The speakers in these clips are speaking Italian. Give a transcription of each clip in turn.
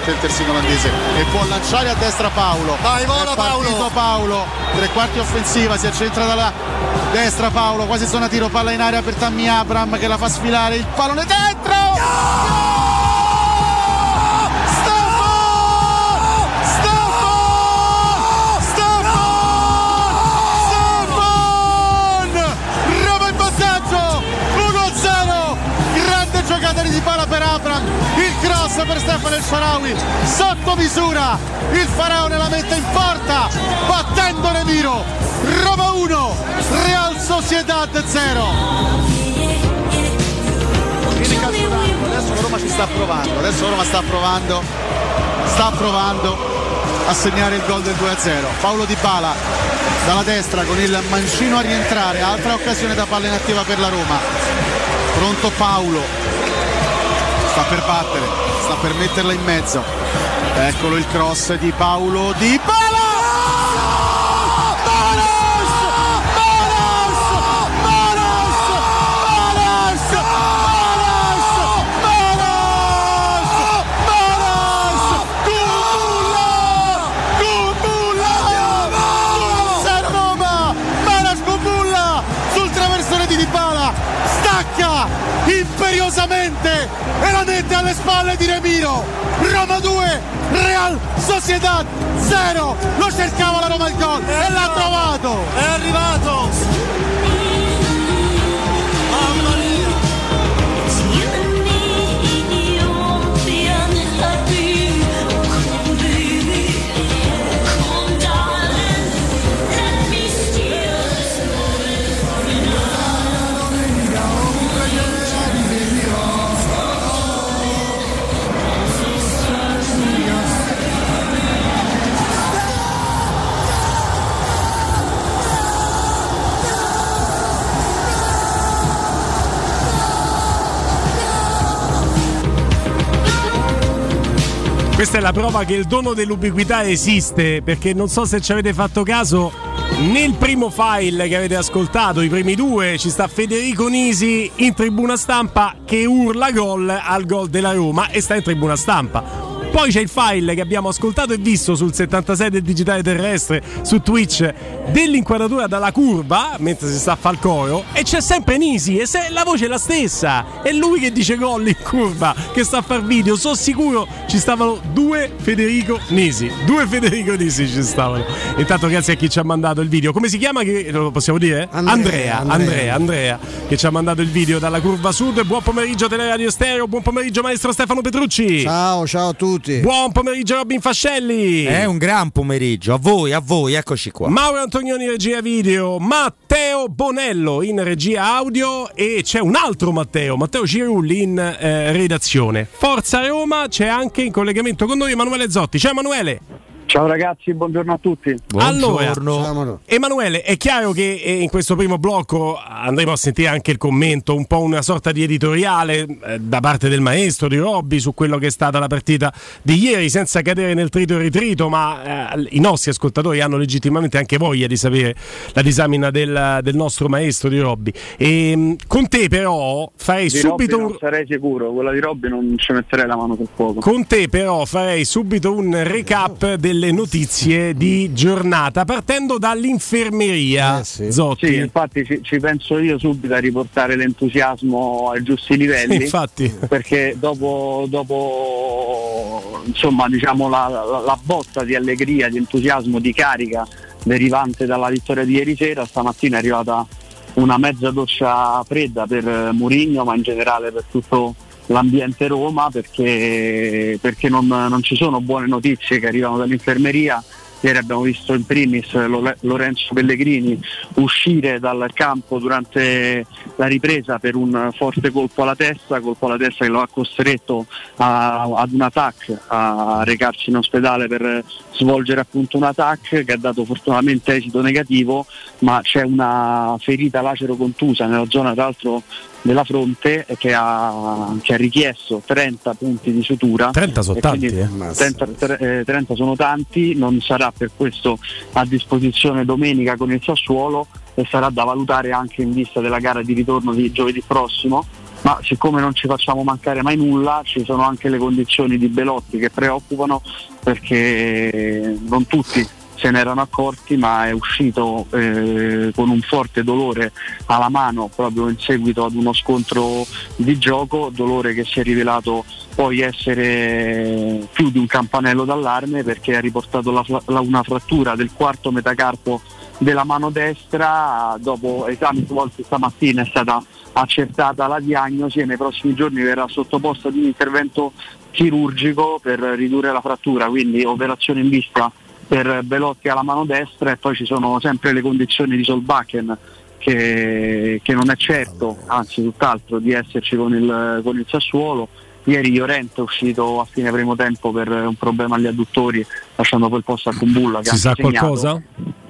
parte il terzino olandese e può lanciare a destra Paolo. Vai, vola Paolo, tre quarti offensiva, si accentra dalla destra Paolo, quasi zona tiro, palla in aria per Tammy Abraham che la fa sfilare, il pallone dentro! Di palla per Abraham, il cross per Stefano El Shaarawy, sotto misura, il faraone la mette in porta, battendo Remiro. Roma 1, Real Sociedad 0. Adesso la Roma ci sta provando, sta provando a segnare il gol del 2-0. Paolo Dybala dalla destra con il mancino a rientrare, altra occasione da palla inattiva per la Roma. Pronto Paolo, sta per battere, sta per metterla in mezzo, eccolo il cross di Paolo Dybala. Imperiosamente e la mette alle spalle di Remiro. Roma 2, Real Sociedad 0. Lo cercava la Roma il gol e l'ha trovato. È arrivato. Mamma mia. Questa è la prova che il dono dell'ubiquità esiste, perché non so se ci avete fatto caso, nel primo file che avete ascoltato, i primi due, ci sta Federico Nisi in tribuna stampa che urla gol al gol della Roma e sta in tribuna stampa. Poi c'è il file che abbiamo ascoltato e visto sul 76 del digitale terrestre su Twitch dell'inquadratura dalla curva mentre si sta a fare il coro e c'è sempre Nisi e se la voce è la stessa, è lui che dice gol in curva, che sta a far video. Sono sicuro ci stavano due Federico Nisi ci stavano. Intanto grazie a chi ci ha mandato il video, come si chiama, che lo possiamo dire? Andrea che ci ha mandato il video dalla curva sud. Buon pomeriggio Teleradio Stereo, buon pomeriggio maestro Stefano Petrucci. Ciao a tutti. Buon pomeriggio Robin Fascelli. È un gran pomeriggio, a voi, eccoci qua. Mauro Antonioni regia video, Matteo Bonello in regia audio e c'è un altro Matteo Cirulli in redazione. Forza Roma, c'è anche in collegamento con noi Emanuele Zotti. Ciao Emanuele. Ciao ragazzi, buongiorno a tutti. Allora, Emanuele, è chiaro che in questo primo blocco andremo a sentire anche il commento, un po' una sorta di editoriale da parte del maestro di Robby su quello che è stata la partita di ieri, senza cadere nel trito e ritrito, ma i nostri ascoltatori hanno legittimamente anche voglia di sapere la disamina del nostro maestro di Robby. E con te però farei di subito non sarei sicuro, quella di Robby non ci metterei la mano sul fuoco. Con te però farei subito un recap delle notizie di giornata partendo dall'infermeria. Zotti. Sì, infatti ci penso io subito a riportare l'entusiasmo ai giusti livelli. Sì, infatti. Perché dopo insomma diciamo la botta di allegria, di entusiasmo, di carica derivante dalla vittoria di ieri sera, stamattina è arrivata una mezza doccia fredda per Mourinho, ma in generale per tutto l'ambiente Roma, perché non ci sono buone notizie che arrivano dall'infermeria. Ieri abbiamo visto in primis Lorenzo Pellegrini uscire dal campo durante la ripresa per un forte colpo alla testa che lo ha costretto ad un attack, a recarsi in ospedale per svolgere appunto un attack che ha dato fortunatamente esito negativo, ma c'è una ferita lacero contusa nella zona tra l'altro della fronte che ha richiesto 30 punti di sutura. 30 sono tanti, 30 sono tanti, non sarà per questo a disposizione domenica con il Sassuolo e sarà da valutare anche in vista della gara di ritorno di giovedì prossimo. ma siccome non ci facciamo mancare mai nulla, ci sono anche le condizioni di Belotti che preoccupano, perché non tutti se ne erano accorti, ma è uscito con un forte dolore alla mano proprio in seguito ad uno scontro di gioco, dolore che si è rivelato poi essere più di un campanello d'allarme, perché ha riportato una frattura del quarto metacarpo della mano destra. Dopo esami svolti stamattina è stata accertata la diagnosi e nei prossimi giorni verrà sottoposto ad un intervento chirurgico per ridurre la frattura, quindi operazione in vista per Belotti alla mano destra. E poi ci sono sempre le condizioni di Solbakken che non è certo, anzi tutt'altro, di esserci con il Sassuolo. Ieri Llorente è uscito a fine primo tempo per un problema agli adduttori, lasciando poi il posto a Kumbulla. Si sa qualcosa?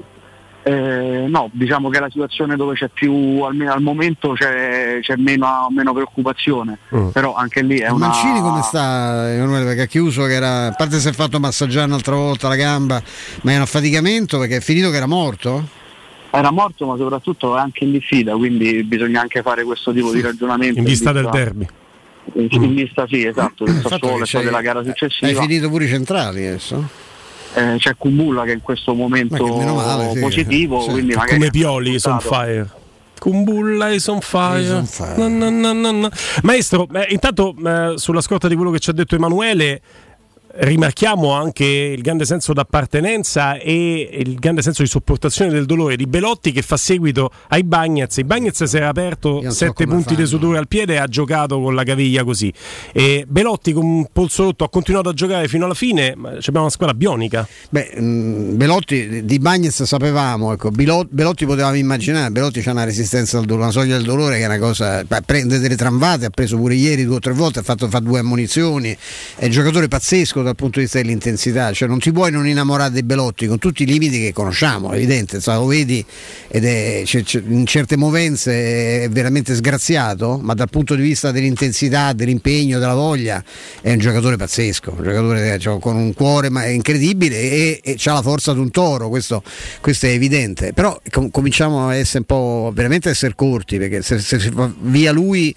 No, diciamo che è la situazione dove c'è più, almeno al momento c'è meno preoccupazione, però anche lì è una... Mancini come sta, Emanuele? Perché ha chiuso, che era, a parte si è fatto massaggiare un'altra volta la gamba, ma è un affaticamento perché è finito che era morto? Era morto, ma soprattutto è anche in diffida, quindi bisogna anche fare questo tipo di ragionamento in vista del derby. In vista, sì, esatto, del Sassuolo e poi della gara successiva. Hai finito pure i centrali adesso? C'è Kumbulla che in questo momento male, sì, positivo, sì. quindi magari come Pioli is on fire. Kumbulla is on fire. No. Maestro, intanto sulla scorta di quello che ci ha detto Emanuele, rimarchiamo anche il grande senso d'appartenenza e il grande senso di sopportazione del dolore di Belotti, che fa seguito ai Bagnez. I Bagnez si era aperto 7 punti di sudore al piede e ha giocato con la caviglia così. E Belotti con un polso rotto ha continuato a giocare fino alla fine, ma abbiamo una squadra bionica. Belotti di Bagnez sapevamo, ecco, Belotti potevamo immaginare. Belotti c'ha una resistenza al dolore, una soglia del dolore che è una cosa, prende delle tramvate, ha preso pure ieri 2 o 3 volte, fa 2 ammonizioni, è un giocatore pazzesco dal punto di vista dell'intensità, cioè non ti puoi non innamorare dei Belotti con tutti i limiti che conosciamo, è evidente, lo vedi, ed è in certe movenze è veramente sgraziato, ma dal punto di vista dell'intensità, dell'impegno, della voglia è un giocatore pazzesco, un giocatore con un cuore incredibile e c'ha la forza di un toro, questo è evidente, però cominciamo a essere un po' veramente a essere corti, perché se si fa via lui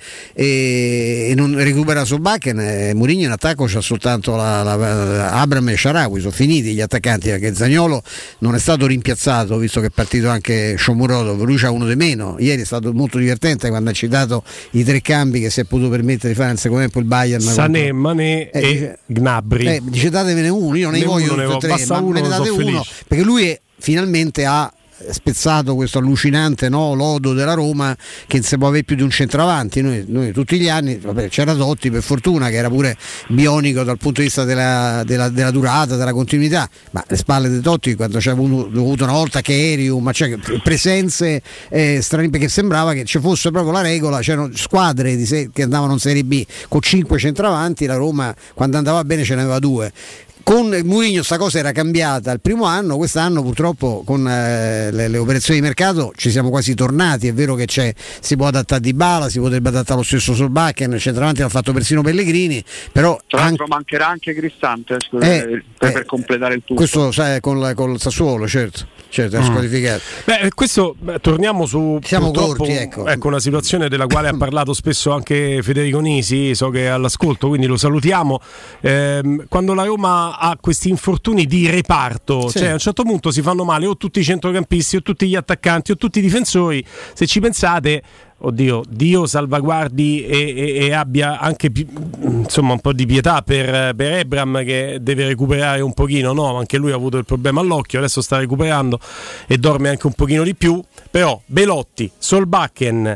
e non recupera Solbakken, Mourinho in attacco c'ha soltanto Abraham e Shaarawy, sono finiti gli attaccanti, perché Zaniolo non è stato rimpiazzato, visto che è partito anche Shomurodov, lui c'ha uno di meno. Ieri è stato molto divertente quando ha citato i 3 cambi che si è potuto permettere di fare nel secondo tempo il Bayern, Sané, Mané e Gnabry. Datevene uno, io non ne voglio tutti e 3, ma me ne date uno, perché lui finalmente ha spezzato questo allucinante lodo della Roma che non si può avere più di un centravanti. Noi tutti gli anni, c'era Totti, per fortuna, che era pure bionico dal punto di vista della durata, della continuità, ma le spalle di Totti, quando c'è avuto una volta Kerium, ma c'è presenze strane, perché sembrava che ci fosse proprio la regola, c'erano squadre che andavano in Serie B con 5 centravanti, la Roma quando andava bene ce n'aveva 2. Con Mourinho sta cosa era cambiata il primo anno, quest'anno purtroppo con le operazioni di mercato ci siamo quasi tornati. È vero che si può adattare Dybala, si potrebbe adattare lo stesso Solbakken, il centravanti l'ha fatto persino Pellegrini, però tra l'altro mancherà anche Cristante per completare il tutto. Questo col Sassuolo, certo è squalificato. Questo torniamo su, siamo corti, ecco, una situazione della quale ha parlato spesso anche Federico Nisi, so che è all'ascolto, quindi lo salutiamo. Quando la Roma ha questi infortuni di reparto, cioè a un certo punto si fanno male o tutti i centrocampisti o tutti gli attaccanti o tutti i difensori. Se ci pensate, Dio salvaguardi e abbia anche un po' di pietà per Ebram, che deve recuperare un pochino, anche lui ha avuto il problema all'occhio, adesso sta recuperando e dorme anche un pochino di più, però Belotti, Solbakken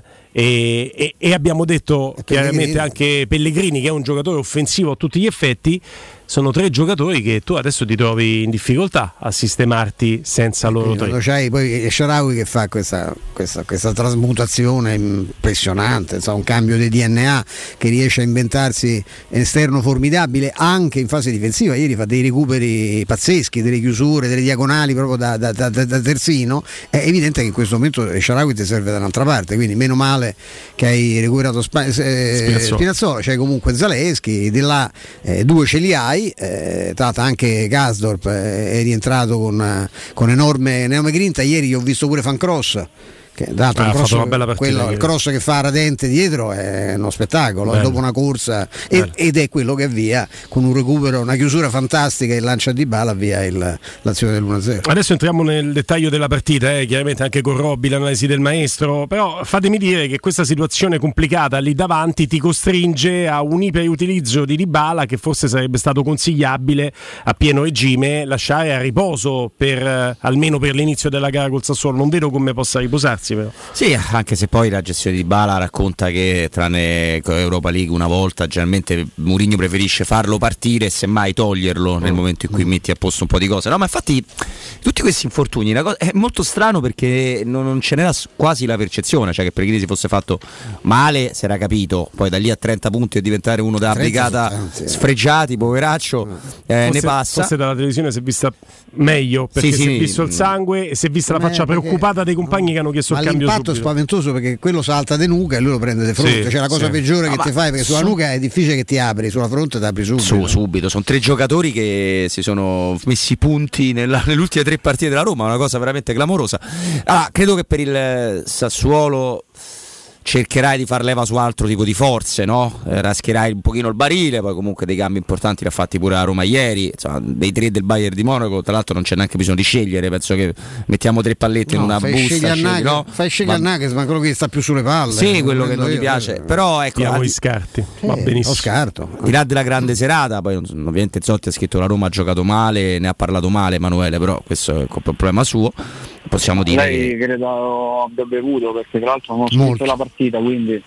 e abbiamo detto chiaramente anche Pellegrini, che è un giocatore offensivo a tutti gli effetti, sono 3 giocatori che tu adesso ti trovi in difficoltà a sistemarti senza loro 3. C'hai poi Shaarawy che fa questa trasmutazione impressionante, un cambio di DNA, che riesce a inventarsi un esterno formidabile anche in fase difensiva. Ieri fa dei recuperi pazzeschi, delle chiusure, delle diagonali proprio da terzino. È evidente che in questo momento Shaarawy ti serve da un'altra parte, quindi meno male che hai recuperato Spinazzola, c'hai comunque Zalewski, di là 2 ce li hai. Tata anche Gasdorp è rientrato con enorme grinta. Ieri ho visto pure Fancross Che dato ha fatto una bella partita, il cross che fa Radente dietro è uno spettacolo, è dopo una corsa ed è quello che avvia con un recupero, una chiusura fantastica e lancia di Dybala avvia l'azione dell'1-0. Adesso entriamo nel dettaglio della partita, chiaramente anche con Robby, l'analisi del maestro, però fatemi dire che questa situazione complicata lì davanti ti costringe a un iperiutilizzo di Dybala che forse sarebbe stato consigliabile a pieno regime lasciare a riposo almeno per l'inizio della gara col Sassuolo. Non vedo come possa riposarsi. Però. Sì, anche se poi la gestione di Dybala racconta che tranne Europa League una volta generalmente Mourinho preferisce farlo partire e semmai toglierlo nel momento in cui metti a posto un po' di cose. No, ma infatti tutti questi infortuni è molto strano perché non ce n'era quasi la percezione, cioè che Pellegrini si fosse fatto male si era capito, poi da lì a 30 punti e diventare uno da brigata sfregiati, poveraccio, ne passa. Forse dalla televisione si è vista meglio perché si è visto il sangue e si è vista la faccia preoccupata dei compagni che hanno chiesto il cambio l'impatto subito. È spaventoso perché quello salta de nuca e lui lo prende di fronte, cioè la cosa peggiore che ti fai, perché sulla nuca è difficile che ti apri, sulla fronte ti apri subito. Sono 3 giocatori che si sono messi punti nelle ultime 3 partite della Roma, una cosa veramente clamorosa. Credo che per il Sassuolo cercherai di far leva su altro tipo di forze, no? Raschierai un pochino il barile, poi comunque dei cambi importanti li ha fatti pure la Roma ieri, insomma, dei 3 del Bayern di Monaco, tra l'altro non c'è neanche bisogno di scegliere, penso che mettiamo 3 pallette in una busta, fai scegliere Nuggets, ma quello che sta più sulle palle. Sì, quello che non ti piace, però ecco, gli scarti, va benissimo. Lo scarto. Al di là della grande serata, poi ovviamente Zotti ha scritto la Roma ha giocato male, ne ha parlato male Emanuele, però questo è un problema suo. Possiamo dire lei credo abbia bevuto, perché tra l'altro non ho scritto la partita, quindi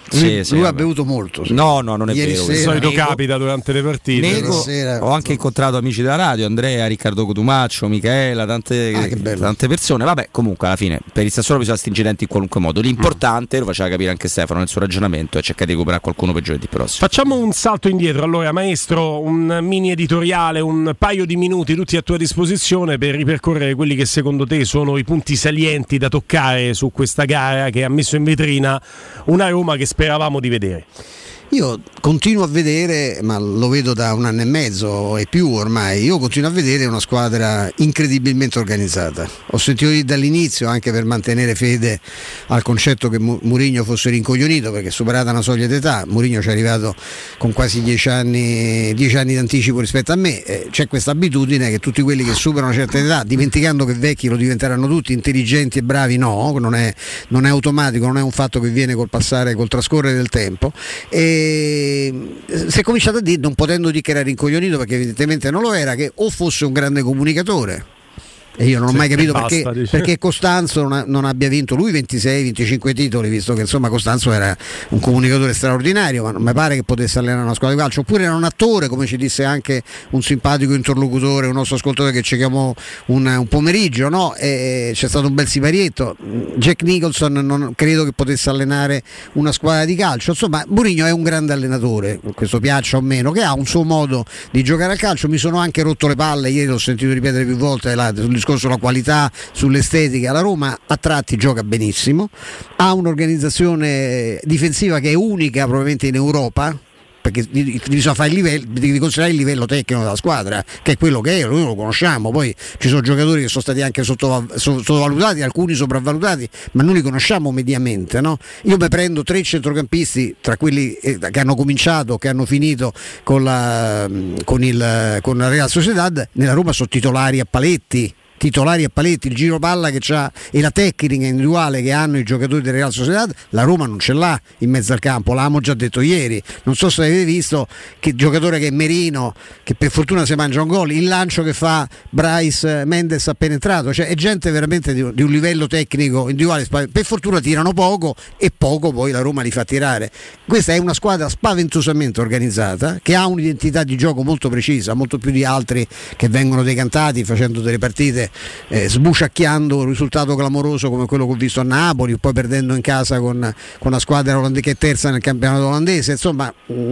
lui ha bevuto molto. No, non è vero. Di solito capita durante le partite. Ho anche incontrato amici della radio, Andrea, Riccardo Cotumaccio, Michela, tante persone. Vabbè, comunque alla fine per il Sassuolo bisogna questi incidenti in qualunque modo. L'importante, lo faceva capire anche Stefano nel suo ragionamento, è cercare di recuperare qualcuno per giovedì prossimo. Facciamo un salto indietro. Allora, maestro, un mini editoriale, un paio di minuti tutti a tua disposizione per ripercorrere quelli che secondo te sono i punti salienti da toccare su questa gara che ha messo in vetrina una Roma che speravamo di vedere. Io continuo a vedere, ma lo vedo da 1 anno e mezzo e più ormai, io continuo a vedere una squadra incredibilmente organizzata. Ho sentito dire dall'inizio, anche per mantenere fede al concetto che Mourinho fosse rincoglionito, perché superata una soglia d'età, Mourinho ci è arrivato con quasi 10 anni d'anticipo rispetto a me, c'è questa abitudine che tutti quelli che superano una certa età, dimenticando che vecchi lo diventeranno tutti, intelligenti e bravi no, non è automatico, non è un fatto che viene col trascorrere del tempo, e si è cominciato a dire, non potendo dire che era rincoglionito perché evidentemente non lo era, che o fosse un grande comunicatore, e io non ho mai capito perché Costanzo non abbia vinto lui 26-25 titoli, visto che insomma Costanzo era un comunicatore straordinario, ma non mi pare che potesse allenare una squadra di calcio. Oppure era un attore, come ci disse anche un simpatico interlocutore, un nostro ascoltatore che ci chiamò un pomeriggio, no? E c'è stato un bel siparietto. Jack Nicholson non credo che potesse allenare una squadra di calcio. Insomma, Mourinho è un grande allenatore, questo piaccia o meno, che ha un suo modo di giocare al calcio. Mi sono anche rotto le palle, ieri l'ho sentito ripetere più volte sul sulla qualità, sull'estetica. La Roma a tratti gioca benissimo, ha un'organizzazione difensiva che è unica probabilmente in Europa, perché bisogna fare devi considerare il livello tecnico della squadra, che è quello che è, noi lo conosciamo, poi ci sono giocatori che sono stati anche sottovalutati, alcuni sopravvalutati, ma noi li conosciamo mediamente, no? Io mi prendo 3 centrocampisti tra quelli che hanno cominciato, che hanno finito con la Real Sociedad, nella Roma sono titolari a paletti, il giro palla che c'ha e la tecnica individuale che hanno i giocatori del Real Sociedad, la Roma non ce l'ha in mezzo al campo, l'abbiamo già detto ieri. Non so se avete visto che giocatore che è Merino, che per fortuna si mangia un gol, il lancio che fa Bryce Mendes appena entrato, cioè è gente veramente di un livello tecnico individuale, per fortuna tirano poco e poco poi la Roma li fa tirare. Questa è una squadra spaventosamente organizzata, che ha un'identità di gioco molto precisa, molto più di altri che vengono decantati facendo delle partite sbuciacchiando un risultato clamoroso come quello che ho visto a Napoli, poi perdendo in casa con la squadra olandese che è terza nel campionato olandese. Insomma,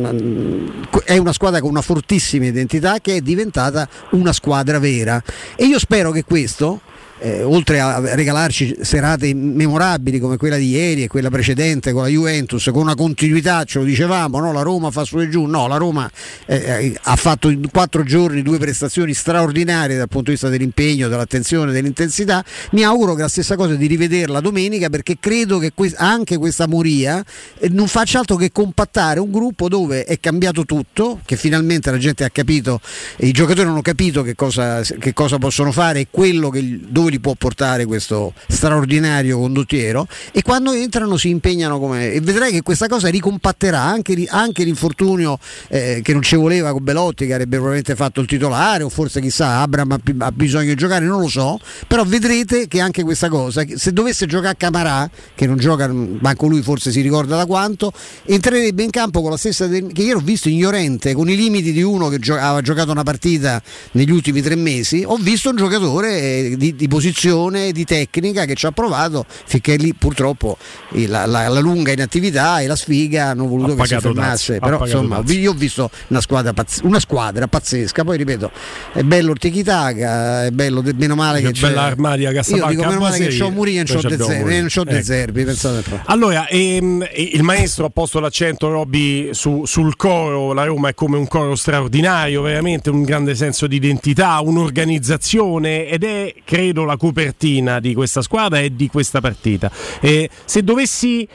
è una squadra con una fortissima identità che è diventata una squadra vera, e io spero che questo oltre a regalarci serate memorabili come quella di ieri e quella precedente con la Juventus, con una continuità, ce lo dicevamo, no? La Roma fa su e giù, no, la Roma ha fatto in 4 giorni 2 prestazioni straordinarie dal punto di vista dell'impegno, dell'attenzione, dell'intensità. Mi auguro che la stessa cosa di rivederla domenica, perché credo che anche questa moria non faccia altro che compattare un gruppo dove è cambiato tutto, che finalmente la gente ha capito, i giocatori hanno capito che cosa possono fare e quello dove li può portare questo straordinario condottiero, e quando entrano si impegnano e vedrai che questa cosa ricompatterà anche l'infortunio che non ci voleva con Belotti, che avrebbe probabilmente fatto il titolare, o forse chissà Abraham ha bisogno di giocare, non lo so, però vedrete che anche questa cosa, se dovesse giocare Camarà, che non gioca manco lui, forse si ricorda da quanto, entrerebbe in campo con la stessa che ieri ho visto in Llorente, con i limiti di uno che aveva giocato una partita negli ultimi 3 mesi. Ho visto un giocatore di posizione, di tecnica, che ci ha provato finché lì purtroppo la lunga inattività e la sfiga hanno voluto che si fermasse. Però insomma io ho visto una squadra pazzesca. Poi ripeto, è bello il tiki-taka, è bello, meno male che c'è bella Armadia Casablanca, io dico meno male che c'ho Mourinho e non c'ho De Zerbi, pensate un po'. Allora il maestro ha posto l'accento, Robby, sul coro. La Roma è come un coro straordinario, veramente un grande senso di identità, un'organizzazione, ed è credo la copertina di questa squadra e di questa partita. Se dovessi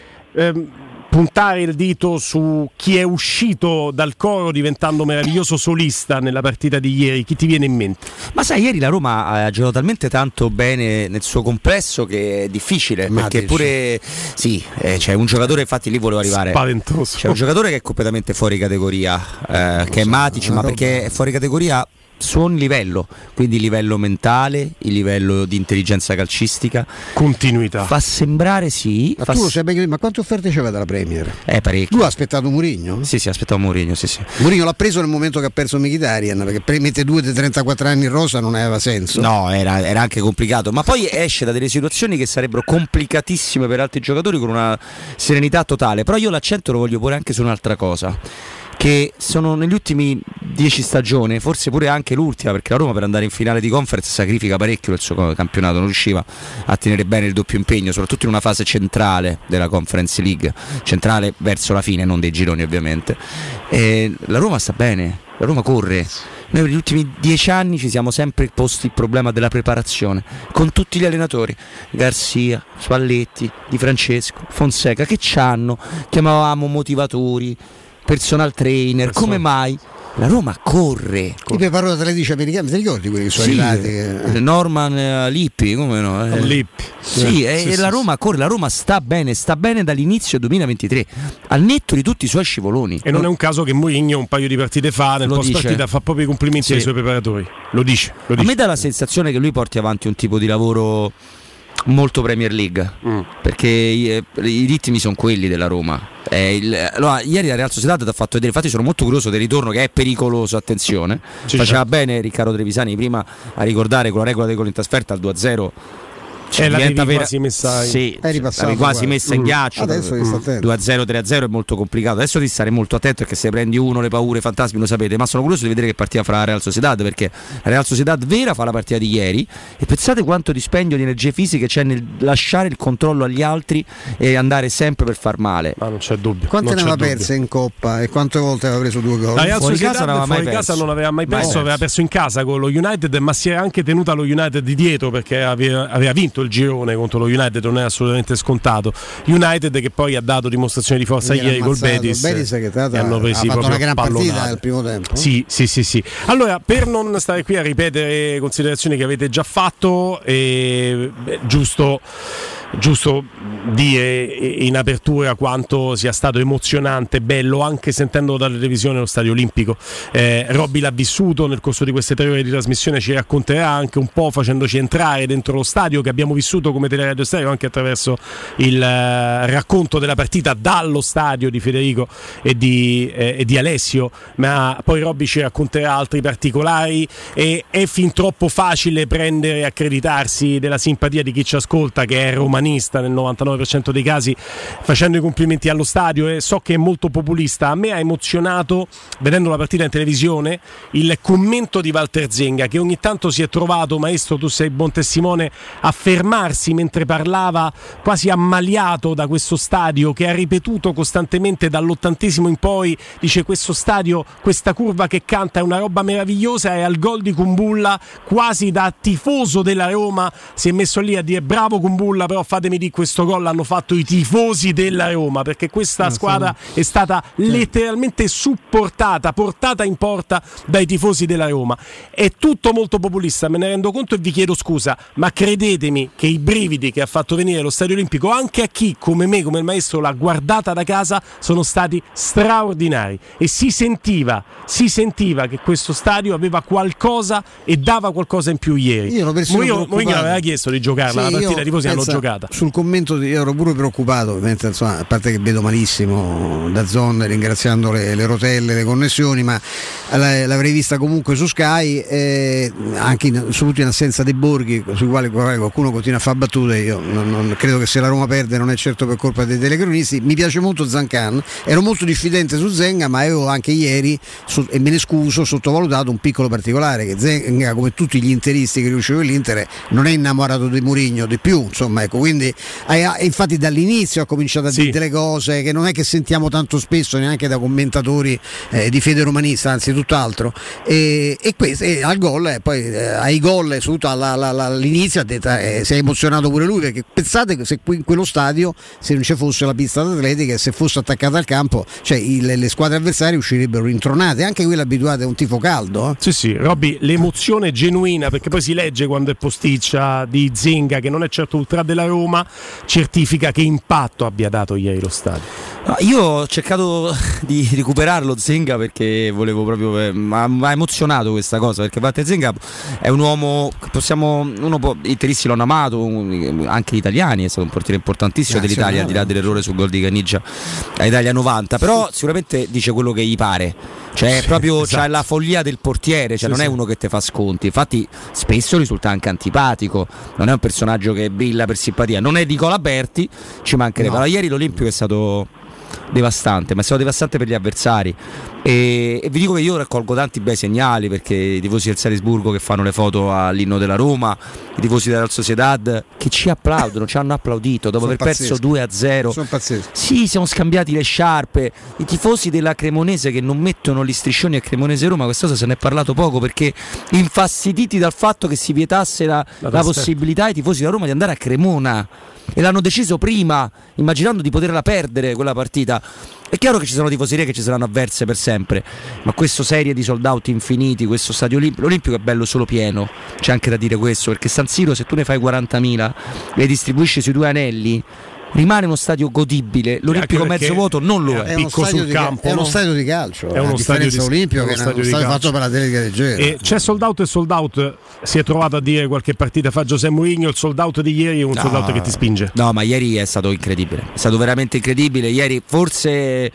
puntare il dito su chi è uscito dal coro diventando meraviglioso solista nella partita di ieri, chi ti viene in mente? Ma sai, ieri la Roma ha giocato talmente tanto bene nel suo complesso che è difficile, perché pure c'è un giocatore, infatti lì volevo arrivare, spaventoso, c'è un giocatore che è completamente fuori categoria, che è Matic, ma perché è fuori categoria su un livello, quindi il livello mentale, il livello di intelligenza calcistica, continuità. Fa sembrare Ma tu lo sai bene, ma quante offerte c'aveva dalla Premier? Parecchio. Lui ha aspettato Mourinho? Sì, aspettava Mourinho, sì. Mourinho l'ha preso nel momento che ha perso Mkhitaryan, perché mette 2 di 34 anni in rosa non aveva senso. No, era anche complicato, ma poi esce da delle situazioni che sarebbero complicatissime per altri giocatori con una serenità totale. Però io l'accento lo voglio porre anche su un'altra cosa, che sono negli ultimi 10 stagioni, forse pure anche l'ultima, perché la Roma per andare in finale di conference sacrifica parecchio il suo campionato, non riusciva a tenere bene il doppio impegno, soprattutto in una fase centrale della Conference League, centrale verso la fine, non dei gironi ovviamente. E la Roma sta bene, la Roma corre. Noi negli ultimi 10 anni ci siamo sempre posti il problema della preparazione con tutti gli allenatori, Garcia, Spalletti, Di Francesco, Fonseca, che c'hanno, chiamavamo motivatori, personal trainer, come mai? La Roma corre. Ti preparo da 13 americani, ti ricordi quelli che sono arrivati? Norman Lippi, come no? Lippi. Sì, la Roma corre, la Roma sta bene dall'inizio 2023, al netto di tutti i suoi scivoloni. E non è un caso che Mourinho un paio di partite fa, nel post partita, fa proprio i complimenti ai suoi preparatori. Lo dice. A me dà la sensazione che lui porti avanti un tipo di lavoro molto Premier League, perché i ritmi sono quelli della Roma. Ieri la Real Sociedad ti ha fatto vedere, infatti sono molto curioso del ritorno, che è pericoloso, attenzione. Faceva bene Riccardo Trevisani prima a ricordare con la regola dei gol in trasferta al 2-0. L'avevi quasi messa in ghiaccio. Adesso 2-0, 3-0 è molto complicato. Adesso devi stare molto attento, perché se prendi uno, le paure, i fantasmi, lo sapete. Ma sono curioso di vedere che partita farà la Real Sociedad, perché la Real Sociedad vera fa la partita di ieri, e pensate quanto dispendio di energie fisiche c'è nel lasciare il controllo agli altri e andare sempre per far male. Ma non c'è dubbio. Quante ne aveva perse in Coppa e quante volte aveva preso 2 gol? La Real Sociedad fuori casa non aveva mai perso, aveva perso in casa con lo United, ma si era anche tenuta lo United di dietro, perché aveva vinto il girone contro lo United, non è assolutamente scontato. United che poi ha dato dimostrazione di forza ieri col Betis, che hanno presi ha fatto una gran pallonate. partita nel primo tempo. Sì. Allora, per non stare qui a ripetere considerazioni che avete già fatto, giusto dire in apertura quanto sia stato emozionante, bello, anche sentendo dalla televisione lo Stadio Olimpico. Robby l'ha vissuto nel corso di queste 3 ore di trasmissione, ci racconterà anche un po', facendoci entrare dentro lo stadio, che abbiamo vissuto come Teleradio Stereo anche attraverso il racconto della partita dallo stadio di Federico e di Alessio, ma poi Robby ci racconterà altri particolari. E è fin troppo facile prendere e accreditarsi della simpatia di chi ci ascolta, che è romanista, romanista nel 99% dei casi, facendo i complimenti allo stadio, e so che è molto populista. A me ha emozionato, vedendo la partita in televisione, il commento di Walter Zenga, che ogni tanto si è trovato, maestro, tu sei buon testimone, a fermarsi mentre parlava, quasi ammaliato da questo stadio, che ha ripetuto costantemente dall'80° in poi, dice: questo stadio, questa curva che canta è una roba meravigliosa, e al gol di Kumbulla, quasi da tifoso della Roma, si è messo lì a dire: bravo Kumbulla, però fatemi dire, questo gol l'hanno fatto i tifosi della Roma, perché questa squadra è stata letteralmente supportata, portata in porta dai tifosi della Roma. È tutto molto populista, me ne rendo conto, e vi chiedo scusa, ma credetemi che i brividi che ha fatto venire lo Stadio Olimpico anche a chi come me, come il maestro, l'ha guardata da casa, sono stati straordinari, e si sentiva che questo stadio aveva qualcosa e dava qualcosa in più ieri. Mourinho aveva chiesto di giocarla, la partita, i tifosi hanno giocata. Sul commento io ero pure preoccupato, ovviamente, insomma, a parte che vedo malissimo DAZN, ringraziando le rotelle, le connessioni, ma l'avrei vista comunque su Sky, anche soprattutto in assenza dei Borghi, sui quali qualcuno continua a fare battute. Io non credo che, se la Roma perde, non è certo per colpa dei telecronisti. Mi piace molto Zancan, ero molto diffidente su Zenga, ma avevo anche ieri, e me ne scuso, sottovalutato un piccolo particolare, che Zenga, come tutti gli interisti che riuscivo l'Inter, non è innamorato di Mourinho di più, insomma, ecco, quindi infatti dall'inizio ha cominciato a dire delle cose che non è che sentiamo tanto spesso neanche da commentatori di fede romanista, anzi tutt'altro, e al gol, poi ai gol, soprattutto all'inizio, si è emozionato pure lui, perché pensate che se in quello stadio, se non ci fosse la pista d'atletica e se fosse attaccata al campo, cioè le squadre avversarie uscirebbero rintronate, anche quelle abituate a un tifo caldo. Sì, Robby, l'emozione genuina, perché poi si legge quando è posticcia, di Zenga, che non è certo ultra della Roma, certifica che impatto abbia dato ieri lo stadio. No, io ho cercato di recuperarlo Zenga, perché volevo proprio, mi ha emozionato questa cosa, perché Walter Zenga è un uomo, i interisti l'hanno amato, anche gli italiani, è stato un portiere importantissimo dell'Italia, al di là dell'errore sul gol di Caniggia all'Italia 90, però sicuramente dice quello che gli pare, cioè proprio esatto. C'è la follia del portiere, cioè non è uno che te fa sconti, infatti spesso risulta anche antipatico, non è un personaggio che brilla per simpatia, non è Nicola Berti, ci mancherebbe. No. Ieri l'Olimpico è stato devastante, ma è stato devastante per gli avversari, e vi dico che io raccolgo tanti bei segnali, perché i tifosi del Salisburgo che fanno le foto all'inno della Roma, i tifosi della Real Sociedad che ci applaudono, ci hanno applaudito dopo aver perso 2-0. Sono pazzeschi. Sì, siamo scambiati le sciarpe. I tifosi della Cremonese che non mettono gli striscioni a Cremonese Roma, questa cosa se ne è parlato poco, perché infastiditi dal fatto che si vietasse la possibilità ai tifosi della Roma di andare a Cremona, e l'hanno deciso prima, immaginando di poterla perdere quella partita. È chiaro che ci sono tifoserie che ci saranno avverse per sempre, ma questa serie di sold out infiniti, questo stadio l'Olimpico è bello solo pieno, c'è anche da dire questo, perché San Siro, se tu ne fai 40.000 e le distribuisci sui 2 anelli, rimane uno stadio godibile. L'Olimpico mezzo vuoto non lo è. È uno stadio sul campo, è uno stadio di calcio, è uno stadio olimpico, che è uno stadio fatto per l'atletica leggera. E c'è sold out e sold out. Si è trovato a dire qualche partita fa José Mourinho, il sold out di ieri è un sold out che ti spinge. No, ma ieri è stato incredibile, è stato veramente incredibile. Ieri forse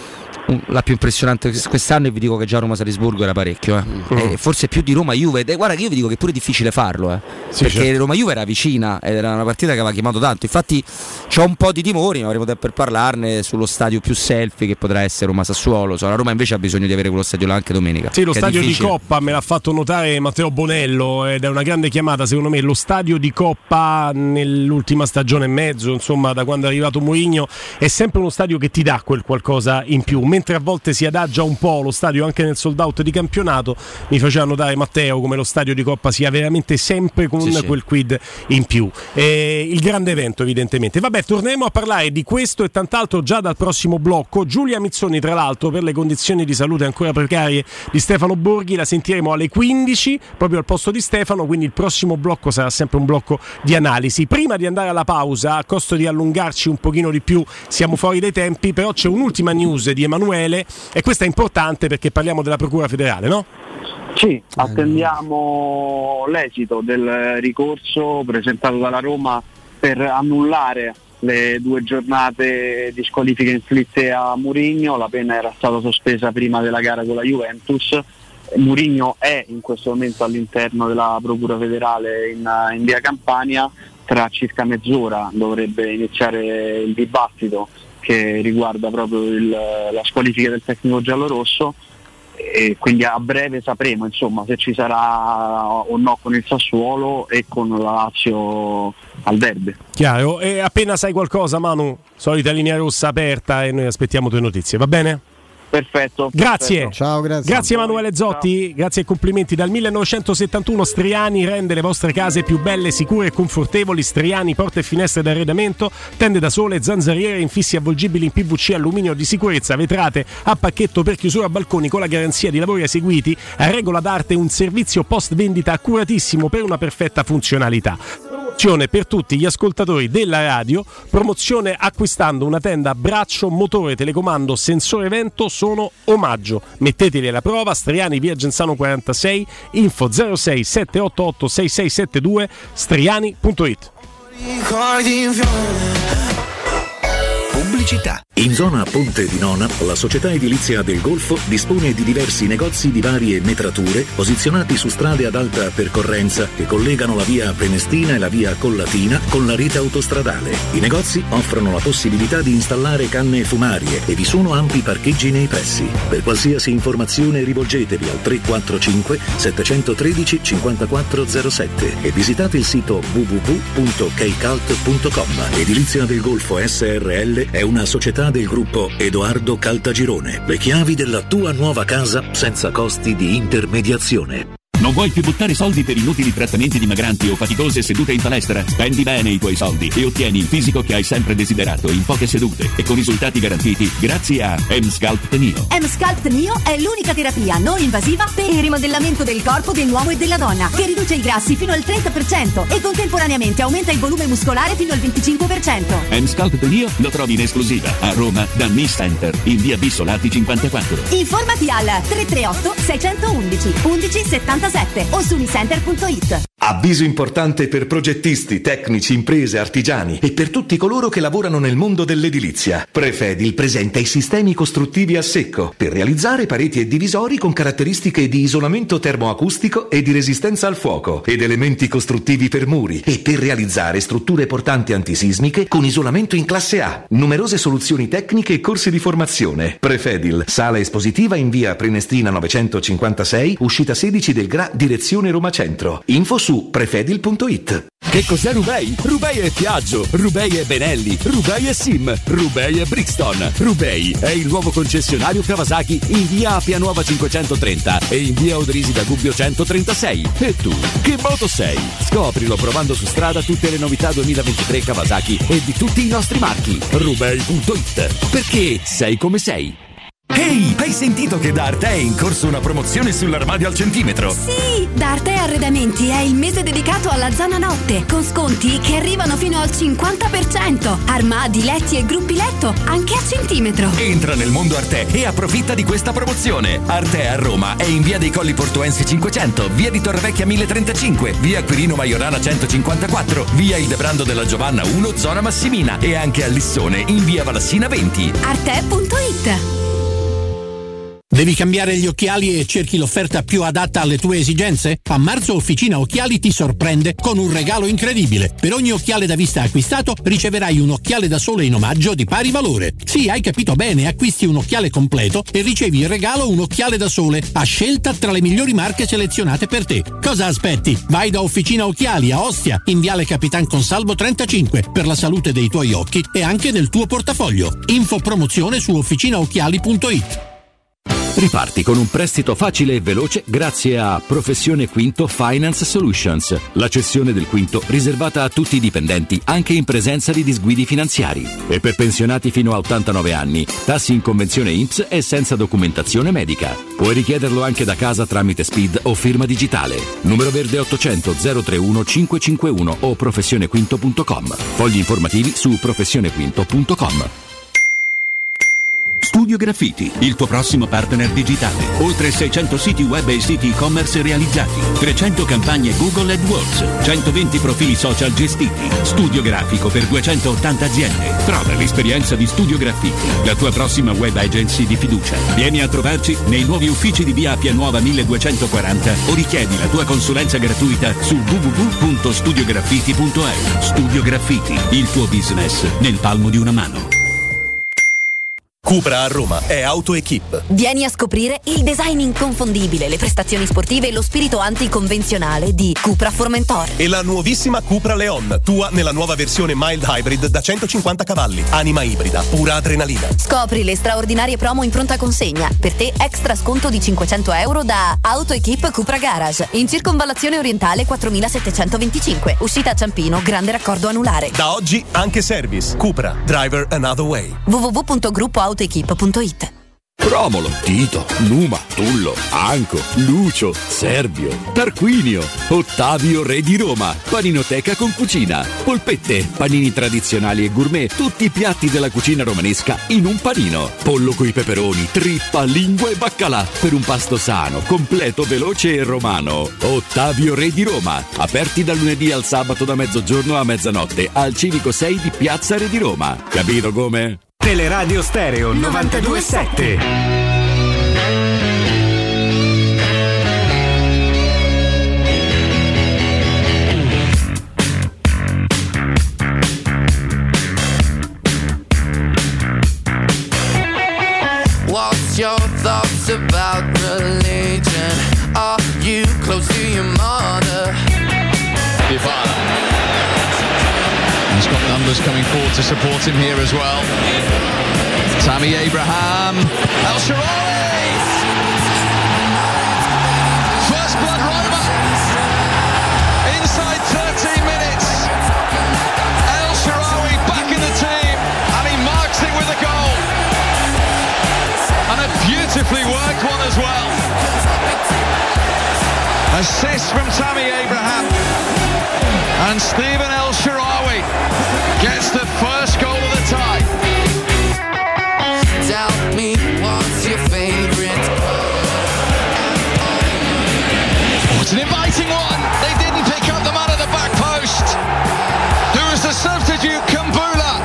la più impressionante quest'anno, e vi dico che già Roma-Salisburgo era parecchio, forse più di Roma-Juve. Guarda che io vi dico che è pure difficile farlo, sì, perché certo. Roma-Juve era vicina, era una partita che aveva chiamato tanto, infatti c'ho un po' di timori, ma avremo tempo per parlarne, sullo stadio più selfie che potrà essere Roma-Sassuolo. La Roma invece ha bisogno di avere quello stadio là anche domenica. Sì, lo stadio di Coppa me l'ha fatto notare Matteo Bonello, ed è una grande chiamata secondo me. Lo stadio di Coppa nell'ultima stagione e mezzo, insomma, da quando è arrivato Mourinho, è sempre uno stadio che ti dà quel qualcosa in più, mentre a volte si adagia un po' lo stadio anche nel sold out di campionato. Mi faceva notare Matteo come lo stadio di Coppa sia veramente sempre con quel quid in più. Il grande evento, evidentemente. Vabbè, torneremo a parlare di questo e tant'altro già dal prossimo blocco. Giulia Mizzoni, tra l'altro, per le condizioni di salute ancora precarie di Stefano Borghi, la sentiremo alle 15 proprio al posto di Stefano, quindi il prossimo blocco sarà sempre un blocco di analisi. Prima di andare alla pausa, a costo di allungarci un pochino di più, siamo fuori dai tempi, però c'è un'ultima news di Emanuele, e questa è importante perché parliamo della Procura Federale, no? Sì, attendiamo l'esito del ricorso presentato dalla Roma per annullare le 2 giornate di squalifiche inflitte a Mourinho. La pena era stata sospesa prima della gara con la Juventus. Mourinho è in questo momento all'interno della Procura Federale in via Campania, tra circa mezz'ora dovrebbe iniziare il dibattito che riguarda proprio la squalifica del tecnico giallorosso, e quindi a breve sapremo insomma se ci sarà o no con il Sassuolo e con la Lazio al derby. Chiaro, e appena sai qualcosa, Manu, solita linea rossa aperta e noi aspettiamo tue notizie, va bene? Perfetto. Grazie. Perfetto. Ciao, grazie. Grazie Emanuele Zotti, grazie e complimenti. Dal 1971 Striani rende le vostre case più belle, sicure e confortevoli. Striani, porte e finestre d'arredamento, tende da sole, zanzariere, infissi avvolgibili in PVC, alluminio di sicurezza, vetrate a pacchetto per chiusura balconi con la garanzia di lavori eseguiti a regola d'arte, un servizio post vendita accuratissimo per una perfetta funzionalità. Per tutti gli ascoltatori della radio, promozione acquistando una tenda a braccio, motore, telecomando, sensore vento, sono omaggio. Metteteli alla prova. Striani, via Genzano 46, info 06 788 6672, striani.it. Pubblicità. In zona Ponte di Nona, la società edilizia del Golfo dispone di diversi negozi di varie metrature posizionati su strade ad alta percorrenza che collegano la via Prenestina e la via Collatina con la rete autostradale. I negozi offrono la possibilità di installare canne fumarie e vi sono ampi parcheggi nei pressi. Per qualsiasi informazione rivolgetevi al 345 713 5407 e visitate il sito www.keicalt.com. Edilizia del Golfo SRL è una società del gruppo Edoardo Caltagirone. Le chiavi della tua nuova casa senza costi di intermediazione. Non vuoi più buttare soldi per inutili trattamenti dimagranti o faticose sedute in palestra? Spendi bene i tuoi soldi e ottieni il fisico che hai sempre desiderato in poche sedute e con risultati garantiti grazie a M-Sculpt Neo. M-Sculpt Neo è l'unica terapia non invasiva per il rimodellamento del corpo dell'uomo e della donna, che riduce i grassi fino al 30% e contemporaneamente aumenta il volume muscolare fino al 25%. M-Sculpt Neo lo trovi in esclusiva a Roma da Miss Center in via Bissolati 54. Informati al 338 611 1177 o su unicenter.it. Avviso importante per progettisti, tecnici, imprese, artigiani e per tutti coloro che lavorano nel mondo dell'edilizia. Prefedil presenta i sistemi costruttivi a secco per realizzare pareti e divisori con caratteristiche di isolamento termoacustico e di resistenza al fuoco ed elementi costruttivi per muri e per realizzare strutture portanti antisismiche con isolamento in classe A. Numerose soluzioni tecniche e corsi di formazione. Prefedil, sala espositiva in via Prenestina 956, uscita 16 del GRA, direzione Roma Centro. Info su prefedil.it. Che cos'è Rubei? Rubei è Piaggio, Rubei è Benelli, Rubei è Sim, Rubei è Brixton. Rubei è il nuovo concessionario Kawasaki in via Appia Nuova 530 e in via Odrisi da Gubbio 136. E tu, che moto sei? Scoprilo provando su strada tutte le novità 2023 Kawasaki e di tutti i nostri marchi. Rubei.it. Perché sei come sei. Ehi, hai sentito che da Arte è in corso una promozione sull'armadio al centimetro? Sì, da Arte Arredamenti è il mese dedicato alla zona notte, con sconti che arrivano fino al 50%. Armadi, letti e gruppi letto, anche a centimetro. Entra nel mondo Arte e approfitta di questa promozione. Arte a Roma è in via dei Colli Portuensi 500, via di Torrevecchia 1035, via Quirino Maiorana 154, via Il Debrando della Giovanna 1, zona Massimina e anche a Lissone in via Valassina 20. Arte.it. Devi cambiare gli occhiali e cerchi l'offerta più adatta alle tue esigenze? A marzo Officina Occhiali ti sorprende con un regalo incredibile. Per ogni occhiale da vista acquistato riceverai un occhiale da sole in omaggio di pari valore. Sì, hai capito bene, acquisti un occhiale completo e ricevi in regalo un occhiale da sole a scelta tra le migliori marche selezionate per te. Cosa aspetti? Vai da Officina Occhiali a Ostia, in viale Capitan Consalvo 35, per la salute dei tuoi occhi e anche del tuo portafoglio. Info promozione su officinaocchiali.it. Riparti con un prestito facile e veloce grazie a Professione Quinto Finance Solutions, la cessione del quinto riservata a tutti i dipendenti anche in presenza di disguidi finanziari e per pensionati fino a 89 anni, tassi in convenzione INPS e senza documentazione medica. Puoi richiederlo anche da casa tramite SPID o firma digitale. Numero verde 800 031 551 o professionequinto.com. Fogli informativi su professionequinto.com. Studio Graffiti, il tuo prossimo partner digitale. Oltre 600 siti web e siti e-commerce realizzati, 300 campagne Google AdWords, 120 profili social gestiti, studio grafico per 280 aziende. Trova l'esperienza di Studio Graffiti, la tua prossima web agency di fiducia. Vieni a trovarci nei nuovi uffici di via Appia Nuova 1240 o richiedi la tua consulenza gratuita su www.studiograffiti.eu. Studio Graffiti, il tuo business nel palmo di una mano. Cupra a Roma è AutoEquip. Vieni a scoprire il design inconfondibile, le prestazioni sportive e lo spirito anticonvenzionale di Cupra Formentor. E la nuovissima Cupra Leon, tua nella nuova versione mild hybrid da 150 cavalli, anima ibrida, pura adrenalina. Scopri le straordinarie promo in pronta consegna. Per te extra sconto di €500 da AutoEquip Cupra Garage. In circonvallazione orientale 4725. Uscita a Ciampino, grande raccordo anulare. Da oggi anche service. Cupra, driver another way. www.gruppoautoequip.it. Romolo, Tito, Numa, Tullo, Anco, Lucio, Servio, Tarquinio, Ottavio Re di Roma, Paninoteca con cucina, polpette, panini tradizionali e gourmet, tutti i piatti della cucina romanesca in un panino, pollo coi peperoni, trippa, lingua e baccalà per un pasto sano, completo, veloce e romano. Ottavio Re di Roma, aperti dal lunedì al sabato da mezzogiorno a mezzanotte al Civico 6 di Piazza Re di Roma. Capito come? Teleradio Stereo 92.7. What's your thoughts about religion? Are you close to your mother? He's got numbers coming forward to support him here as well. Tammy Abraham, El Shaarawy! First blood Roma! Inside 13 minutes! El Shaarawy back in the team, and he marks it with a goal! And a beautifully worked one as well. Assist from Tammy Abraham. And Stephen El Shaarawy gets the first goal of the tie. Tell me what's your favorite? What an inviting one! They didn't pick up the man at the back post. Who was the substitute? Kumbula,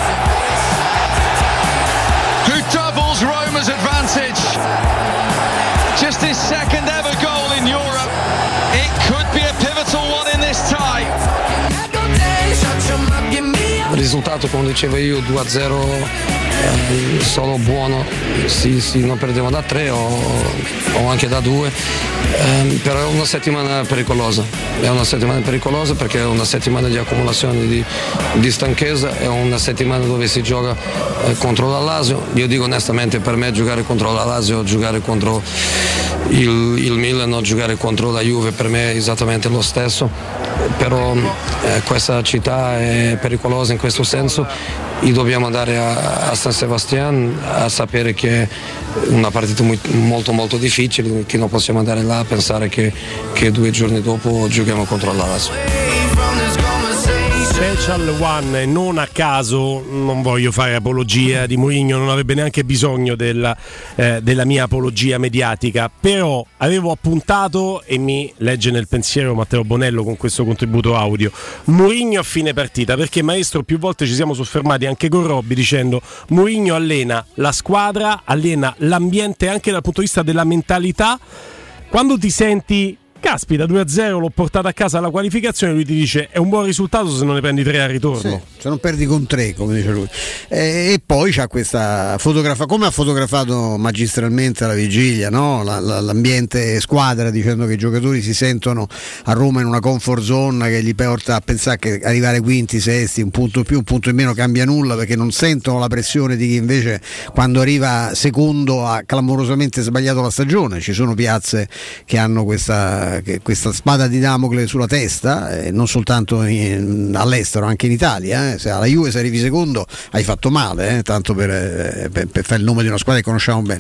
who doubles Roma's advantage. Just his second ever goal in Europe. It could be a pivotal one in this tie. Il risultato, come dicevo io, 2-0, solo buono, sì, non perdiamo da 3 o anche da 2, però è una settimana pericolosa, perché è una settimana di accumulazione di stanchezza, è una settimana dove si gioca contro la Lazio. Io dico onestamente, per me giocare contro la Lazio, giocare contro il Milan o giocare contro la Juve per me è esattamente lo stesso, però questa città è pericolosa in questo senso e dobbiamo andare a San Sebastian a sapere che è una partita molto molto difficile, che non possiamo andare là a pensare che 2 giorni dopo giochiamo contro la Lazio. Special One, e non a caso, non voglio fare apologia di Mourinho, non avrebbe neanche bisogno della mia apologia mediatica, però avevo appuntato, e mi legge nel pensiero Matteo Bonello con questo contributo audio, Mourinho a fine partita, perché maestro più volte ci siamo soffermati anche con Robby dicendo Mourinho allena la squadra, allena l'ambiente anche dal punto di vista della mentalità. Quando ti senti caspita 2-0 l'ho portata a casa alla qualificazione, lui ti dice è un buon risultato se non ne prendi 3 al ritorno, sì, se non perdi con 3 come dice lui, e poi c'ha questa fotografia, come ha fotografato magistralmente alla vigilia, no? L'ambiente squadra, dicendo che i giocatori si sentono a Roma in una comfort zone che gli porta a pensare che arrivare quinti, sesti, un punto più, un punto in meno cambia nulla, perché non sentono la pressione di chi invece quando arriva secondo ha clamorosamente sbagliato la stagione. Ci sono piazze che hanno questa questa spada di Damocle sulla testa, non soltanto all'estero, anche in Italia. Se alla Juve sei arrivi secondo hai fatto male, tanto per fare il nome di una squadra che conosciamo bene.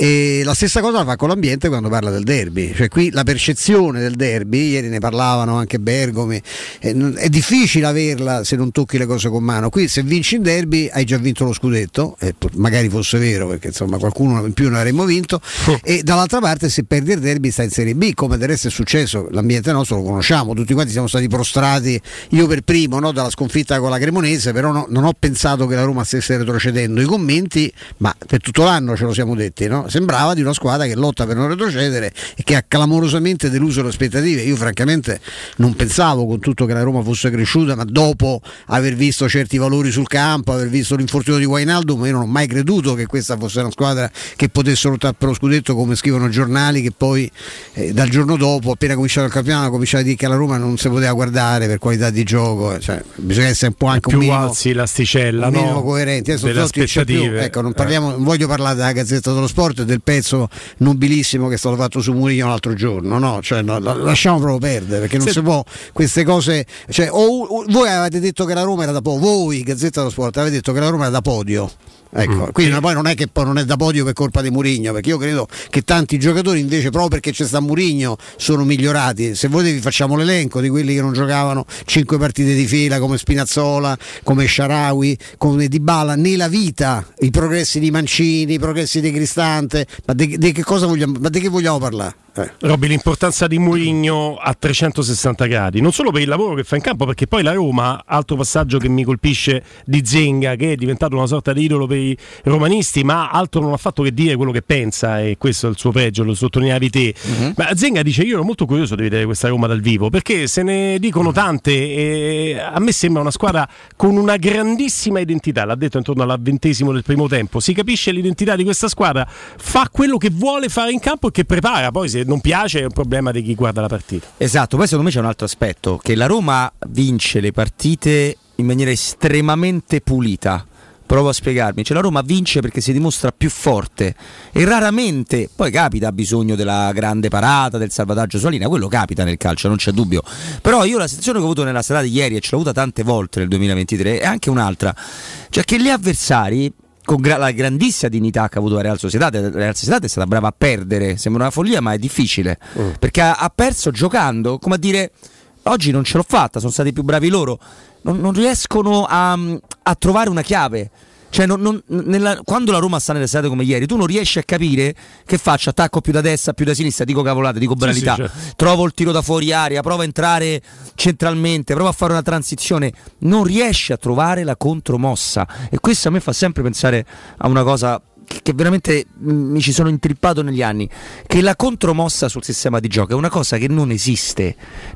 E la stessa cosa la fa con l'ambiente quando parla del derby, cioè qui la percezione del derby, ieri ne parlavano anche Bergomi, è difficile averla se non tocchi le cose con mano. Qui se vinci in derby hai già vinto lo scudetto, magari fosse vero, perché insomma qualcuno in più ne avremmo vinto, e dall'altra parte se perdi il derby stai in Serie B, come del resto è successo. L'ambiente nostro lo conosciamo, tutti quanti siamo stati prostrati, io per primo, no, dalla sconfitta con la Cremonese, però non ho pensato che la Roma stesse retrocedendo. I commenti, ma per tutto l'anno ce lo siamo detti, no? Sembrava di una squadra che lotta per non retrocedere e che ha clamorosamente deluso le aspettative. Io francamente non pensavo, con tutto, che la Roma fosse cresciuta, ma dopo aver visto certi valori sul campo, aver visto l'infortunio di Wijnaldum, io non ho mai creduto che questa fosse una squadra che potesse lottare per lo scudetto, come scrivono i giornali, che poi dal giorno dopo, appena cominciato il campionato, cominciava a dire che la Roma non si poteva guardare per qualità di gioco, cioè, bisogna essere un po' anche più un minimo, alzi l'asticella, un minimo no? coerenti. Adesso delle aspettative. Ecco, non voglio parlare della Gazzetta dello Sport e del pezzo nobilissimo che è stato fatto su Mourinho l'altro giorno, no? Cioè, lasciamo proprio perdere, perché non si può queste cose, cioè, voi avete detto che la Roma era da podio, voi Gazzetta dello Sport avete detto che la Roma era da podio. Ecco, quindi poi non è che poi non è da podio per colpa di Mourinho, perché io credo che tanti giocatori invece, proprio perché c'è sta Mourinho, sono migliorati. Se volete vi facciamo l'elenco di quelli che non giocavano 5 partite di fila, come Spinazzola, come Shaarawy, come Dybala, nella vita, i progressi di Mancini, i progressi di Cristante, ma di che cosa vogliamo, ma di che vogliamo parlare? Robby, l'importanza di Mourinho a 360 gradi, non solo per il lavoro che fa in campo, perché poi la Roma, altro passaggio che mi colpisce di Zenga, che è diventato una sorta di idolo per i romanisti, ma altro non ha fatto che dire quello che pensa, e questo è il suo pregio, lo sottolineavi te. Ma Zenga dice: io ero molto curioso di vedere questa Roma dal vivo, perché se ne dicono tante e a me sembra una squadra con una grandissima identità. L'ha detto intorno all'20° del primo tempo, si capisce l'identità di questa squadra, fa quello che vuole fare in campo e che prepara, poi se non piace è un problema di chi guarda la partita. Esatto, poi secondo me c'è un altro aspetto, che la Roma vince le partite in maniera estremamente pulita. Provo a spiegarmi, cioè la Roma vince perché si dimostra più forte e raramente, poi capita, ha bisogno della grande parata, del salvataggio sulla linea, quello capita nel calcio, non c'è dubbio. Però io la sensazione che ho avuto nella serata di ieri, e ce l'ho avuta tante volte nel 2023, è anche un'altra, cioè che gli avversari, con la grandissima dignità che ha avuto la Real Sociedad è stata brava a perdere, sembra una follia ma è difficile, perché ha perso giocando, come a dire oggi non ce l'ho fatta, sono stati più bravi loro, non riescono a trovare una chiave. Cioè quando la Roma sta nelle serate come ieri, tu non riesci a capire che faccio, attacco più da destra, più da sinistra, dico cavolate, dico banalità, sì, trovo il tiro da fuori area, provo a entrare centralmente, provo a fare una transizione, non riesci a trovare la contromossa, e questo a me fa sempre pensare a una cosa che veramente mi ci sono intrippato negli anni, che la contromossa sul sistema di gioco è una cosa che non esiste.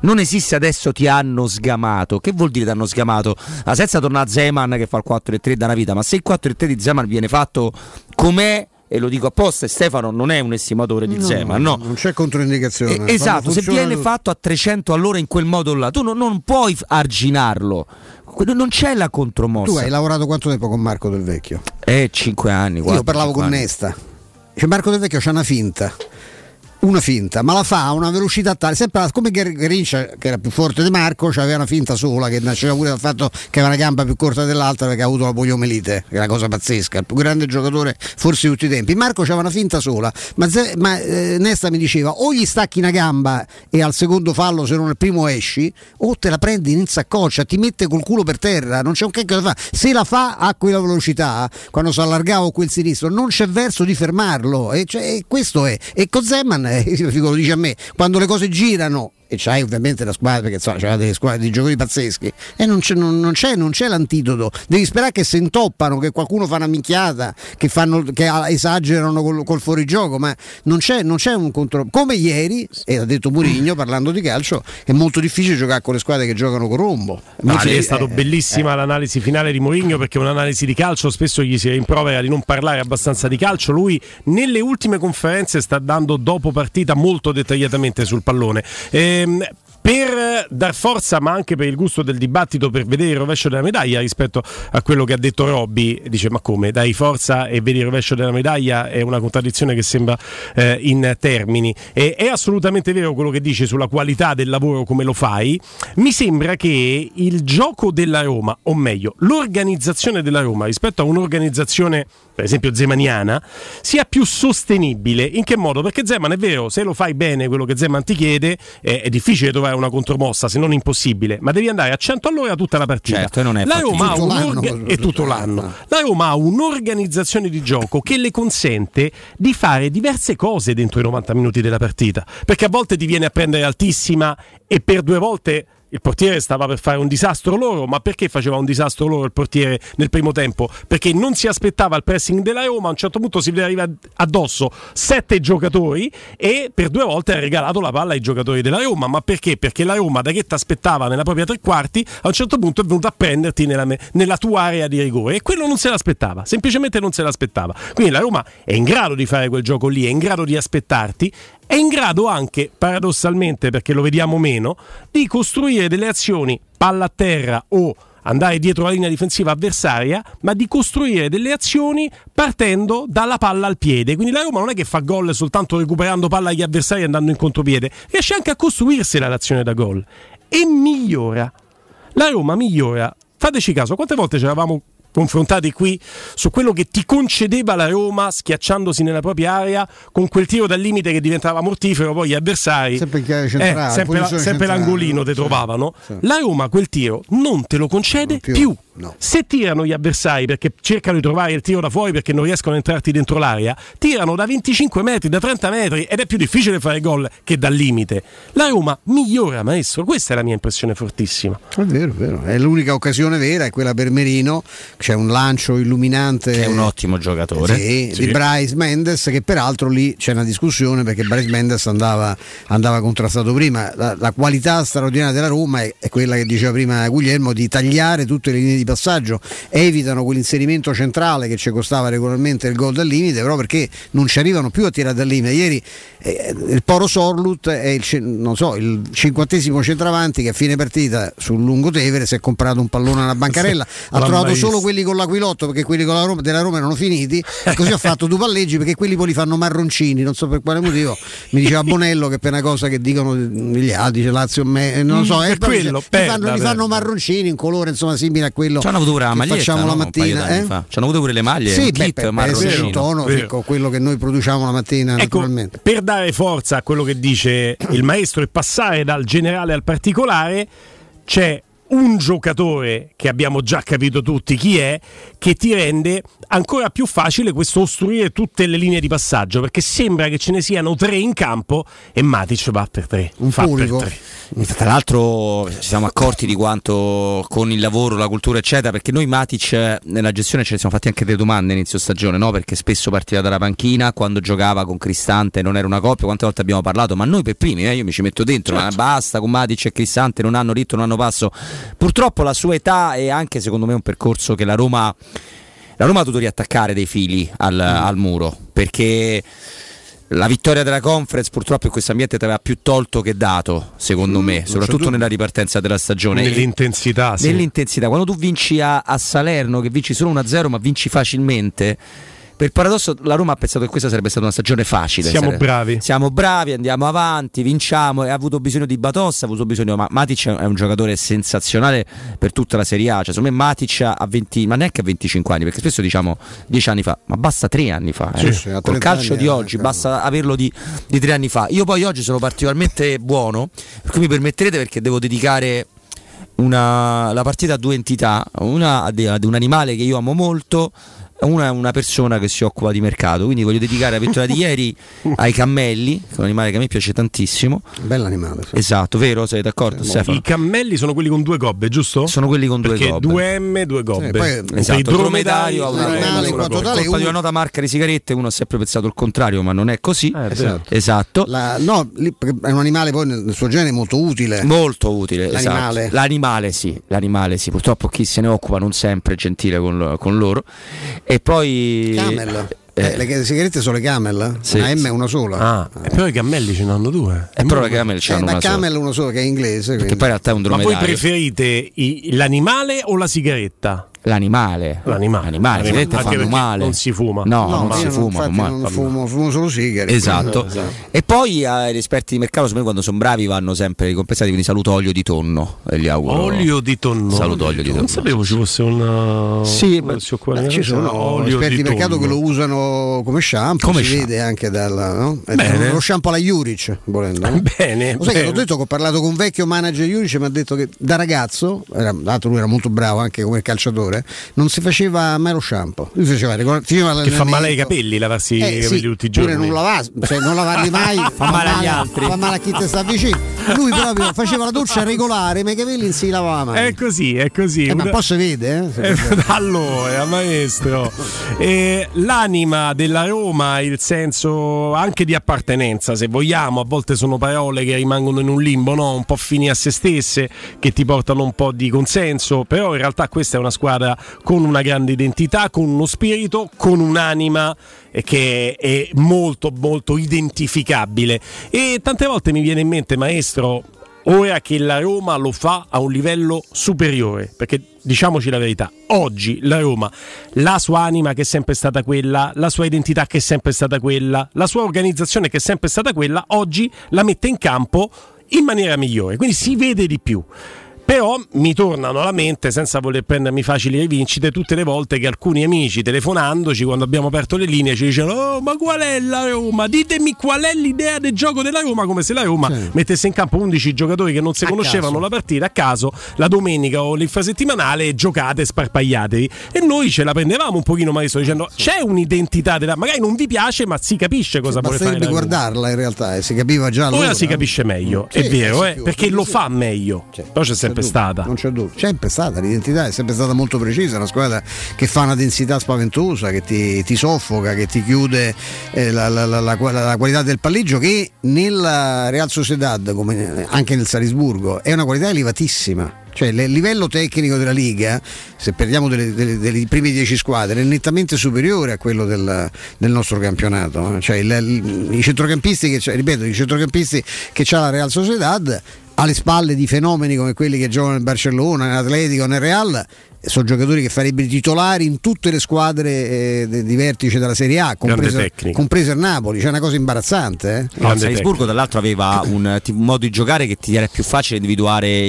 Adesso ti hanno sgamato. Che vuol dire ti hanno sgamato? Senza tornare a Zeman che fa il 4-3 da una vita, ma se il 4-3 di Zeman viene fatto com'è, e lo dico apposta, Stefano non è un estimatore di Zeman, no, non c'è controindicazione. Esatto, se viene fatto a 300 all'ora in quel modo là, tu non puoi arginarlo. Non c'è la contromossa. Tu hai lavorato quanto tempo con Marco Del Vecchio? 5 anni. 4, io parlavo con Nesta. Cioè Marco Del Vecchio c'ha una finta, ma la fa a una velocità tale, sempre come Garincia, che era più forte di Marco, aveva una finta sola, che nasceva pure dal fatto che aveva una gamba più corta dell'altra, perché ha avuto la poliomelite, che è una cosa pazzesca, il più grande giocatore forse di tutti i tempi. Marco aveva una finta sola, ma Nesta mi diceva: o gli stacchi una gamba e al secondo fallo, se non al primo esci, o te la prendi in saccoccia, ti mette col culo per terra, non c'è un cacchio da fare. Se la fa a quella velocità, quando si allargava quel sinistro, non c'è verso di fermarlo, e questo è. E con Zeman, lo dice a me, quando le cose girano e c'hai ovviamente la squadra, perché insomma c'è delle squadre di giocatori pazzeschi, e non c'è l'antidoto. Devi sperare che si intoppano, che qualcuno fa una minchiata, che esagerano col fuorigioco, ma non c'è un controllo. Come ieri, e ha detto Mourinho parlando di calcio, è molto difficile giocare con le squadre che giocano con rombo. È stato bellissima l'analisi finale di Mourinho, perché è un'analisi di calcio, spesso gli si rimprovera di non parlare abbastanza di calcio. Lui nelle ultime conferenze sta dando dopo partita molto dettagliatamente sul pallone. per dar forza, ma anche per il gusto del dibattito, per vedere il rovescio della medaglia rispetto a quello che ha detto Robby. Dice: ma come, dai forza e vedi il rovescio della medaglia? È una contraddizione che sembra in termini. È assolutamente vero quello che dice sulla qualità del lavoro, come lo fai. Mi sembra che il gioco della Roma, o meglio l'organizzazione della Roma rispetto a un'organizzazione per esempio zemaniana, sia più sostenibile. In che modo? Perché Zeman, è vero, se lo fai bene quello che Zeman ti chiede, è difficile trovare una contromossa, se non impossibile, ma devi andare a 100 all'ora tutta la partita. Certo, non è la Roma ha tutto l'anno. La Roma ha un'organizzazione di gioco che le consente di fare diverse cose dentro i 90 minuti della partita, perché a volte ti viene a prendere altissima e per 2 volte il portiere stava per fare un disastro loro. Ma perché faceva un disastro loro il portiere nel primo tempo? Perché non si aspettava il pressing della Roma, a un certo punto si vedeva addosso 7 giocatori e per 2 volte ha regalato la palla ai giocatori della Roma. Ma perché? Perché la Roma, da che ti aspettava nella propria tre quarti, a un certo punto è venuta a prenderti nella tua area di rigore, e quello non se l'aspettava, semplicemente non se l'aspettava. Quindi la Roma è in grado di fare quel gioco lì, è in grado di aspettarti, è in grado anche, paradossalmente, perché lo vediamo meno, di costruire delle azioni palla a terra o andare dietro la linea difensiva avversaria, ma di costruire delle azioni partendo dalla palla al piede. Quindi la Roma non è che fa gol soltanto recuperando palla agli avversari e andando in contropiede, riesce anche a costruirsela l'azione da gol e migliora. La Roma migliora. Fateci caso, quante volte ci eravamo confrontati qui su quello che ti concedeva la Roma schiacciandosi nella propria area con quel tiro dal limite che diventava mortifero, poi gli avversari sempre l'angolino te trovavano. La Roma quel tiro non te lo concede più. No. Se tirano gli avversari perché cercano di trovare il tiro da fuori perché non riescono a entrarti dentro l'area, tirano da 25 metri, da 30 metri ed è più difficile fare gol che dal limite. La Roma migliora, maestro, questa è la mia impressione fortissima. È vero, è vero. È l'unica occasione vera, è quella per Merino, c'è un lancio illuminante, è un ottimo giocatore, di Brais Mendes, che peraltro lì c'è una discussione perché Brais Mendes andava contrastato prima. La qualità straordinaria della Roma è quella che diceva prima Guglielmo, di tagliare tutte le linee di passaggio, evitano quell'inserimento centrale che ci costava regolarmente il gol dal limite, però perché non ci arrivano più a tirare dal limite. Ieri il Poro Sorlut è il 50° centravanti che a fine partita sul Lungotevere si è comprato un pallone alla bancarella, ha trovato solo quelli con l'Aquilotto perché quelli con la Roma, della Roma erano finiti, e così ha fatto 2 palleggi perché quelli poi li fanno marroncini, non so per quale motivo. Mi diceva Bonello che per una cosa che dicono gli altri, dice Lazio, non so, li fanno marroncini, un colore insomma simile a quello. C'hanno avuto pure la maglietta, facciamo la mattina, C'hanno avuto pure le maglie, sì, un kit marroncino, il tono, quello che noi produciamo la mattina, ecco, naturalmente. Per dare forza a quello che dice il maestro e passare dal generale al particolare, c'è un giocatore che abbiamo già capito tutti chi è, che ti rende ancora più facile questo ostruire tutte le linee di passaggio, perché sembra che ce ne siano 3 in campo e Matic va per 3, fa per 3. Tra l'altro ci siamo accorti di quanto con il lavoro, la cultura eccetera, perché noi Matic nella gestione ce ne siamo fatti anche delle domande inizio stagione, no? Perché spesso partiva dalla panchina, quando giocava con Cristante non era una coppia, quante volte abbiamo parlato, ma noi per primi, io mi ci metto dentro, certo. Basta con Matic e Cristante, non hanno ritmo, non hanno passo. Purtroppo la sua età è anche secondo me un percorso che la Roma ha dovuto riattaccare dei fili al muro, perché la vittoria della Conference purtroppo in questo ambiente ti aveva più tolto che dato, secondo me, soprattutto nella ripartenza della stagione, nell'intensità, quando tu vinci a Salerno, che vinci solo 1-0 ma vinci facilmente. Per paradosso la Roma ha pensato che questa sarebbe stata una stagione facile. Siamo bravi, andiamo avanti, vinciamo, e ha avuto bisogno di Batossa, ha avuto bisogno, ma Matic è un giocatore sensazionale per tutta la Serie A. Cioè, secondo me Matic a 20, ma neanche a 25 anni, perché spesso diciamo 10 anni fa, ma basta 3 anni fa. Col calcio di oggi basta averlo di 3 anni fa. Io poi oggi sono particolarmente buono, per cui mi permetterete, perché devo dedicare la partita a 2 entità, una ad un animale che io amo molto, una persona che si occupa di mercato, quindi voglio dedicare la vittoria di ieri ai cammelli, che è un animale che a me piace tantissimo. Bell'animale, sì. Esatto, vero? Sei d'accordo, Stefano? I cammelli sono quelli con 2 gobbe, giusto? Sono quelli con 2 gobbe, 2 M, 2 gobbe. Poi, esatto, il dromedario ha una colpa di una nota marca di sigarette. Uno ha sempre pensato il contrario, ma non è così. Esatto. No, è un animale poi nel suo genere molto utile. Molto utile, l'animale. Esatto. L'animale sì. Purtroppo chi se ne occupa non sempre è gentile con loro. E poi Le sigarette sono le Camel? Sì, una M è una sola. Però i cammelli ce ne hanno due. Però le Camel ce n'hanno ma una sola. Camel uno solo che è inglese. Perché poi in realtà è un Ma dromedario. voi preferite l'animale o la sigaretta? L'animale. Le sigarette fanno male. Non si fuma. No, non si fuma. Non fumo solo sigari. Esatto. E poi gli esperti di mercato, secondo me, quando sono bravi vanno sempre ricompensati, quindi saluto olio di tonno e gli auguro. Olio di tonno. Saluto olio di tonno. Non sapevo ci fosse un sì, ci sono esperti di mercato che lo usano come shampoo, si vede anche lo shampoo alla Juric, volendo. Bene. Lo sai che ho detto che ho parlato con un vecchio manager Juric e mi ha detto che da ragazzo, lui era molto bravo anche come calciatore, non si faceva mai lo shampoo. Lui faceva che fa male ai capelli lavarsi i capelli tutti i giorni. Non lavarli mai fa male agli altri, fa male a chi ti sta vicino. Lui proprio faceva la doccia regolare, ma i capelli non si lavava mai. È così. Ma poi si vede, allora, maestro, l'anima della Roma, il senso anche di appartenenza, se vogliamo, a volte sono parole che rimangono in un limbo, no? Un po' fini a se stesse, che ti portano un po' di consenso, però in realtà questa è una squadra con una grande identità, con uno spirito, con un'anima che è molto molto identificabile. E tante volte mi viene in mente, maestro, ora che la Roma lo fa a un livello superiore, perché diciamoci la verità, oggi la Roma, la sua anima che è sempre stata quella, la sua identità che è sempre stata quella, la sua organizzazione che è sempre stata quella, oggi la mette in campo in maniera migliore, quindi si vede di più. Però mi tornano alla mente, senza voler prendermi facili rivincite, tutte le volte che alcuni amici, telefonandoci quando abbiamo aperto le linee, ci dicevano: oh, ma qual è la Roma? Ditemi qual è l'idea del gioco della Roma, come se la Roma mettesse in campo 11 giocatori che non si conoscevano la partita a caso la domenica o l'infrasettimanale e giocate sparpagliatevi. E noi ce la prendevamo un pochino, maestro, dicendo c'è un'identità magari non vi piace, ma si capisce cosa vuole fare la Roma. Guardarla in realtà, si capiva già allora. Ora si capisce meglio, è vero, perché lo fa meglio. Però c'è sempre stata. Non c'è dubbio, sempre stata, l'identità è sempre stata molto precisa, una squadra che fa una densità spaventosa, che ti soffoca, che ti chiude la qualità del palleggio, che nella Real Sociedad, come anche nel Salisburgo, è una qualità elevatissima. Cioè il livello tecnico della Liga, se parliamo delle prime 10 squadre, è nettamente superiore a quello del nostro campionato. Cioè i centrocampisti che c'ha la Real Sociedad, alle spalle di fenomeni come quelli che giocano nel Barcellona, nell'Atletico, nel Real, sono giocatori che farebberi titolari in tutte le squadre di vertice della Serie A, compreso il Napoli. C'è una cosa imbarazzante. Il Salisburgo dall'altro aveva un modo di giocare che ti era più facile individuare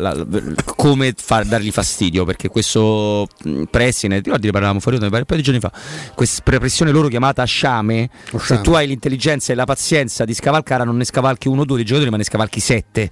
come dargli fastidio, perché questo pressing, ne parlavamo fuori un paio di giorni fa, questa pressione loro chiamata sciame, se tu hai l'intelligenza e la pazienza di scavalcare, non ne scavalchi uno o due di giocatori, ma ne scavalchi 7.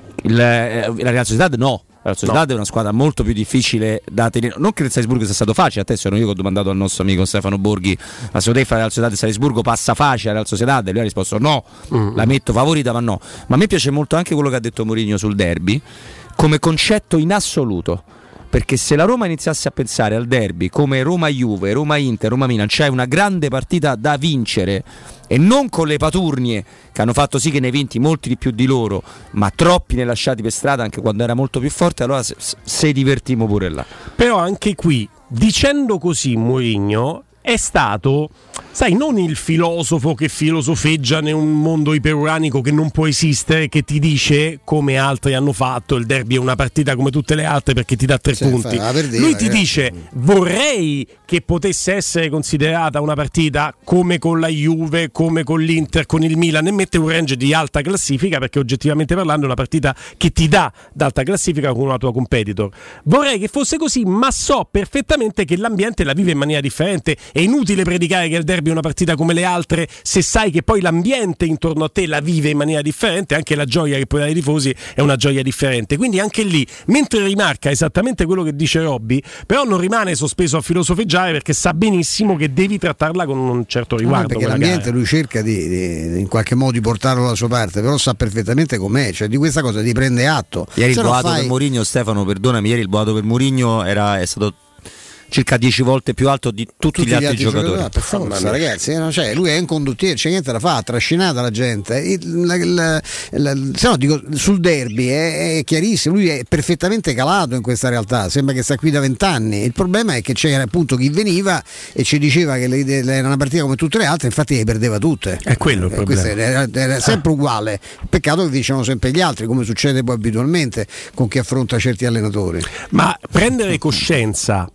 La Real Sociedad no. La Sociedad è una squadra molto più difficile da tenere. Non che il Salisburgo sia stato facile, a te sono io che ho domandato al nostro amico Stefano Borghi, ma secondo te fra Real Sociedad e Salisburgo passa facile la Real Sociedad? E lui ha risposto no, la metto favorita, ma no. Ma a me piace molto anche quello che ha detto Mourinho sul derby come concetto in assoluto, perché se la Roma iniziasse a pensare al derby come Roma-Juve, Roma-Inter, Roma-Milan, c'è una grande partita da vincere, e non con le paturnie che hanno fatto sì che ne vinti molti di più di loro, ma troppi ne lasciati per strada anche quando era molto più forte, allora se divertimo pure là. Però anche qui, dicendo così, Mourinho è stato, sai, non il filosofo che filosofeggia in un mondo iperuranico che non può esistere, che ti dice, come altri hanno fatto, il derby è una partita come tutte le altre perché ti dà 3 punti. Lui ti dice: vorrei che potesse essere considerata una partita come con la Juve, come con l'Inter, con il Milan, e mette un range di alta classifica, perché oggettivamente parlando è una partita che ti dà d'alta classifica con una tua competitor. Vorrei che fosse così, ma so perfettamente che l'ambiente la vive in maniera differente. È inutile predicare che il derby è una partita come le altre se sai che poi l'ambiente intorno a te la vive in maniera differente, anche la gioia che puoi dare ai tifosi è una gioia differente. Quindi anche lì, mentre rimarca esattamente quello che dice Robby, però non rimane sospeso a filosofeggiare, perché sa benissimo che devi trattarla con un certo riguardo. Perché l'ambiente lui cerca di in qualche modo di portarlo dalla sua parte, però sa perfettamente com'è, cioè di questa cosa ti prende atto. Ieri il boato per Mourinho, Stefano, perdonami, ieri il boato per Mourinho è stato circa 10 volte più alto di tutti gli altri giocatori. Per forza, ragazzi, lui è un condottiero, c'è niente da fare, ha trascinato la gente. Se no, dico, sul derby è chiarissimo, lui è perfettamente calato in questa realtà, sembra che sta qui da 20 anni. Il problema è che c'era appunto chi veniva e ci diceva che era una partita come tutte le altre, infatti le perdeva tutte. È quello il problema. Era sempre uguale. Peccato che vincevano sempre gli altri, come succede poi abitualmente con chi affronta certi allenatori. Ma prendere coscienza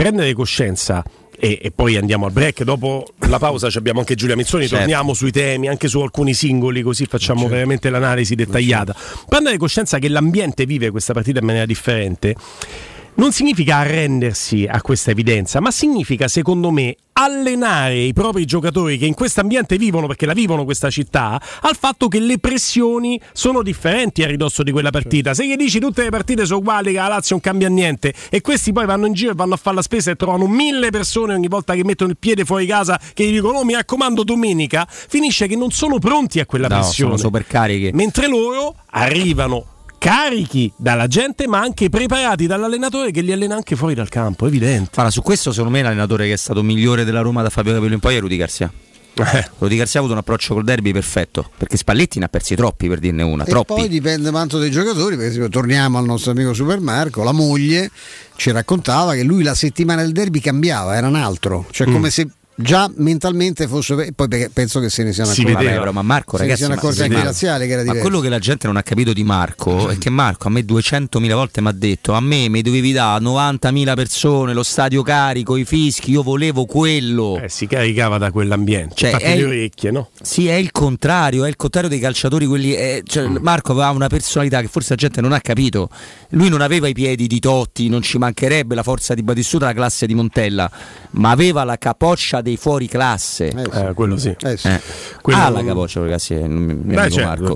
e poi andiamo al break. Dopo la pausa abbiamo anche Giulia Mizzoni, torniamo sui temi, anche su alcuni singoli, così facciamo veramente l'analisi dettagliata. Prendere coscienza che l'ambiente vive questa partita in maniera differente non significa arrendersi a questa evidenza, ma significa, secondo me, allenare i propri giocatori che in questo ambiente vivono, perché la vivono questa città, al fatto che le pressioni sono differenti a ridosso di quella partita. Se gli dici tutte le partite sono uguali, che la Lazio non cambia niente, e questi poi vanno in giro e vanno a fare la spesa e trovano 1000 persone ogni volta che mettono il piede fuori casa che gli dicono: oh, mi raccomando, domenica, finisce che non sono pronti a quella pressione, sono super carichi, mentre loro arrivano carichi dalla gente, ma anche preparati dall'allenatore che li allena anche fuori dal campo, evidente. Allora, su questo secondo me l'allenatore che è stato migliore della Roma da Fabio Capello in poi è Rudy Garcia. Rudy Garcia ha avuto un approccio col derby perfetto, perché Spalletti ne ha persi troppi, per dirne una. Troppi. Poi dipende tanto dai giocatori, perché torniamo al nostro amico Supermarco, la moglie ci raccontava che lui la settimana del derby cambiava, era un altro, cioè come se già mentalmente fosse, poi penso che se ne siano accorti. Ma Marco, ragazzi, anche Laziale, che era diverso. Ma quello che la gente non ha capito di Marco è che Marco a me 200.000 volte mi ha detto: a me mi dovevi dare 90.000 persone, lo stadio carico, i fischi, io volevo quello. Si caricava da quell'ambiente, cioè, le orecchie, no? Sì, è il contrario dei calciatori, quelli Marco aveva una personalità che forse la gente non ha capito. Lui non aveva i piedi di Totti, non ci mancherebbe, la forza di Batistuta, la classe di Montella, ma aveva la capoccia dei fuori classe. Quello sì. La capoccia, ragazzi, Marco.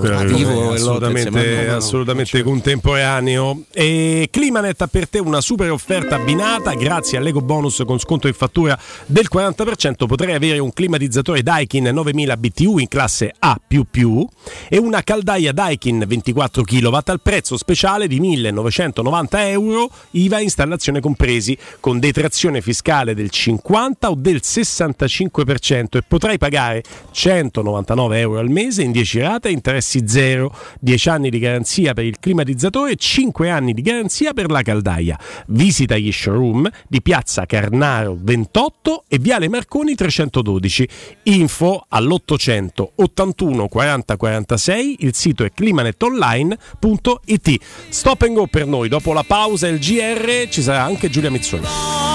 Assolutamente contemporaneo. E Climanet ha per te una super offerta abbinata, grazie all'Eco Bonus con sconto in fattura del 40%. Potrai avere un climatizzatore Daikin 9000 BTU in classe A++ e una caldaia Daikin 24 kW al prezzo speciale di 1.990 euro, IVA e installazione compresi, con detrazione fiscale del 50 o del 65%, e potrai pagare 199 euro al mese in 10 rate, interessi zero, 10 anni di garanzia per il climatizzatore e 5 anni di garanzia per la caldaia. Visita gli showroom di Piazza Carnaro 28 e Viale Marconi 312. Info all'800 81 40 46, il sito è climanetonline.it. Stop and go per noi, dopo la pausa e il GR ci sarà anche Giulia Mizzoni.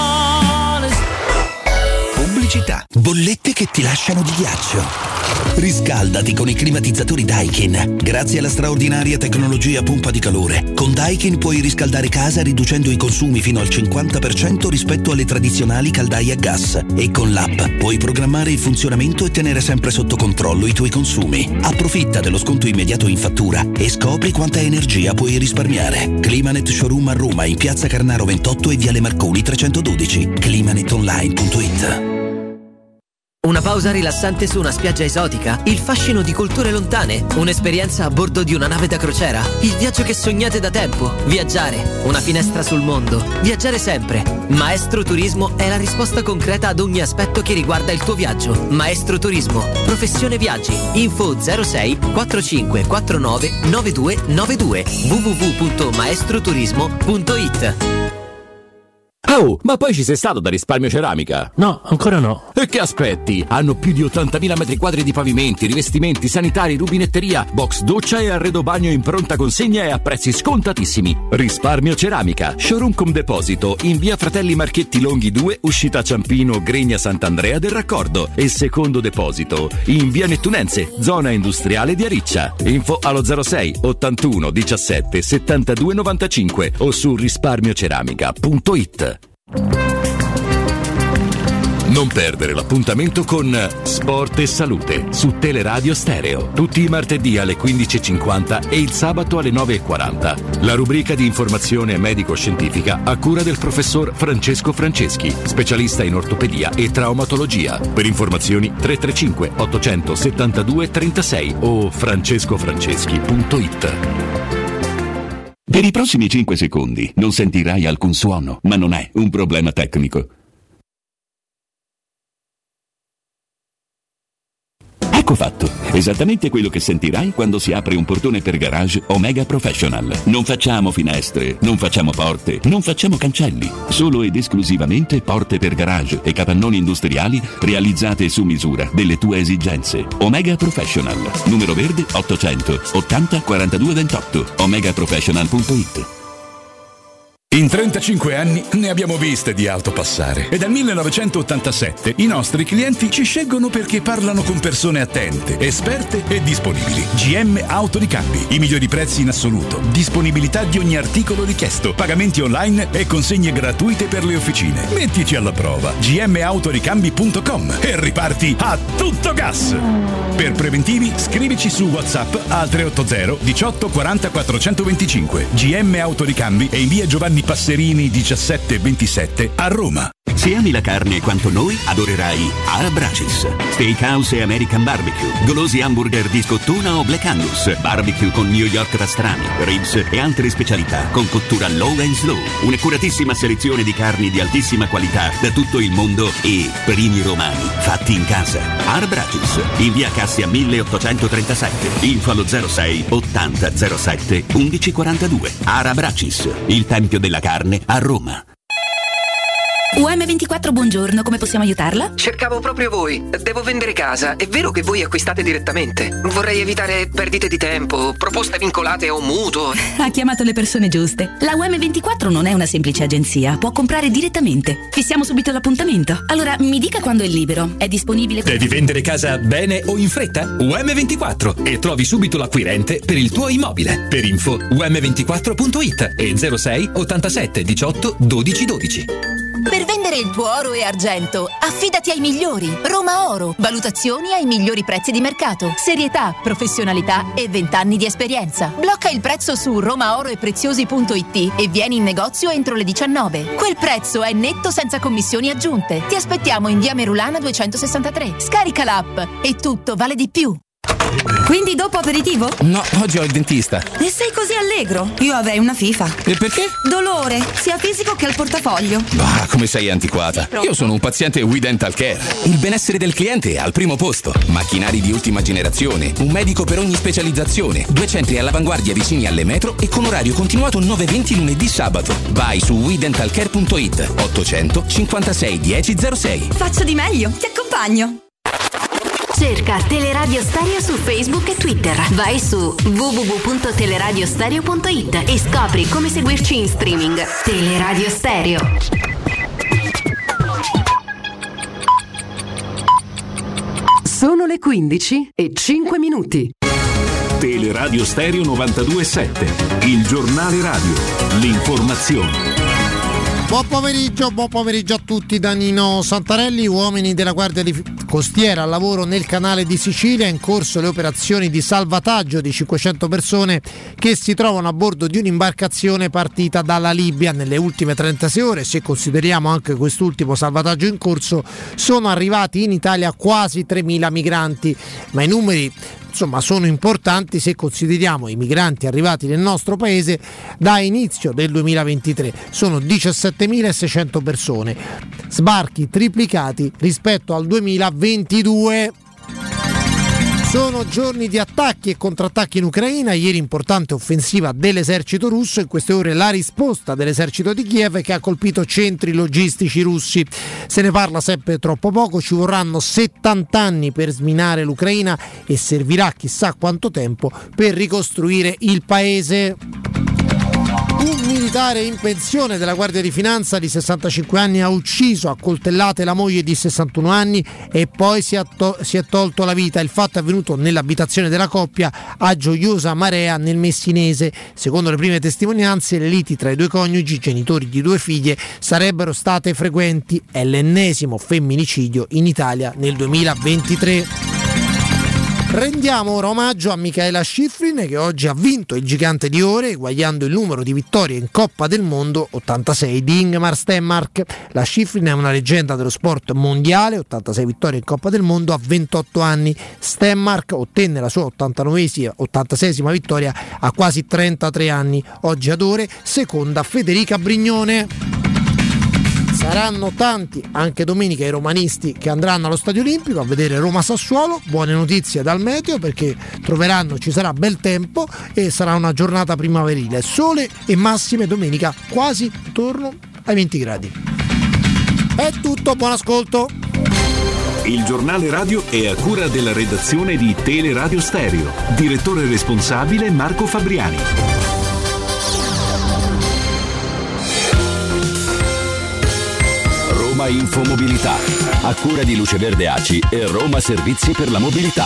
Pubblicità. Bollette che ti lasciano di ghiaccio. Riscaldati con i climatizzatori Daikin. Grazie alla straordinaria tecnologia pompa di calore, con Daikin puoi riscaldare casa riducendo i consumi fino al 50% rispetto alle tradizionali caldaie a gas. E con l'app puoi programmare il funzionamento e tenere sempre sotto controllo i tuoi consumi. Approfitta dello sconto immediato in fattura e scopri quanta energia puoi risparmiare. Climanet Showroom a Roma, in Piazza Carnaro 28 e Viale Marconi 312. climanetonline.it. Una pausa rilassante su una spiaggia esotica? Il fascino di culture lontane? Un'esperienza a bordo di una nave da crociera? Il viaggio che sognate da tempo? Viaggiare, una finestra sul mondo. Viaggiare sempre. Maestro Turismo è la risposta concreta ad ogni aspetto che riguarda il tuo viaggio. Maestro Turismo, professione viaggi. Info 06 45 49 9292 www.maestroturismo.it. Oh, ma poi ci sei stato da Risparmio Ceramica? No, ancora no. E che aspetti? Hanno più di 80.000 metri quadri di pavimenti, rivestimenti, sanitari, rubinetteria, box doccia e arredo bagno in pronta consegna e a prezzi scontatissimi. Risparmio Ceramica, showroom con deposito in via Fratelli Marchetti Longhi 2, uscita Ciampino, Gregna Sant'Andrea del Raccordo, e secondo deposito in via Nettunense, zona industriale di Ariccia. Info allo 06 81 17 72 95 o su risparmioceramica.it. Non perdere l'appuntamento con Sport e Salute su Teleradio Stereo, tutti i martedì alle 15.50 e il sabato alle 9.40. La rubrica di informazione medico-scientifica a cura del professor Francesco Franceschi, specialista in ortopedia e traumatologia. Per informazioni 335 872 36 o francescofranceschi.it. Per i prossimi 5 secondi non sentirai alcun suono, ma non è un problema tecnico. Ecco fatto, esattamente quello che sentirai quando si apre un portone per garage Omega Professional. Non facciamo finestre, non facciamo porte, non facciamo cancelli, solo ed esclusivamente porte per garage e capannoni industriali realizzate su misura delle tue esigenze. Omega Professional, numero verde 800 80 42 28, omegaprofessional.it. In 35 anni ne abbiamo viste di auto passare e dal 1987 i nostri clienti ci scelgono perché parlano con persone attente, esperte e disponibili. GM Autoricambi, i migliori prezzi in assoluto, disponibilità di ogni articolo richiesto, pagamenti online e consegne gratuite per le officine. Mettici alla prova. gmautoricambi.com e riparti a tutto gas. Per preventivi scrivici su WhatsApp al 380 18 40 425. GM Autoricambi e in via Giovanni Passerini 1727 a Roma. Se ami la carne quanto noi, adorerai Arabracis. Steakhouse e American Barbecue, golosi hamburger di scottuna o Black Angus, barbecue con New York pastrami, ribs e altre specialità con cottura low and slow. Un'accuratissima selezione di carni di altissima qualità da tutto il mondo e primi romani fatti in casa. Arabracis, in via Cassia 1837, info allo 06 80 07 1142. Arabracis, il tempio della carne a Roma. UM24, buongiorno, come possiamo aiutarla? Cercavo proprio voi. Devo vendere casa. È vero che voi acquistate direttamente? Vorrei evitare perdite di tempo, proposte vincolate o mutuo. Ha chiamato le persone giuste. La UM24 non è una semplice agenzia, può comprare direttamente. Fissiamo subito l'appuntamento. Allora, mi dica quando è libero. È disponibile? Devi vendere casa bene o in fretta? UM24 e trovi subito l'acquirente per il tuo immobile. Per info um24.it e 06 87 18 12 12. Per vendere il tuo oro e argento, affidati ai migliori. Roma Oro. Valutazioni ai migliori prezzi di mercato. Serietà, professionalità e 20 anni di esperienza. Blocca il prezzo su romaoroepreziosi.it e vieni in negozio entro le 19. Quel prezzo è netto senza commissioni aggiunte. Ti aspettiamo in via Merulana 263. Scarica l'app e tutto vale di più. Quindi dopo aperitivo? No, oggi ho il dentista. E sei così allegro? Io avrei una FIFA. E perché? Dolore, sia fisico che al portafoglio. Bah, come sei antiquata. Io sono un paziente We Dental Care. Il benessere del cliente è al primo posto. Macchinari di ultima generazione, un medico per ogni specializzazione, 2 centri all'avanguardia vicini alle metro e con orario continuato 9-20 lunedì sabato. Vai su WeDentalCare.it 800 56 10 06. Faccio di meglio, ti accompagno. Cerca Teleradio Stereo su Facebook e Twitter. Vai su www.teleradiostereo.it e scopri come seguirci in streaming. Teleradio Stereo. Sono le 15:05. Teleradio Stereo 92.7, il giornale radio, l'informazione. Buon pomeriggio a tutti da Nino Santarelli. Uomini della Guardia Costiera al lavoro nel canale di Sicilia, in corso le operazioni di salvataggio di 500 persone che si trovano a bordo di un'imbarcazione partita dalla Libia. Nelle ultime 36 ore, se consideriamo anche quest'ultimo salvataggio in corso, sono arrivati in Italia quasi 3.000 migranti, ma i numeri sono importanti se consideriamo i migranti arrivati nel nostro paese da inizio del 2023. Sono 17.600 persone, sbarchi triplicati rispetto al 2022. Sono giorni di attacchi e contrattacchi in Ucraina. Ieri importante offensiva dell'esercito russo, in queste ore la risposta dell'esercito di Kiev che ha colpito centri logistici russi. Se ne parla sempre troppo poco, ci vorranno 70 anni per sminare l'Ucraina e servirà chissà quanto tempo per ricostruire il paese. Un militare in pensione della Guardia di Finanza di 65 anni ha ucciso a coltellate la moglie di 61 anni e poi si è tolto la vita. Il fatto è avvenuto nell'abitazione della coppia a Gioiosa Marea nel Messinese. Secondo le prime testimonianze, le liti tra i due coniugi, genitori di 2 figlie, sarebbero state frequenti. È l'ennesimo femminicidio in Italia nel 2023. Rendiamo ora omaggio a Michaela Schifrin, che oggi ha vinto il Gigante di Ore, eguagliando il numero di vittorie in Coppa del Mondo, 86, di Ingmar Stenmark. La Schifrin è una leggenda dello sport mondiale, 86 vittorie in Coppa del Mondo a 28 anni. Stenmark ottenne la sua 86esima vittoria a quasi 33 anni. Oggi ad Ore, seconda Federica Brignone. Saranno tanti anche domenica i romanisti che andranno allo Stadio Olimpico a vedere Roma-Sassuolo. Buone notizie dal meteo, perché ci sarà bel tempo e sarà una giornata primaverile, sole e massime domenica quasi intorno ai 20 gradi. È tutto, buon ascolto. Il giornale radio è a cura della redazione di Teleradio Stereo. Direttore responsabile Marco Fabriani. Roma Infomobilità, a cura di Luce Verde ACI e Roma Servizi per la Mobilità.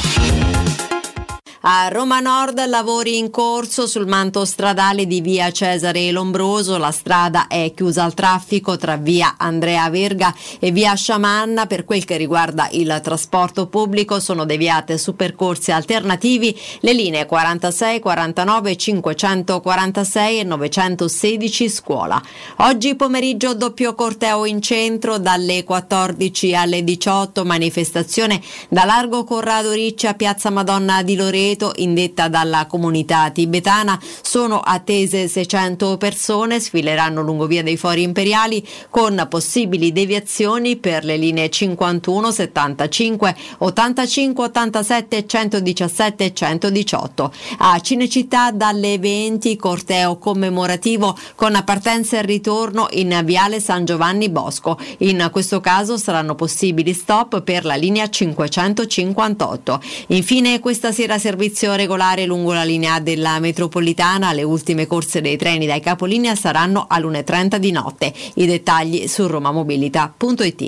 A Roma Nord lavori in corso sul manto stradale di via Cesare Lombroso. La strada è chiusa al traffico tra via Andrea Verga e via Sciamanna. Per quel che riguarda il trasporto pubblico sono deviate su percorsi alternativi le linee 46, 49, 546 e 916 scuola. Oggi pomeriggio doppio corteo in centro dalle 14 alle 18, manifestazione da Largo Corrado Ricci a Piazza Madonna di Loreto, indetta dalla comunità tibetana. Sono attese 600 persone, sfileranno lungo via dei Fori Imperiali con possibili deviazioni per le linee 51, 75, 85, 87, 117 e 118. A Cinecittà dalle 20 corteo commemorativo con partenza e ritorno in viale San Giovanni Bosco. In questo caso saranno possibili stop per la linea 558. Infine questa sera servizio regolare lungo la linea della metropolitana. Le ultime corse dei treni dai capolinea saranno all'1:30 di notte. I dettagli su romamobilità.it.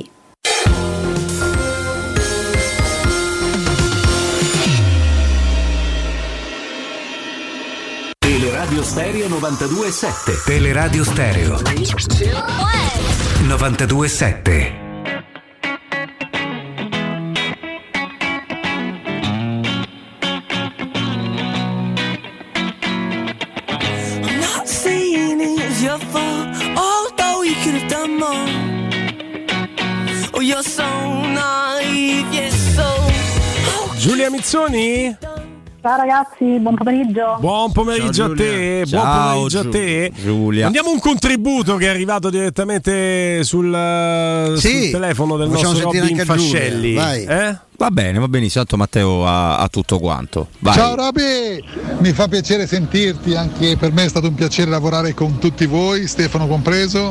Teleradio Stereo 92.7. Teleradio Stereo 92.7. Although you could have done more. Oh, you're so naive, yes, so. Giulia Mizzoni? Ciao ragazzi, buon pomeriggio. Buon pomeriggio a te, buon pomeriggio a te. Giulia. Andiamo un contributo che è arrivato direttamente sul telefono del nostro Robin Fascelli. Va bene, va benissimo, tanto Matteo ha tutto quanto. Vai. Ciao Roby, mi fa piacere sentirti, anche per me è stato un piacere lavorare con tutti voi, Stefano compreso,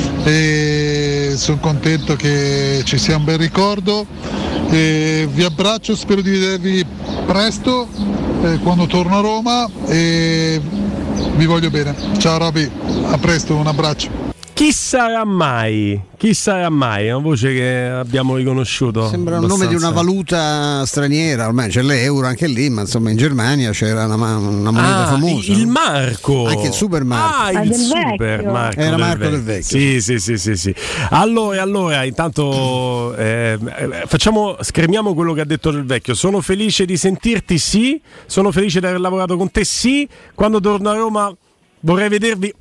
e sono contento che ci sia un bel ricordo. E vi abbraccio, spero di vedervi presto quando torno a Roma e vi voglio bene. Ciao Roby, a presto, un abbraccio. Chi sarà mai? Chi sarà mai? È una voce che abbiamo riconosciuto. Sembra il nome di una valuta straniera, ormai c'è l'euro anche lì, ma insomma in Germania c'era una moneta famosa. Il marco. Anche il super marco. Il super marco. Era Marco del Vecchio. Sì. Allora, intanto schermiamo quello che ha detto Del Vecchio. Sono felice di sentirti, sì. Sono felice di aver lavorato con te, sì. Quando torno a Roma vorrei vedervi.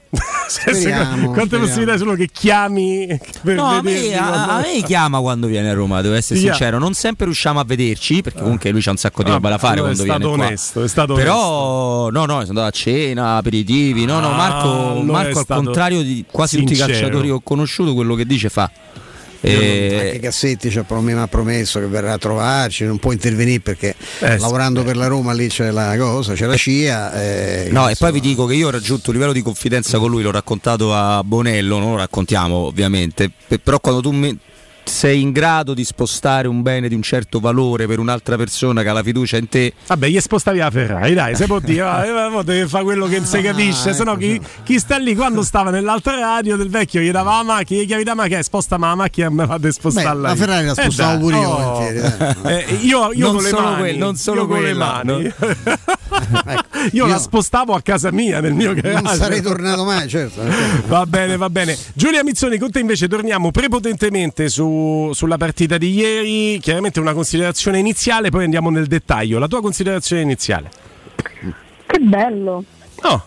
Quante possibilità sono che chiami per vedervi? A me chiama quando viene a Roma, devo essere sincero. Non sempre riusciamo a vederci, perché comunque lui c'ha un sacco di roba da fare quando viene qua. È stato però onesto. No, sono andato a cena, aperitivi. Marco al contrario di quasi tutti i calciatori che ho conosciuto, quello che dice fa. Anche Cassetti mi ha promesso che verrà a trovarci, non può intervenire perché lavorando per la Roma lì c'è la cosa, c'è la scia. E poi vi dico che io ho raggiunto un livello di confidenza con lui, l'ho raccontato a Bonello, non lo raccontiamo ovviamente, però quando tu sei in grado di spostare un bene di un certo valore per un'altra persona che ha la fiducia in te. Vabbè, gli spostavi la Ferrari, dai, se può dire, deve fare quello che si capisce, sennò chi sta lì quando stava nell'altra radio Del Vecchio gli dava la macchina, gli chiavi da macchina, sposta la macchina e mi fate spostare la Ferrari la spostavo pure io volentieri. Io con le mani, non solo con le mani. Io la spostavo a casa mia nel mio garage. Non sarei tornato mai, certo. Va bene. Giulia Mizzoni, con te invece torniamo prepotentemente su sulla partita di ieri, chiaramente una considerazione iniziale, poi andiamo nel dettaglio. La tua considerazione iniziale? Che bello. Oh.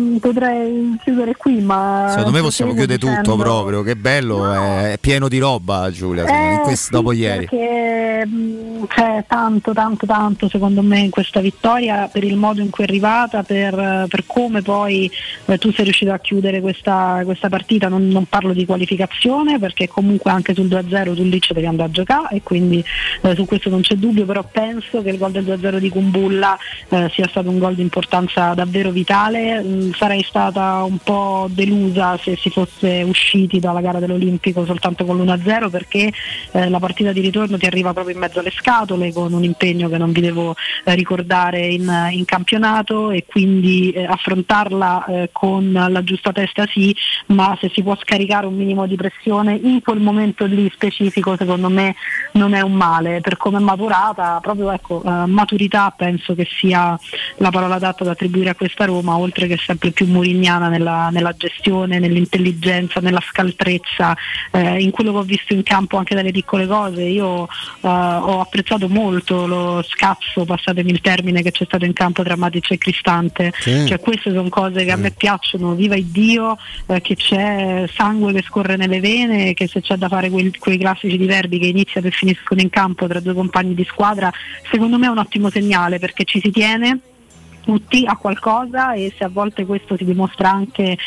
Potrei chiudere qui, ma secondo me possiamo chiudere tutto proprio. Che bello, è pieno di roba, Giulia, dopo ieri. Perché c'è tanto secondo me in questa vittoria, per il modo in cui è arrivata, per come poi tu sei riuscito a chiudere questa partita. Non parlo di qualificazione, perché comunque anche sul 2-0 tu lì ci devi andare a giocare, e quindi su questo non c'è dubbio, però penso che il gol del 2-0 di Kumbulla sia stato un gol di importanza davvero vitale. Sarei stata un po' delusa se si fosse usciti dalla gara dell'Olimpico soltanto con l'1-0, perché la partita di ritorno ti arriva proprio in mezzo alle scatole, con un impegno che non vi devo ricordare in campionato, e quindi affrontarla con la giusta testa sì, ma se si può scaricare un minimo di pressione in quel momento lì specifico, secondo me non è un male. Per come è maturata, proprio maturità penso che sia la parola adatta da attribuire a questa Roma, oltre che sempre più murignana nella gestione, nell'intelligenza, nella scaltrezza, in quello che ho visto in campo anche dalle piccole cose. Io ho apprezzato molto lo scazzo, passatemi il termine, che c'è stato in campo tra Matic e Cristante, cioè queste sono cose che a me piacciono, viva il Dio, che c'è sangue che scorre nelle vene, che se c'è da fare quei classici diverbi che iniziano e finiscono in campo tra due compagni di squadra, secondo me è un ottimo segnale, perché ci si tiene tutti a qualcosa, e se a volte questo si dimostra anche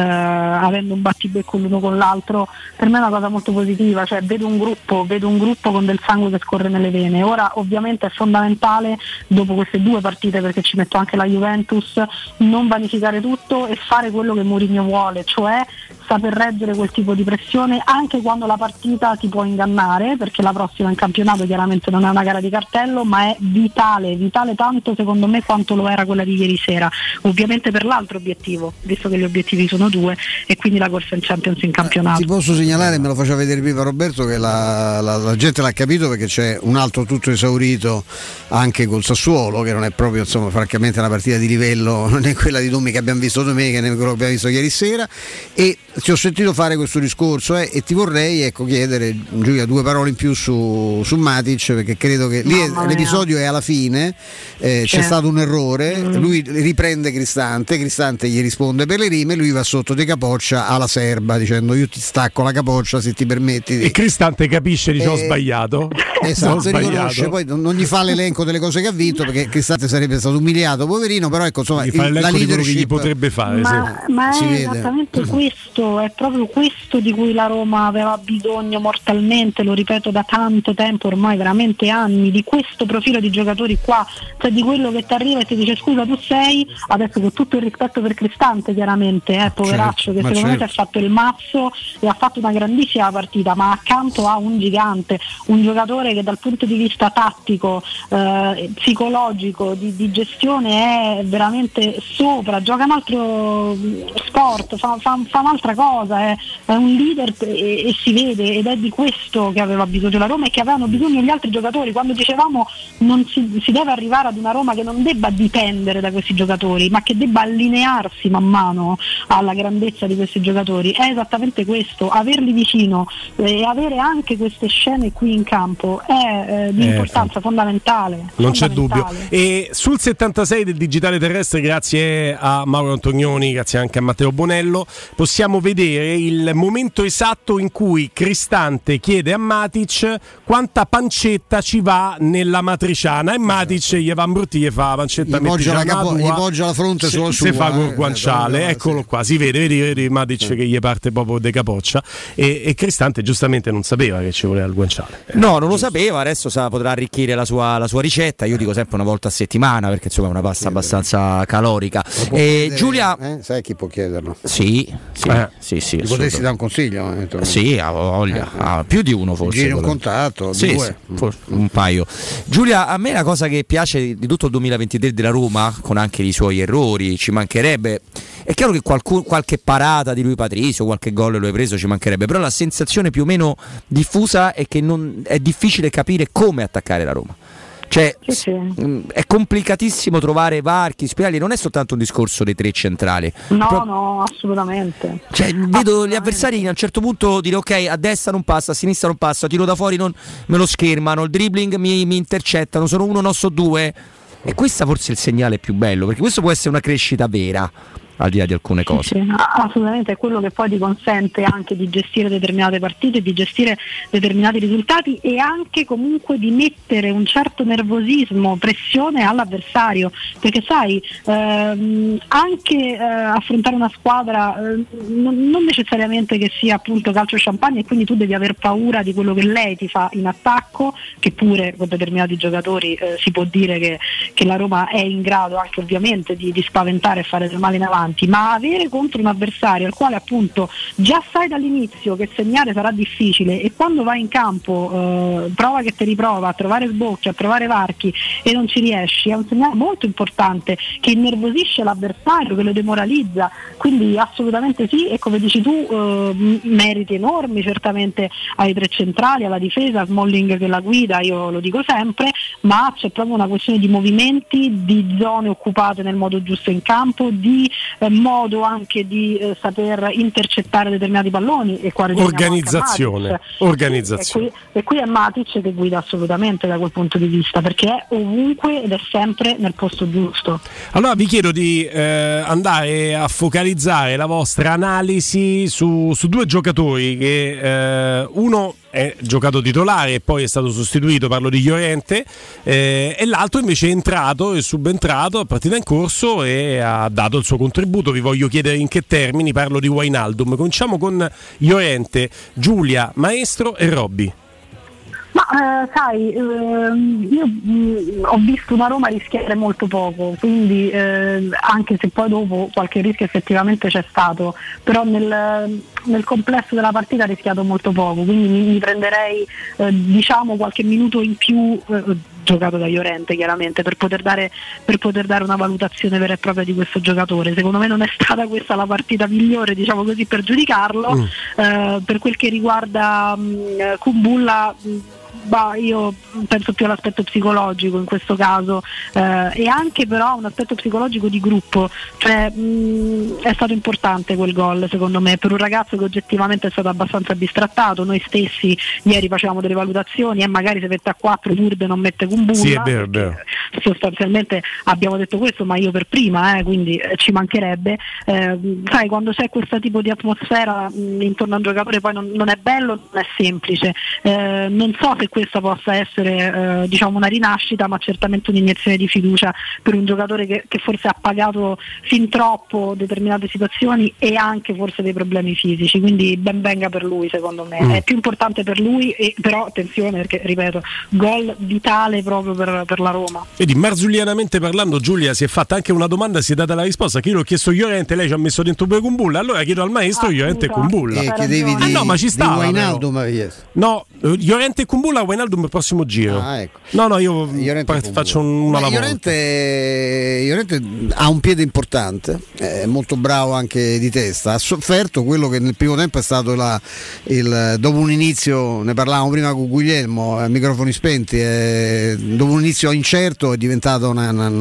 avendo un battibecco l'uno con l'altro, per me è una cosa molto positiva. Cioè vedo un gruppo con del sangue che scorre nelle vene. Ora ovviamente è fondamentale, dopo queste due partite, perché ci metto anche la Juventus, non vanificare tutto e fare quello che Mourinho vuole, cioè saper reggere quel tipo di pressione anche quando la partita ti può ingannare, perché la prossima in campionato chiaramente non è una gara di cartello, ma è vitale tanto secondo me quanto lo era quella di ieri sera, ovviamente per l'altro obiettivo, visto che gli obiettivi sono due, e quindi la corsa in Champions in campionato. Ti posso segnalare, me lo faceva vedere prima Roberto, che la gente l'ha capito, perché c'è un altro tutto esaurito anche col Sassuolo, che non è proprio francamente una partita di livello né quella di domenica che abbiamo visto domenica né quello che abbiamo visto ieri sera, e ti ho sentito fare questo discorso e ti vorrei chiedere, Giulia, due parole in più su Matic, perché credo che lì l'episodio è alla fine, c'è stato un errore, lui riprende Cristante gli risponde per le rime, lui va sotto di capoccia alla serba dicendo io ti stacco la capoccia se ti permetti e Cristante capisce, dice ho sbagliato, esatto, riconosce, poi non gli fa l'elenco delle cose che ha vinto, perché Cristante sarebbe stato umiliato, poverino, però insomma la leadership che gli potrebbe fare, ma è esattamente questo, è proprio questo di cui la Roma aveva bisogno mortalmente, lo ripeto da tanto tempo, ormai veramente anni, di questo profilo di giocatori qua, cioè di quello che ti arriva e ti dice scusa tu sei, adesso con tutto il rispetto per Cristante chiaramente, poveraccio, che secondo me si è fatto il mazzo e ha fatto una grandissima partita, ma accanto a un gigante, un giocatore che dal punto di vista tattico, psicologico, di gestione è veramente sopra, gioca un altro sport, fa un'altra cosa, è un leader e si vede, ed è di questo che aveva bisogno la Roma e che avevano bisogno gli altri giocatori. Quando dicevamo non si deve arrivare ad una Roma che non debba dipendere da questi giocatori, ma che debba allinearsi man mano alla grandezza di questi giocatori, è esattamente questo, averli vicino e avere anche queste scene qui in campo è di importanza fondamentale. Non c'è dubbio. E sul 76 del Digitale Terrestre, grazie a Mauro Antonioni, grazie anche a Matteo Bonello, possiamo vedere il momento esatto in cui Cristante chiede a Matic quanta pancetta ci va nella matriciana, e Matic gli va a imbruttire, fa la pancetta, gli poggia la fronte sulla sua, se fa col guanciale, eccolo qua, si vede Matic che gli parte proprio de capoccia, e Cristante giustamente non sapeva che ci voleva il guanciale. No, non lo sapeva, adesso potrà arricchire la sua ricetta, io dico sempre una volta a settimana, perché insomma è una pasta abbastanza calorica. Giulia, sai chi può chiederlo? Sì. Ti potresti dare un consiglio? Sì, ha voglia, più di uno forse. Giri un contatto, due. Forse un paio. Giulia, a me la cosa che piace di tutto il 2023 della Roma, con anche i suoi errori, ci mancherebbe. È chiaro che qualche parata di lui Patrizio, qualche gol lo hai preso, ci mancherebbe, però la sensazione più o meno diffusa è che è difficile capire come attaccare la Roma. Cioè, è complicatissimo trovare varchi, Spinelli, non è soltanto un discorso dei tre centrali. No, assolutamente. Cioè, vedo gli avversari a un certo punto dire ok, a destra non passa, a sinistra non passa, tiro da fuori non me lo schermano, il dribbling mi intercettano, sono uno, non so due. E questo forse è il segnale più bello, perché questo può essere una crescita vera, al di là di alcune cose. Sì, assolutamente, è quello che poi ti consente anche di gestire determinate partite, di gestire determinati risultati e anche comunque di mettere un certo nervosismo, pressione all'avversario, perché sai, anche affrontare una squadra non necessariamente che sia appunto calcio champagne, e quindi tu devi aver paura di quello che lei ti fa in attacco, che pure con determinati giocatori si può dire che la Roma è in grado anche ovviamente di spaventare e fare del male in avanti, ma avere contro un avversario al quale appunto già sai dall'inizio che segnare sarà difficile, e quando vai in campo prova che ti riprova a trovare sbocchi, a trovare varchi e non ci riesci, è un segnale molto importante che innervosisce l'avversario, che lo demoralizza. Quindi assolutamente sì, e come dici tu, meriti enormi certamente ai tre centrali, alla difesa, Smalling che la guida, io lo dico sempre, ma c'è proprio una questione di movimenti, di zone occupate nel modo giusto in campo, di modo anche di saper intercettare determinati palloni, e qua organizzazione. E qui è Matic che guida assolutamente da quel punto di vista, perché è ovunque ed è sempre nel posto giusto. Allora vi chiedo di andare a focalizzare la vostra analisi su due giocatori che uno è giocato titolare e poi è stato sostituito, parlo di Llorente, e l'altro invece è entrato e subentrato a partita in corso e ha dato il suo contributo. Vi voglio chiedere in che termini, parlo di Wijnaldum. Cominciamo con Llorente, Giulia, Maestro e Robby. Ma sai, io ho visto una Roma rischiare molto poco, quindi anche se poi dopo qualche rischio effettivamente c'è stato, però nel complesso della partita ha rischiato molto poco, quindi mi prenderei diciamo qualche minuto in più giocato da Llorente, chiaramente, per poter dare una valutazione vera e propria di questo giocatore. Secondo me non è stata questa la partita migliore, diciamo così, per giudicarlo. Per quel che riguarda Kumbulla, io penso più all'aspetto psicologico in questo caso, e anche però un aspetto psicologico di gruppo, cioè è stato importante quel gol secondo me per un ragazzo che oggettivamente è stato abbastanza bistrattato. Noi stessi ieri facevamo delle valutazioni e magari se mette a 4 Purde non mette Kumbulla, sì, è vero. Sostanzialmente abbiamo detto questo, ma io per prima, quindi ci mancherebbe. Sai, quando c'è questo tipo di atmosfera intorno a un giocatore poi non è bello, non è semplice. Non so se questa possa essere diciamo una rinascita, ma certamente un'iniezione di fiducia per un giocatore che forse ha pagato fin troppo determinate situazioni e anche forse dei problemi fisici, quindi ben venga per lui, secondo me. È più importante per lui, però attenzione, perché ripeto, gol vitale proprio per la Roma. Vedi, marzullianamente parlando, Giulia si è fatta anche una domanda, si è data la risposta, che io l'ho chiesto Llorente, lei ci ha messo dentro due Kumbulla, allora chiedo al maestro Llorente e Kumbulla. Chiedevi no, ma ci sta. No, Llorente e Kumbulla, Wijnaldum il prossimo giro. Ecco. No, io faccio una lavoro. Llorente ha un piede importante, è molto bravo anche di testa, ha sofferto quello che nel primo tempo è stato dopo un inizio, ne parlavamo prima con Guglielmo, microfoni spenti, dopo un inizio incerto è diventato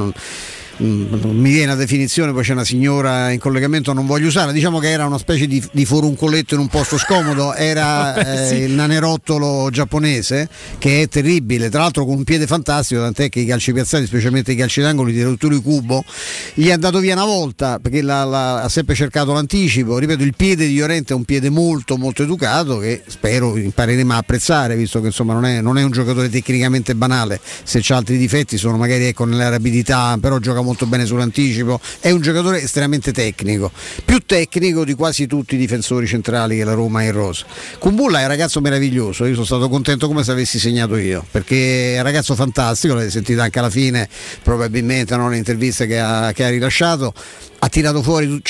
mi viene la definizione, poi c'è una signora in collegamento, non voglio usare, diciamo che era una specie di foruncoletto in un posto scomodo, era sì, il nanerottolo giapponese, che è terribile, tra l'altro con un piede fantastico, tant'è che i calci piazzati, specialmente i calci d'angolo, i tiratori cubo, gli è andato via una volta perché ha sempre cercato l'anticipo. Ripeto, il piede di Llorente è un piede molto molto educato, che spero impareremo a apprezzare, visto che insomma non è un giocatore tecnicamente banale, se c'ha altri difetti sono magari nella rapidità, però gioca molto bene sull'anticipo, è un giocatore estremamente tecnico, più tecnico di quasi tutti i difensori centrali che la Roma ha in rosa. Kumbulla è un ragazzo meraviglioso, io sono stato contento come se avessi segnato io, perché è un ragazzo fantastico, l'avete sentito anche alla fine probabilmente, le interviste che ha rilasciato, ha tirato fuori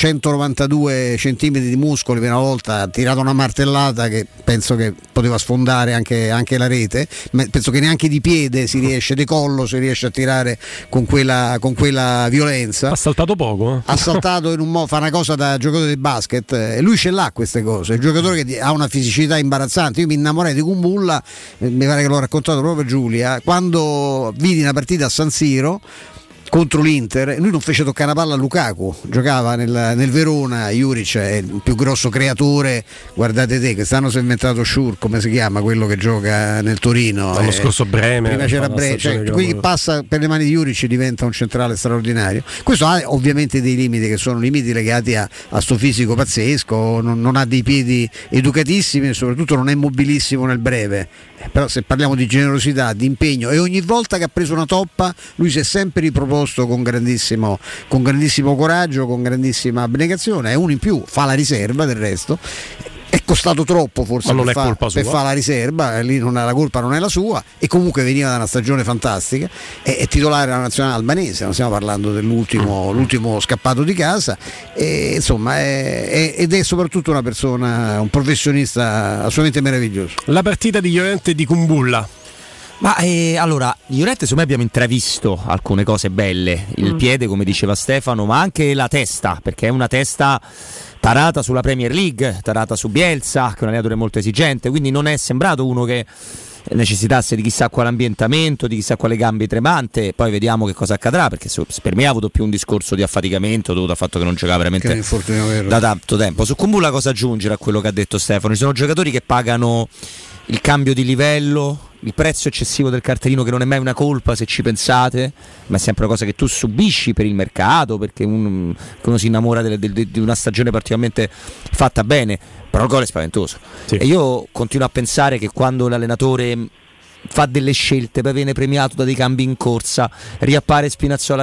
192 centimetri di muscoli per una volta, ha tirato una martellata che penso che poteva sfondare anche la rete, ma penso che neanche di piede si riesce, di collo si riesce a tirare con quella violenza. Ha saltato poco. Ha saltato fa una cosa da giocatore di basket, e lui ce l'ha queste cose, è un giocatore che ha una fisicità imbarazzante. Io mi innamorai di Kumbulla, mi pare che l'ho raccontato proprio Giulia, quando vidi una partita a San Siro contro l'Inter, lui non fece toccare una palla a Lukaku, giocava nel Verona. Juric è il più grosso creatore, guardate te, quest'anno si è inventato Schur, come si chiama quello che gioca nel Torino, l'anno scorso Bremer, prima c'era Bremer, qui che passa per le mani di Juric diventa un centrale straordinario. Questo ha ovviamente dei limiti, che sono limiti legati a sto fisico pazzesco, non ha dei piedi educatissimi e soprattutto non è mobilissimo nel breve, però se parliamo di generosità, di impegno, e ogni volta che ha preso una toppa lui si è sempre riproposto con grandissimo coraggio, con grandissima abnegazione. È uno in più, fa la riserva, del resto è costato troppo forse per fare la riserva, lì la colpa non è la sua, e comunque veniva da una stagione fantastica, è titolare della nazionale albanese, non stiamo parlando dell'ultimo scappato di casa, e insomma ed è soprattutto una persona, un professionista assolutamente meraviglioso. La partita di Llorente e di Kumbulla. Ma allora, Llorente, secondo me abbiamo intravisto alcune cose belle, il piede come diceva Stefano, ma anche la testa, perché è una testa tarata sulla Premier League, tarata su Bielsa, che è un allenatore molto esigente, quindi non è sembrato uno che necessitasse di chissà quale ambientamento, di chissà quale gambe tremante. Poi vediamo che cosa accadrà, perché per me ha avuto più un discorso di affaticamento dovuto al fatto che non giocava veramente da tanto tempo. Su Kumbulla cosa aggiungere a quello che ha detto Stefano? Ci sono giocatori che pagano il cambio di livello, il prezzo eccessivo del cartellino, che non è mai una colpa se ci pensate, ma è sempre una cosa che tu subisci per il mercato, perché uno si innamora di una stagione particolarmente fatta bene, però il gol è spaventoso. Sì. E io continuo a pensare che quando l'allenatore fa delle scelte, poi viene premiato da dei cambi in corsa, riappare Spinazzola,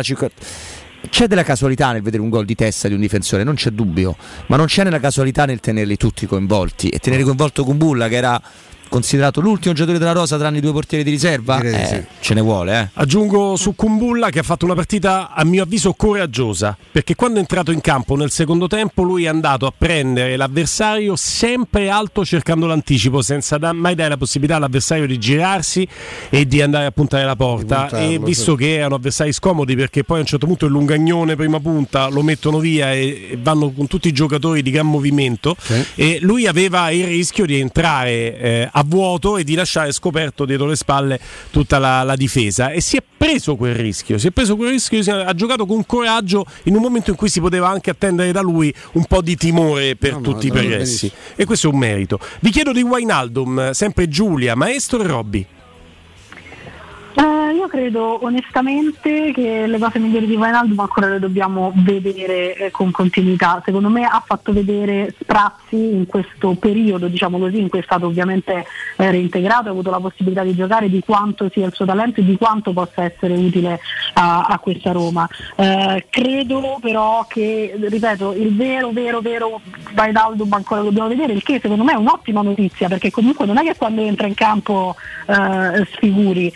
c'è della casualità nel vedere un gol di testa di un difensore, non c'è dubbio, ma non c'è nella casualità nel tenerli tutti coinvolti, e tenere coinvolto Kumbulla, che era considerato l'ultimo giocatore della rosa tranne i due portieri di riserva, sì. Ce ne vuole. Aggiungo su Kumbulla che ha fatto una partita a mio avviso coraggiosa, perché quando è entrato in campo nel secondo tempo lui è andato a prendere l'avversario sempre alto cercando l'anticipo, senza mai dare la possibilità all'avversario di girarsi e di andare a puntare la porta, e visto che erano avversari scomodi, perché poi a un certo punto il lungagnone prima punta lo mettono via e vanno con tutti i giocatori di gran movimento, e lui aveva il rischio di entrare a vuoto e di lasciare scoperto dietro le spalle tutta la difesa, e si è preso quel rischio, ha giocato con coraggio in un momento in cui si poteva anche attendere da lui un po' di timore per tutti i progressi, e questo è un merito. Vi chiedo di Wijnaldum, sempre Giulia, maestro e Robby. Io credo onestamente che le cose migliori di Wijnaldum ancora le dobbiamo vedere con continuità. Secondo me ha fatto vedere sprazzi in questo periodo, diciamo così, in cui è stato ovviamente reintegrato, ha avuto la possibilità di giocare, di quanto sia il suo talento e di quanto possa essere utile a questa Roma. Credo però che, ripeto, il vero Wijnaldum ancora lo dobbiamo vedere, il che secondo me è un'ottima notizia, perché comunque non è che quando entra in campo sfiguri.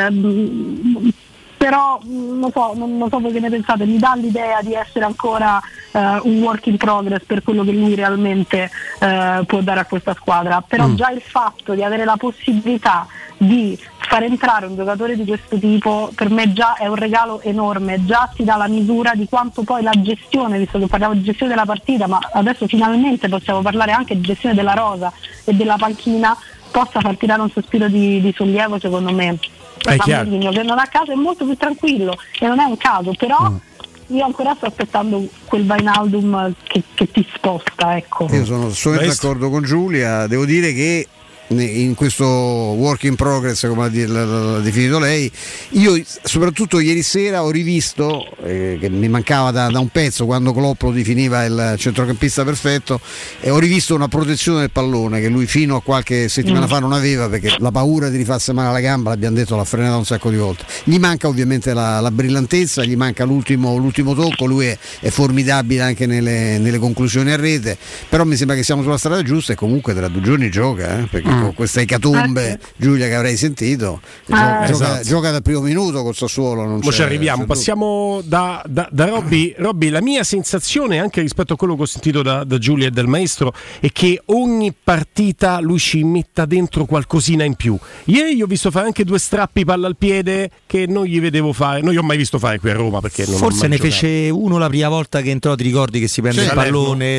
Però non so voi che ne pensate, mi dà l'idea di essere ancora un work in progress per quello che lui realmente può dare a questa squadra, però già il fatto di avere la possibilità di far entrare un giocatore di questo tipo per me già è un regalo enorme, già si dà la misura di quanto poi la gestione, visto che parliamo di gestione della partita, ma adesso finalmente possiamo parlare anche di gestione della rosa e della panchina, possa far tirare un sospiro di sollievo, secondo me. Mourinho, che non a caso è molto più tranquillo, e non è un caso, però io ancora sto aspettando quel Wijnaldum che ti sposta, ecco. Io sono assolutamente d'accordo con Giulia, devo dire che in questo work in progress, come l'ha definito lei, io soprattutto ieri sera ho rivisto, che mi mancava da un pezzo quando Klopp lo definiva il centrocampista perfetto, e ho rivisto una protezione del pallone che lui fino a qualche settimana fa non aveva, perché la paura di rifarsi male alla gamba, l'abbiamo detto, l'ha frenata un sacco di volte. Gli manca ovviamente la brillantezza, gli manca l'ultimo tocco, lui è formidabile anche nelle conclusioni a rete, però mi sembra che siamo sulla strada giusta, e comunque tra 2 giorni gioca, perché con questa ecatombe, Giulia, che avrei sentito, gioca dal primo minuto col Sassuolo. Non ci arriviamo, passiamo da Robby. Robby, la mia sensazione anche rispetto a quello che ho sentito da Giulia e dal maestro è che ogni partita lui ci metta dentro qualcosina in più. Ieri ho visto fare anche 2 strappi palla al piede che non gli vedevo fare, non gli ho mai visto fare qui a Roma, perché non forse ne fece uno la prima volta che entrò, ti ricordi che si prende il pallone?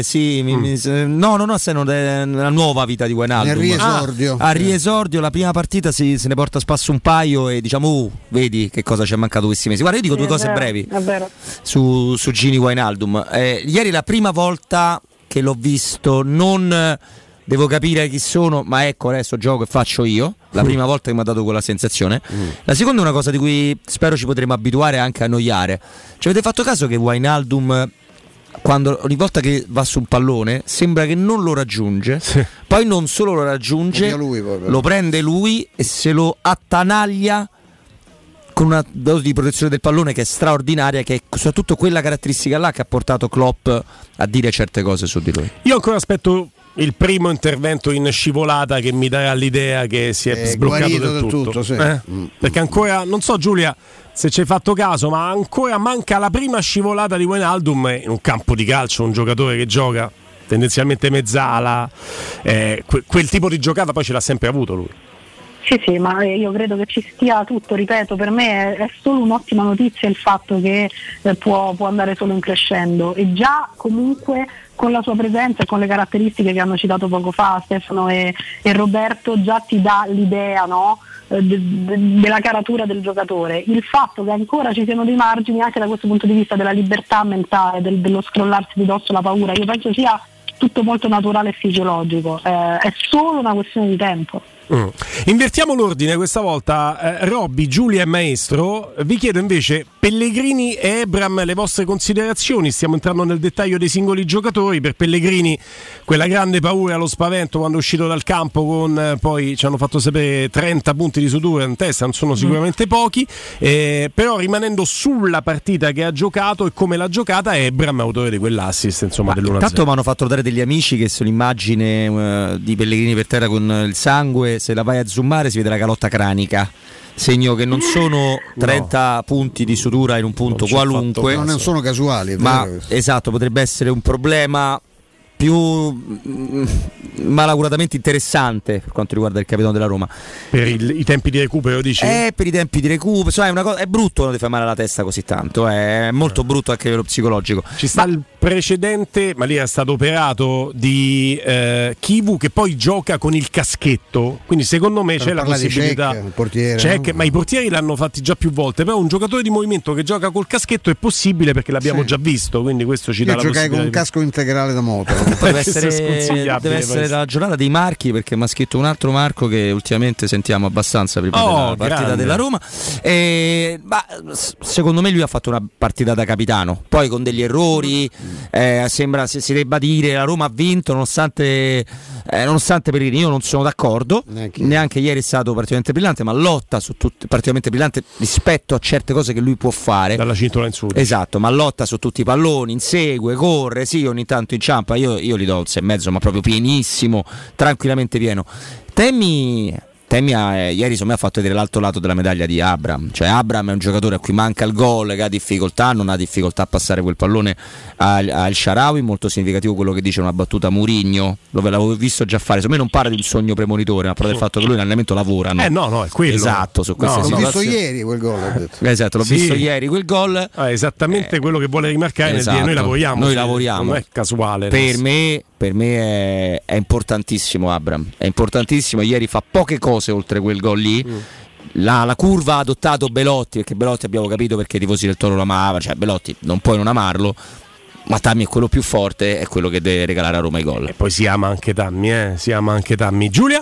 Non essendo la nuova vita di Wijnaldum. Nel riesordio. Al riesordio la prima partita se ne porta a spasso un paio e diciamo vedi che cosa ci è mancato questi mesi. Guarda, io dico 2 cose brevi su Gini Wijnaldum. Ieri la prima volta che l'ho visto, non devo capire chi sono, ma ecco adesso gioco e faccio io. La prima volta che mi ha dato quella sensazione. La seconda è una cosa di cui spero ci potremo abituare anche a annoiare. Ci avete fatto caso che Wijnaldum, quando ogni volta che va su un pallone sembra che non lo raggiunge, poi non solo lo raggiunge, lo prende lui e se lo attanaglia con una dose di protezione del pallone che è straordinaria, che è soprattutto quella caratteristica là che ha portato Klopp a dire certe cose su di lui. Io ancora aspetto il primo intervento in scivolata che mi darà l'idea che si è sbloccato del tutto. Perché ancora, non so Giulia se ci hai fatto caso, ma ancora manca la prima scivolata di Wijnaldum in un campo di calcio, un giocatore che gioca tendenzialmente mezzala, quel tipo di giocata poi ce l'ha sempre avuto lui. Sì, ma io credo che ci stia tutto, ripeto, per me è solo un'ottima notizia il fatto che può andare solo in crescendo, e già comunque con la sua presenza e con le caratteristiche che hanno citato poco fa Stefano e Roberto già ti dà l'idea, no? Della caratura del giocatore. Il fatto che ancora ci siano dei margini anche da questo punto di vista della libertà mentale, dello scrollarsi di dosso la paura, io penso sia tutto molto naturale e fisiologico, è solo una questione di tempo. Invertiamo l'ordine questa volta. Robby, Giulia e Maestro, vi chiedo invece Pellegrini e Ebram, le vostre considerazioni. Stiamo entrando nel dettaglio dei singoli giocatori. Per Pellegrini quella grande paura, lo spavento quando è uscito dal campo, con poi ci hanno fatto sapere 30 punti di sutura in testa, non sono sicuramente pochi, però rimanendo sulla partita che ha giocato e come l'ha giocata, Ebram autore di quell'assist, insomma, dell'1-0. Intanto mi hanno fatto notare degli amici che sono l'immagine di Pellegrini per terra con il sangue, se la vai a zoomare si vede la calotta cranica, segno che non sono 30 punti di sutura in un punto qualunque, non sono casuali, ma esatto, potrebbe essere un problema più malacuratamente interessante per quanto riguarda il capitano della Roma. Per i tempi di recupero, dici? Per i tempi di recupero, cioè, è brutto quando ti fa male alla testa così tanto, è molto brutto anche a livello psicologico. Ci sta il precedente, ma lì è stato operato, di Kivu, che poi gioca con il caschetto, quindi secondo me c'è la possibilità il portiere, Cech, ma i portieri l'hanno fatti già più volte, però un giocatore di movimento che gioca col caschetto è possibile perché l'abbiamo già visto, quindi questo ci dà la possibilità. Io giocai con un casco integrale da moto. Deve essere la giornata dei marchi, perché mi ha scritto un altro Marco che ultimamente sentiamo abbastanza prima della partita della Roma, secondo me lui ha fatto una partita da capitano, poi con degli errori, sembra si debba dire la Roma ha vinto nonostante Pellegrini. Io non sono d'accordo, neanche ieri è stato particolarmente brillante, ma lotta su particolarmente brillante rispetto a certe cose che lui può fare dalla cintura in su, esatto, ma lotta su tutti i palloni, insegue, corre, sì, ogni tanto inciampa, io gli do il 6,5, ma proprio pienissimo, tranquillamente pieno. Temi ieri insomma ha fatto vedere l'altro lato della medaglia di Abram, cioè Abram è un giocatore a cui manca il gol, che ha difficoltà, non ha difficoltà a passare quel pallone al Shaarawy. Molto significativo quello che dice una battuta Mourinho, dove l'avevo visto già fare, secondo me non parla di un sogno premonitore, ma parla del fatto che lui in allenamento lavora, no? È quello, esatto, su queste L'ho situazioni. visto ieri quel gol, esatto, l'ho visto ieri quel gol, esattamente quello che vuole rimarcare, esatto, nel dire noi lavoriamo, non è casuale. Per me è importantissimo Abram, è importantissimo. Ieri fa poche cose oltre quel gol lì. La curva ha adottato Belotti, perché Belotti abbiamo capito perché i tifosi del Toro lo amava, cioè Belotti non puoi non amarlo, ma Tammy è quello più forte, è quello che deve regalare a Roma i gol. E poi si ama anche Tammy, Giulia?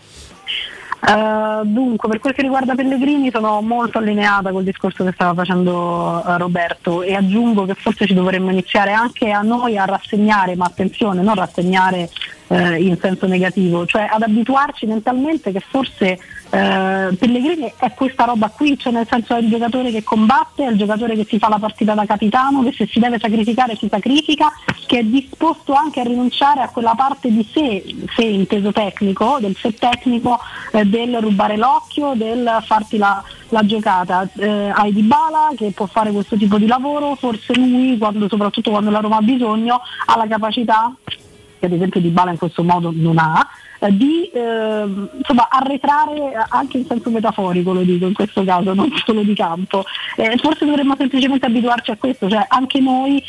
Dunque, per quel che riguarda Pellegrini sono molto allineata col discorso che stava facendo Roberto, e aggiungo che forse ci dovremmo iniziare anche a noi a rassegnare, ma attenzione, non rassegnare in senso negativo, cioè ad abituarci mentalmente che forse Pellegrini è questa roba qui, cioè nel senso è il giocatore che combatte, è il giocatore che si fa la partita da capitano, che se si deve sacrificare si sacrifica, che è disposto anche a rinunciare a quella parte di sé inteso tecnico, del sé tecnico, del rubare l'occhio, del farti la giocata. Hai Dybala che può fare questo tipo di lavoro, forse lui, soprattutto quando la Roma ha bisogno, ha la capacità, che ad esempio Dybala in questo modo non ha, di arretrare anche in senso metaforico, lo dico in questo caso, non solo di campo. Forse dovremmo semplicemente abituarci a questo, cioè anche noi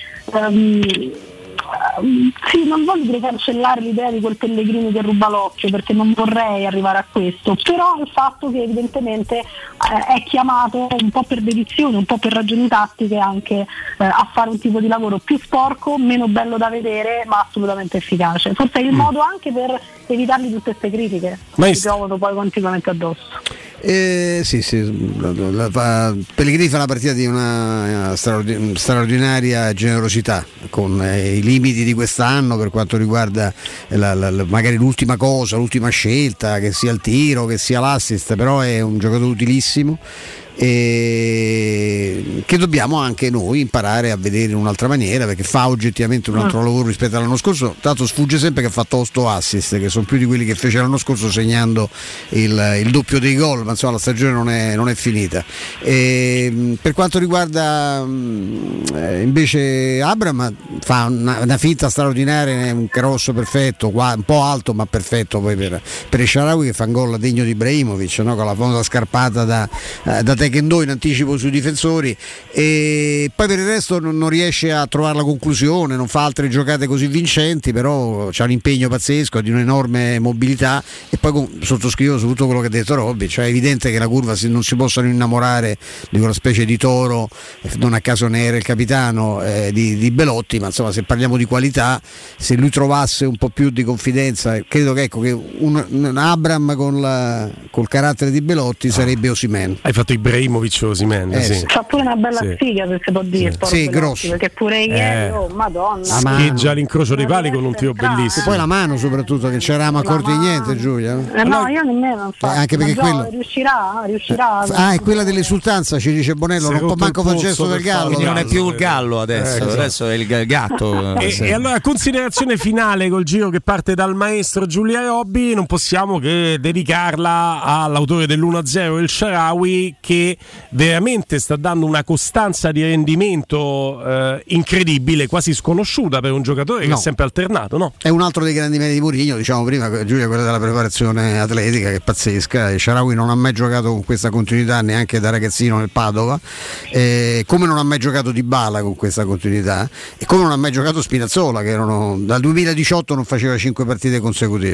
sì, non voglio cancellare l'idea di quel Pellegrini che ruba l'occhio, perché non vorrei arrivare a questo, però il fatto che evidentemente è chiamato un po' per dedizione, un po' per ragioni tattiche anche a fare un tipo di lavoro più sporco, meno bello da vedere, ma assolutamente efficace. Forse è il modo anche per evitargli tutte queste critiche che piovono poi continuamente addosso. Pellegrini fa una partita di una straordinaria generosità, con i limiti di quest'anno per quanto riguarda magari l'ultima scelta, che sia il tiro, che sia l'assist, però è un giocatore utilissimo e che dobbiamo anche noi imparare a vedere in un'altra maniera, perché fa oggettivamente un altro lavoro rispetto all'anno scorso. Tanto sfugge sempre che ha fatto 8 assist, che sono più di quelli che fece l'anno scorso, segnando il doppio dei gol, ma insomma la stagione non è finita. Per quanto riguarda invece Abraham, fa una finta straordinaria, un cross perfetto, un po' alto ma perfetto poi per El Shaarawy, che fa un gol degno di Ibrahimovic, no? Con la famosa scarpata da Taekwondo in anticipo sui difensori, e poi per il resto non riesce a trovare la conclusione, non fa altre giocate così vincenti, però c'ha un impegno pazzesco, di un'enorme mobilità, e poi sottoscrivo su tutto quello che ha detto Robby, cioè è evidente che la curva non si possano innamorare di quella specie di toro, non a caso ne era il capitano, di Belotti, ma insomma se parliamo di qualità, se lui trovasse un po' più di confidenza, credo che un Abraham col carattere di Belotti sarebbe Osimhen. Hai fatto Ibrahimovic o Osimhen? Sì. C'ha pure una bella sfiga, se si può dire, grosso, perché pure ieri, madonna, scheggia l'incrocio dei pali con un tiro bellissimo. E poi la mano soprattutto, che ci eravamo accorti di niente, Giulia. No, io nemmeno, anche perché quello riuscirà. È quella dell'esultanza, ci dice Bonello, non può manco fare il gesto del gallo. Non è più il gallo adesso è il gatto. E allora, considerazione finale col giro che parte dal maestro Giulia Robby, non possiamo che dedicarla all'autore dell'1-0, El Shaarawy, che veramente sta dando una costanza di rendimento incredibile, quasi sconosciuta per un giocatore che è sempre alternato, no? È un altro dei grandi meriti di Mourinho, diciamo prima, Giulia, quella della preparazione atletica, che è pazzesca. El Shaarawy non ha mai giocato con questa continuità neanche da ragazzino nel Padova, come non ha mai giocato Dybala con questa continuità, e come non ha mai giocato Spinazzola, che dal 2018 non faceva 5 partite consecutive.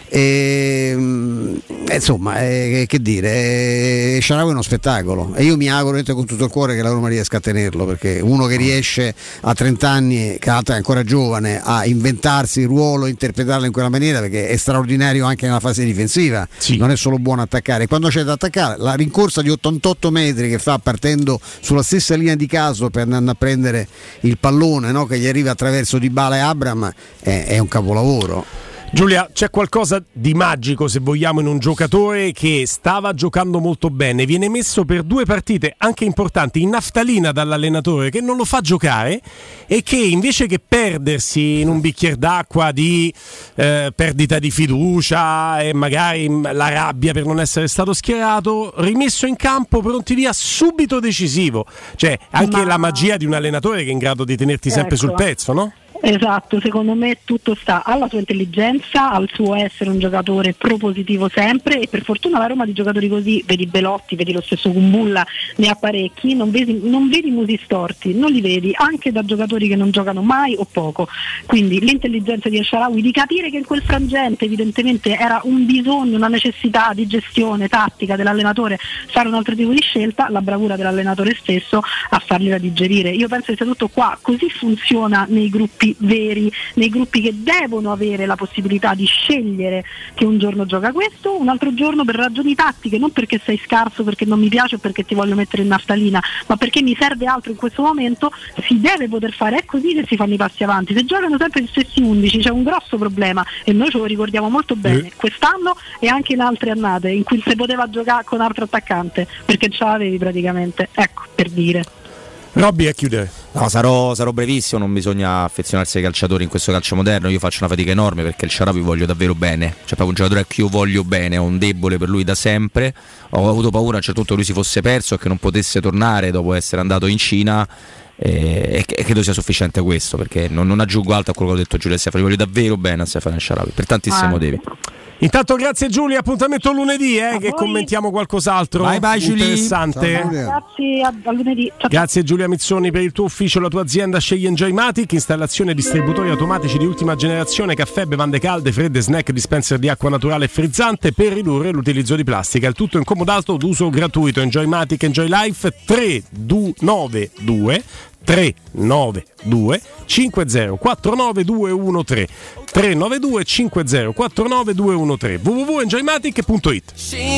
Insomma, che dire, Shaarawy è uno spettacolo, e io mi auguro con tutto il cuore che la Roma riesca a tenerlo, perché uno che riesce a 30 anni, che è ancora giovane, a inventarsi il ruolo, interpretarlo in quella maniera, perché è straordinario anche nella fase difensiva, non è solo buono attaccare. Quando c'è da attaccare, la rincorsa di 88 metri che fa partendo sulla stessa linea di caso per andare a prendere il pallone, no? Che gli arriva attraverso Dybala e Abraham, è un capolavoro. Giulia, c'è qualcosa di magico, se vogliamo, in un giocatore che stava giocando molto bene, viene messo per 2 partite anche importanti in naftalina dall'allenatore che non lo fa giocare, e che invece che perdersi in un bicchiere d'acqua di perdita di fiducia e magari la rabbia per non essere stato schierato, rimesso in campo, pronti via, subito decisivo. Cioè anche la magia di un allenatore che è in grado di tenerti sempre sul pezzo, no? Esatto, secondo me tutto sta alla sua intelligenza, al suo essere un giocatore propositivo sempre, e per fortuna la Roma di giocatori così, vedi Belotti, vedi lo stesso Kumbulla, ne ha parecchi, non vedi musi storti, non li vedi, anche da giocatori che non giocano mai o poco. Quindi l'intelligenza di El Shaarawy di capire che in quel frangente evidentemente era un bisogno, una necessità di gestione tattica dell'allenatore fare un altro tipo di scelta, la bravura dell'allenatore stesso a fargliela digerire. Io penso che sia tutto qua, così funziona nei gruppi veri, nei gruppi che devono avere la possibilità di scegliere che un giorno gioca questo, un altro giorno per ragioni tattiche, non perché sei scarso, perché non mi piace o perché ti voglio mettere in naftalina, ma perché mi serve altro in questo momento, si deve poter fare. È così che si fanno i passi avanti. Se giocano sempre gli stessi 11 c'è un grosso problema, e noi ce lo ricordiamo molto bene quest'anno e anche in altre annate in cui si poteva giocare con altro attaccante perché ce l'avevi praticamente, ecco, per dire. Robby, a chiudere. No, sarò brevissimo, non bisogna affezionarsi ai calciatori in questo calcio moderno. Io faccio una fatica enorme perché il Shaarawy voglio davvero bene, cioè proprio un giocatore che io voglio bene, ho un debole per lui da sempre. Ho avuto paura a un certo punto lui si fosse perso e che non potesse tornare dopo essere andato in Cina, e credo sia sufficiente questo, perché non aggiungo altro a quello che ho detto Giulia Stefani. Voglio davvero bene a Stefano Shaarawy per tantissimi motivi. Intanto grazie Giulia, appuntamento lunedì che commentiamo qualcos'altro. Bye interessante. Grazie, a lunedì. Ciao. Grazie Giulia Mizzoni per il tuo ufficio, la tua azienda scegli Enjoymatic, installazione e distributori automatici di ultima generazione, caffè, bevande calde, fredde, snack, dispenser di acqua naturale e frizzante per ridurre l'utilizzo di plastica. Il tutto incomodato d'uso gratuito. Enjoymatic, Enjoy Life. 392 5049 213 392 5049 213 www.enjoymatic.it.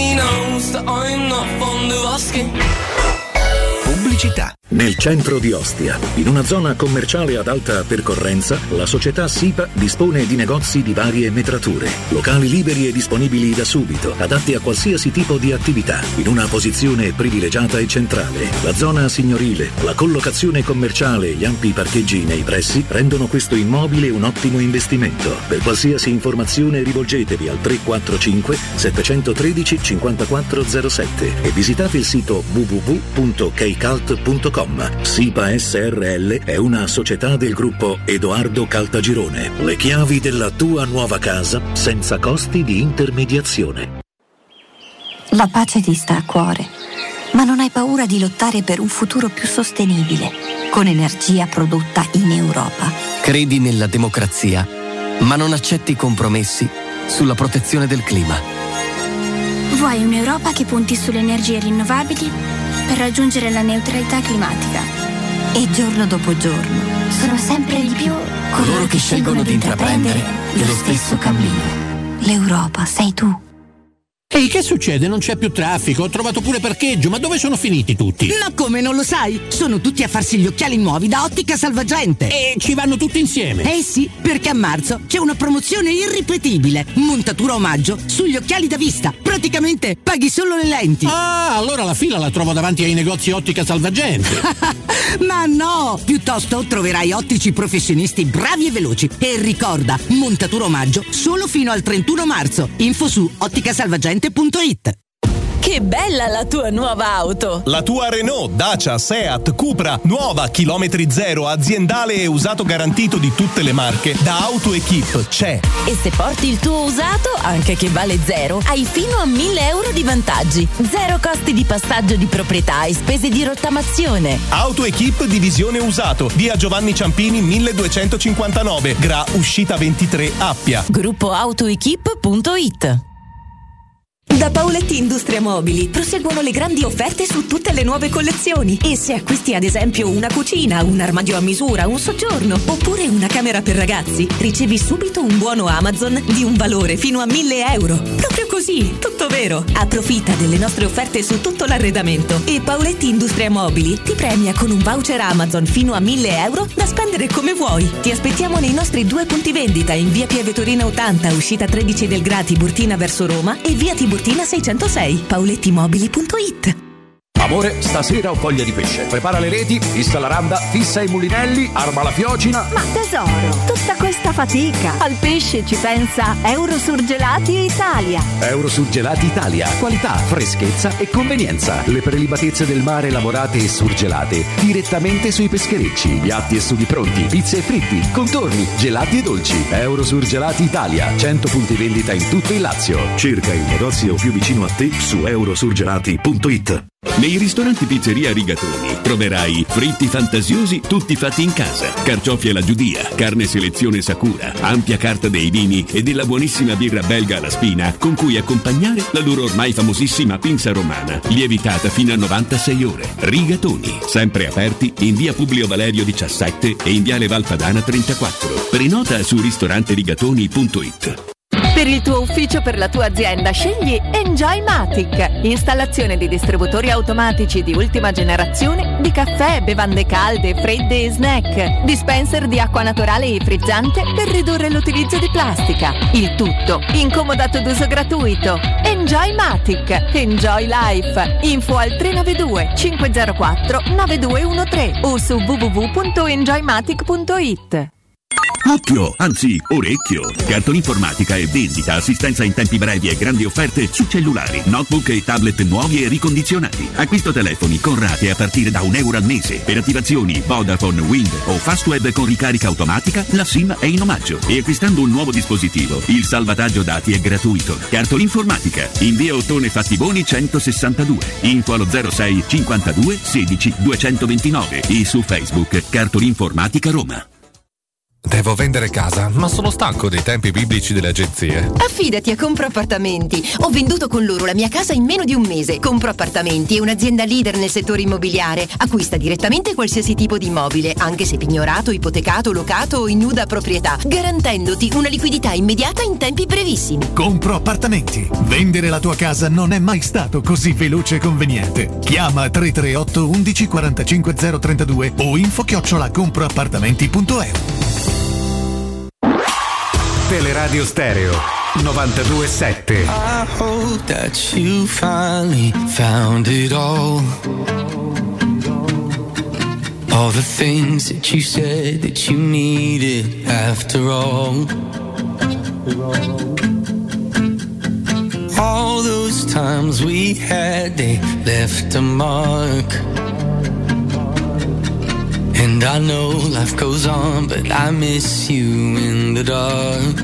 Pubblicità. Nel centro di Ostia, in una zona commerciale ad alta percorrenza, la società SIPA dispone di negozi di varie metrature, locali liberi e disponibili da subito, adatti a qualsiasi tipo di attività, in una posizione privilegiata e centrale. La zona signorile, la collocazione commerciale e gli ampi parcheggi nei pressi rendono questo immobile un ottimo investimento. Per qualsiasi informazione rivolgetevi al 345 713 5407 e visitate il sito www.kcalt.com. SIPA SRL è una società del gruppo Edoardo Caltagirone. Le chiavi della tua nuova casa senza costi di intermediazione. La pace ti sta a cuore, ma non hai paura di lottare per un futuro più sostenibile, con energia prodotta in Europa. Credi nella democrazia, ma non accetti compromessi sulla protezione del clima. Vuoi un'Europa che punti sulle energie rinnovabili per raggiungere la neutralità climatica? E giorno dopo giorno sono sempre di più coloro che scelgono di intraprendere lo stesso cammino. L'Europa sei tu. Ehi, che succede? Non c'è più traffico, ho trovato pure parcheggio, ma dove sono finiti tutti? Ma come, non lo sai? Sono tutti a farsi gli occhiali nuovi da Ottica Salvagente. E ci vanno tutti insieme? Eh sì, perché a marzo c'è una promozione irripetibile, montatura omaggio sugli occhiali da vista. Praticamente paghi solo le lenti. Ah, allora la fila la trovo davanti ai negozi Ottica Salvagente. Ma no, piuttosto troverai ottici professionisti bravi e veloci. E ricorda, montatura omaggio solo fino al 31 marzo. Info su otticasalvagente.it. Che bella la tua nuova auto! La tua Renault, Dacia, Seat, Cupra, nuova, chilometri zero, aziendale e usato garantito di tutte le marche, da AutoEquip c'è. E se porti il tuo usato, anche che vale zero, hai fino a 1.000 euro di vantaggi. Zero costi di passaggio di proprietà e spese di rottamazione. AutoEquip Divisione Usato, via Giovanni Ciampini 1259, Gra Uscita 23 Appia. Gruppo AutoEquip.it. Da Paoletti Industria Mobili proseguono le grandi offerte su tutte le nuove collezioni, e se acquisti ad esempio una cucina, un armadio a misura, un soggiorno oppure una camera per ragazzi, ricevi subito un buono Amazon di un valore fino a 1.000 euro. Proprio così, tutto vero. Approfitta delle nostre offerte su tutto l'arredamento e Paoletti Industria Mobili ti premia con un voucher Amazon fino a 1.000 euro da spendere come vuoi. Ti aspettiamo nei nostri 2 punti vendita in via Piavetorina 80, uscita 13 del Gra Tiburtina verso Roma, e via Tiburtina 606, paolettimobili.it. Amore, stasera ho voglia di pesce. Prepara le reti, fissa la randa, fissa i mulinelli, arma la fiocina. Ma tesoro, tutta questa fatica. Al pesce ci pensa Eurosurgelati Italia. Eurosurgelati Italia. Qualità, freschezza e convenienza. Le prelibatezze del mare lavorate e surgelate direttamente sui pescherecci. Piatti e sughi pronti, pizze e fritti, contorni, gelati e dolci. Eurosurgelati Italia. 100 punti vendita in tutto il Lazio. Cerca il negozio più vicino a te su eurosurgelati.it. Nei ristoranti Pizzeria Rigatoni troverai fritti fantasiosi tutti fatti in casa, carciofi alla giudia, carne selezione Sakura, ampia carta dei vini e della buonissima birra belga alla spina con cui accompagnare la loro ormai famosissima pinza romana, lievitata fino a 96 ore. Rigatoni, sempre aperti in via Publio Valerio 17 e in viale Valpadana 34. Prenota su ristoranterigatoni.it. Per il tuo ufficio, per la tua azienda, scegli Enjoymatic. Installazione di distributori automatici di ultima generazione di caffè, bevande calde, fredde e snack. Dispenser di acqua naturale e frizzante per ridurre l'utilizzo di plastica. Il tutto in comodato d'uso gratuito. Enjoymatic. Enjoy Life. Info al 392 504 9213 o su www.enjoymatic.it. Occhio, anzi orecchio. Cartolinformatica e vendita, assistenza in tempi brevi e grandi offerte su cellulari, notebook e tablet nuovi e ricondizionati. Acquisto telefoni con rate a partire da €1 al mese. Per attivazioni Vodafone, Wind o Fastweb con ricarica automatica, la SIM è in omaggio. E acquistando un nuovo dispositivo, il salvataggio dati è gratuito. Cartolinformatica, in via Ottone Fattiboni 162. Info allo 06 52 16 229 e su Facebook Cartolinformatica Roma. Devo vendere casa, ma sono stanco dei tempi biblici delle agenzie. Affidati a Compro Appartamenti. Ho venduto con loro la mia casa in meno di un mese. Compro Appartamenti è un'azienda leader nel settore immobiliare. Acquista direttamente qualsiasi tipo di immobile, anche se pignorato, ipotecato, locato o in nuda proprietà, garantendoti una liquidità immediata in tempi brevissimi. Compro Appartamenti. Vendere la tua casa non è mai stato così veloce e conveniente. Chiama 338 11 45 032 o info@comproappartamenti.eu. Teleradio Stereo 92.7. I hope that you finally found it all. All the things that you said that you needed after all. All those times we had, they left a mark. And I know life goes on, but I miss you in the dark.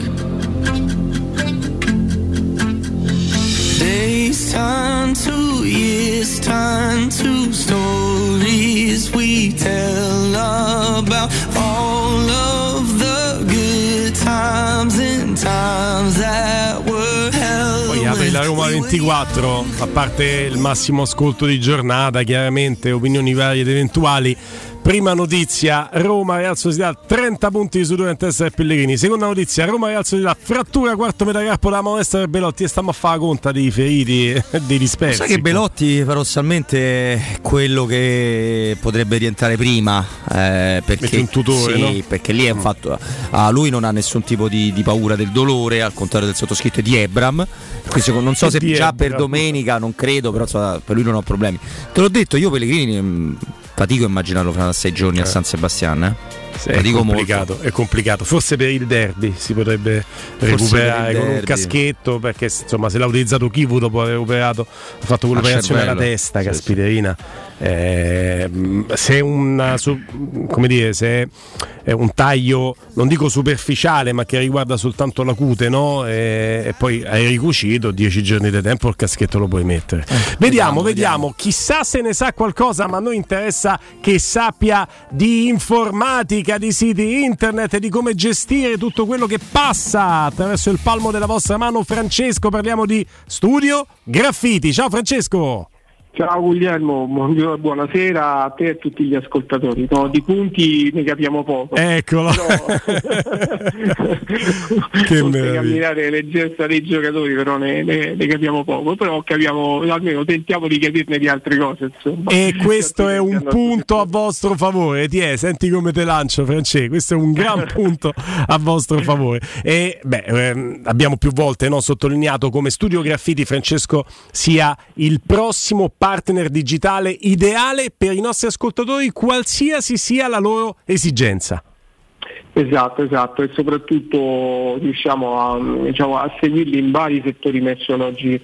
Days turn to years, turn to stories we tell about all of the good times and times that were held. Poi apre la Roma 24, a parte il massimo ascolto di giornata, chiaramente opinioni varie ed eventuali. Prima notizia, Roma Real Società 30 punti su 2 in testa del Pellegrini. Seconda notizia, Roma Real Società frattura quarto metacarpo della molestia per Belotti e stiamo a fare conta dei feriti e dei dispersi. Sai che Belotti paradossalmente è quello che potrebbe rientrare prima, perché un tutore, sì, no? perché lì è un fatto, lui non ha nessun tipo di paura del dolore, al contrario del sottoscritto e di Ebram. Quindi non so se già per domenica, non credo, però per lui non ho problemi. Te l'ho detto, io Pellegrini fatico a immaginarlo fra 6 giorni a San Sebastian. Sì, è complicato. Forse per il derby si potrebbe recuperare con un caschetto, perché insomma se l'ha utilizzato Kivu dopo aver ha fatto quell'operazione alla testa, sì, caspiterina. Se è un taglio, non dico superficiale, ma che riguarda soltanto la cute, no? E poi hai ricucito 10 giorni di tempo, il caschetto lo puoi mettere. Vediamo. Chissà se ne sa qualcosa, ma a noi interessa che sappia di informatica, di siti internet e di come gestire tutto quello che passa attraverso il palmo della vostra mano. Francesco, parliamo di Studio Graffiti. Ciao Francesco. Ciao Guglielmo, buonasera a te e a tutti gli ascoltatori. No, di punti ne capiamo poco. Eccolo. Che non camminare leggerezza dei giocatori, però ne capiamo poco. Però capiamo, almeno tentiamo di capirne di altre cose. Insomma. E questo è un punto a vostro favore. Senti come te lancio, Francesco. Questo è un gran punto a vostro favore. E abbiamo più volte sottolineato come Studio Graffiti, Francesco, sia il prossimo partner digitale ideale per i nostri ascoltatori, qualsiasi sia la loro esigenza. Esatto, e soprattutto riusciamo a seguirli in vari settori merceologici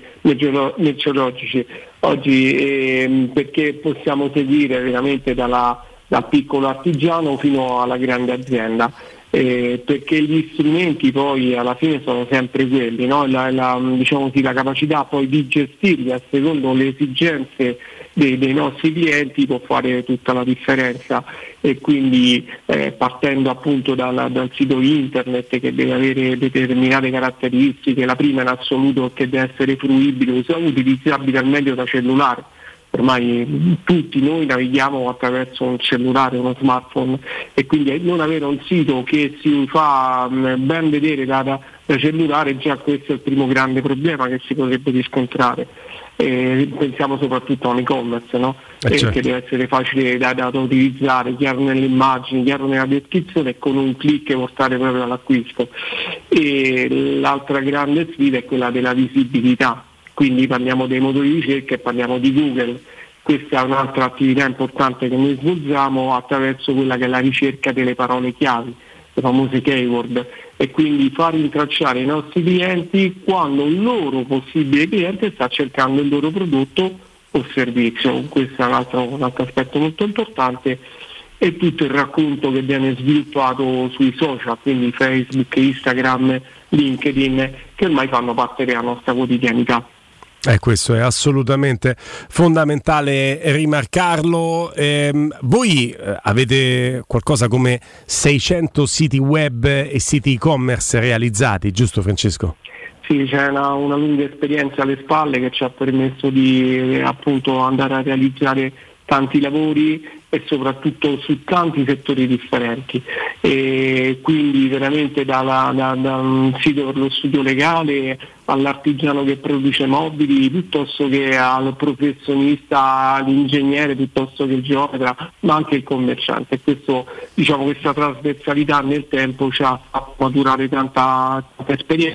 oggi, perché possiamo seguire veramente dal piccolo artigiano fino alla grande azienda. perché gli strumenti poi alla fine sono sempre quelli, no? Diciamo così, la capacità poi di gestirli a secondo le esigenze dei nostri clienti può fare tutta la differenza, e quindi partendo appunto dal sito internet che deve avere determinate caratteristiche, la prima in assoluto che deve essere fruibile, utilizzabile al meglio da cellulare. Ormai tutti noi navighiamo attraverso un cellulare, uno smartphone, e quindi non avere un sito che si fa ben vedere da cellulare, già questo è il primo grande problema che si potrebbe riscontrare. Pensiamo soprattutto a un e-commerce, no? Certo. Che deve essere facile da utilizzare, chiaro nelle immagini, chiaro nella descrizione, e con un click portare proprio all'acquisto. E l'altra grande sfida è quella della visibilità. Quindi parliamo dei motori di ricerca e parliamo di Google. Questa è un'altra attività importante che noi svolgiamo attraverso quella che è la ricerca delle parole chiavi, le famose keyword, e quindi far intracciare i nostri clienti quando un loro possibile cliente sta cercando il loro prodotto o servizio. Questo è un altro aspetto molto importante, e tutto il racconto che viene sviluppato sui social, quindi Facebook, Instagram, LinkedIn, che ormai fanno parte della nostra quotidianità. Questo è assolutamente fondamentale rimarcarlo. Voi avete qualcosa come 600 siti web e siti e-commerce realizzati, giusto Francesco? Sì, c'è una lunga esperienza alle spalle che ci ha permesso di appunto andare a realizzare tanti lavori e soprattutto su tanti settori differenti, e quindi veramente da un sito per lo studio legale all'artigiano che produce mobili, piuttosto che al professionista, all'ingegnere, piuttosto che il geometra, ma anche il commerciante. E questo, diciamo, questa trasversalità nel tempo ci ha fatto maturare tanta esperienza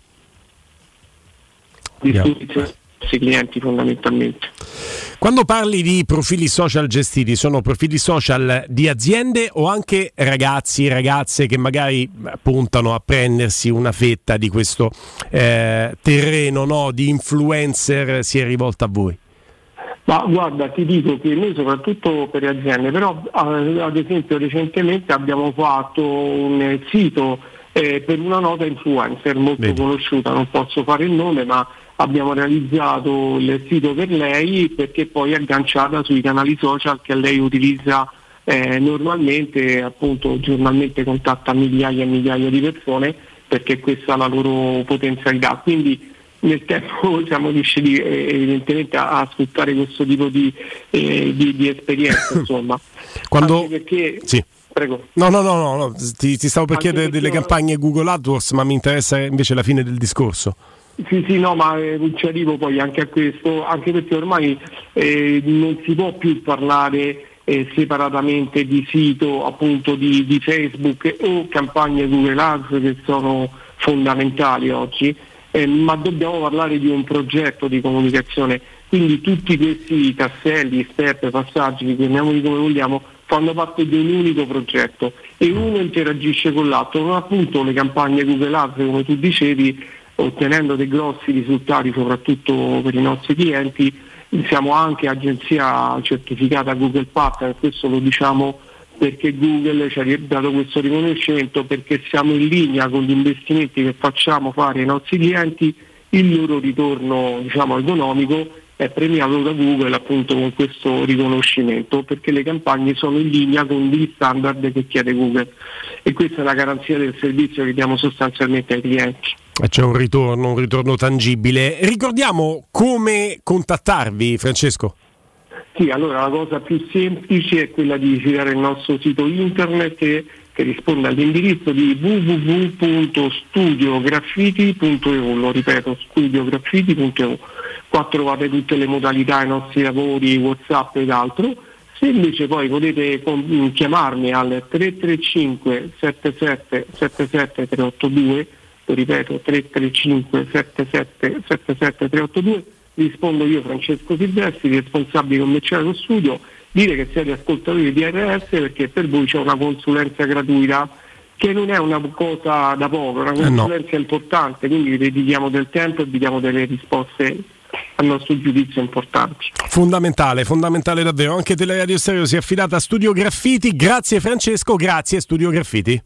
di clienti fondamentalmente. Quando parli di profili social gestiti, sono profili social di aziende o anche ragazzi e ragazze che magari puntano a prendersi una fetta di questo terreno, no, di influencer? Si è rivolta a voi? Ma guarda, ti dico che noi soprattutto per le aziende, però ad esempio recentemente abbiamo fatto un sito per una nota influencer molto conosciuta, non posso fare il nome, ma abbiamo realizzato il sito per lei perché poi è agganciata sui canali social che lei utilizza normalmente, appunto giornalmente contatta migliaia e migliaia di persone, perché questa è la loro potenzialità. Quindi nel tempo siamo riusciti evidentemente a sfruttare questo tipo di esperienza, insomma. Quando... Anche perché... Sì. Prego. No, ti stavo per chiedere delle campagne Google AdWords, ma mi interessa invece la fine del discorso. Sì, no, ma ci arrivo poi anche a questo, anche perché ormai non si può più parlare separatamente di sito, appunto di Facebook o campagne Google Ads, che sono fondamentali oggi, ma dobbiamo parlare di un progetto di comunicazione. Quindi tutti questi tasselli, step, passaggi, chiamiamoli come vogliamo, fanno parte di un unico progetto e uno interagisce con l'altro. Non appunto le campagne Google Ads, come tu dicevi, ottenendo dei grossi risultati soprattutto per i nostri clienti. Siamo anche agenzia certificata Google Partner, questo lo diciamo perché Google ci ha dato questo riconoscimento, perché siamo in linea con gli investimenti che facciamo fare ai nostri clienti, il loro ritorno, diciamo, economico è premiato da Google appunto con questo riconoscimento, perché le campagne sono in linea con gli standard che chiede Google, e questa è la garanzia del servizio che diamo sostanzialmente ai clienti. C'è un ritorno tangibile. Ricordiamo come contattarvi, Francesco? Sì, allora la cosa più semplice è quella di visitare il nostro sito internet che risponde all'indirizzo di www.studiograffiti.eu, lo ripeto, studiograffiti.eu. Qua trovate tutte le modalità, i nostri lavori, WhatsApp ed altro. Se invece poi potete chiamarmi al 335 77 77 382, lo ripeto, 335 77 77 382, rispondo io, Francesco Silvestri, responsabile commerciale dello studio. Dire che siete ascoltatori di RS perché per voi c'è una consulenza gratuita, che non è una cosa da poco, è una consulenza importante, quindi vi dedichiamo del tempo e vi diamo delle risposte a nostro giudizio importanti. Fondamentale davvero. Anche Teleradio Stereo si è affidata a Studio Graffiti. Grazie Francesco, grazie Studio Graffiti.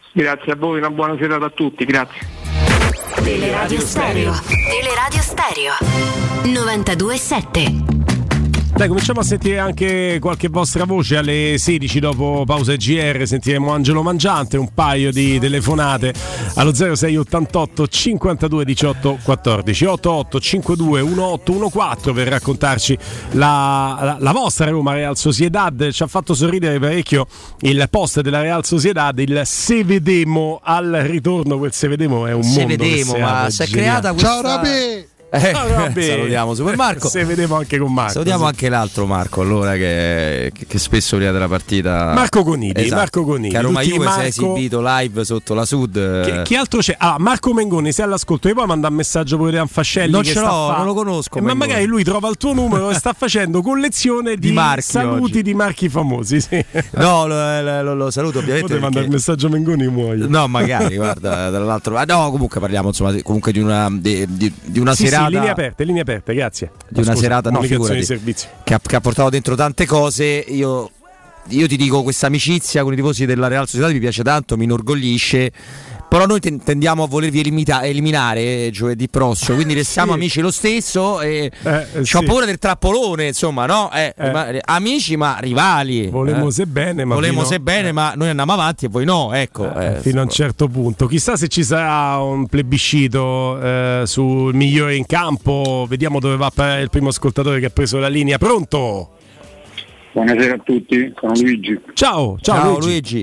Grazie a voi, una buona serata a tutti, grazie. Teleradio Stereo. Teleradio Stereo 92.7. Dai, cominciamo a sentire anche qualche vostra voce. Alle 16 dopo pausa GR sentiremo Angelo Mangiante, un paio di telefonate allo 0688 52 18 14 88 52 1814 per raccontarci la vostra Roma Real Sociedad. Ci ha fatto sorridere parecchio il post della Real Sociedad, il se vedemo al ritorno. Quel se vedemo è un se mondo vedemo, ma si è creata questa... Ciao Rabi! Salutiamo Super Marco. Se vediamo anche con Marco. Salutiamo anche l'altro Marco, allora che spesso prima della partita. Marco Conidi. Esatto. Marco Conidi. Che a Roma Juve Marco... si è esibito live sotto la Sud. Chi altro c'è? Marco Mengoni, sei all'ascolto. E poi manda un messaggio pure a Fascelli. Non che ce l'ho, non lo conosco. Ma magari lui trova il tuo numero e sta facendo collezione di saluti oggi. Di marchi famosi. Sì. No, lo saluto ovviamente. Poi manda il messaggio a Mengoni e muoio. No, magari, guarda, dall'altro. No, comunque parliamo insomma comunque di una serata. Sì, linee aperte, grazie. Di una serata, no, figurati, che ha portato dentro tante cose. Io ti dico, questa amicizia con i tifosi della Real Sociedad mi piace tanto, mi inorgoglisce. Però noi tendiamo a volervi eliminare giovedì prossimo, quindi restiamo amici lo stesso. C'ho paura del trappolone, insomma, no? Amici ma rivali. Volemo se bene, ma noi andiamo avanti e voi no, ecco. Fino a un certo punto. Chissà se ci sarà un plebiscito sul migliore in campo. Vediamo dove va per il primo ascoltatore che ha preso la linea. Pronto? Buonasera a tutti, sono Luigi. Ciao Luigi.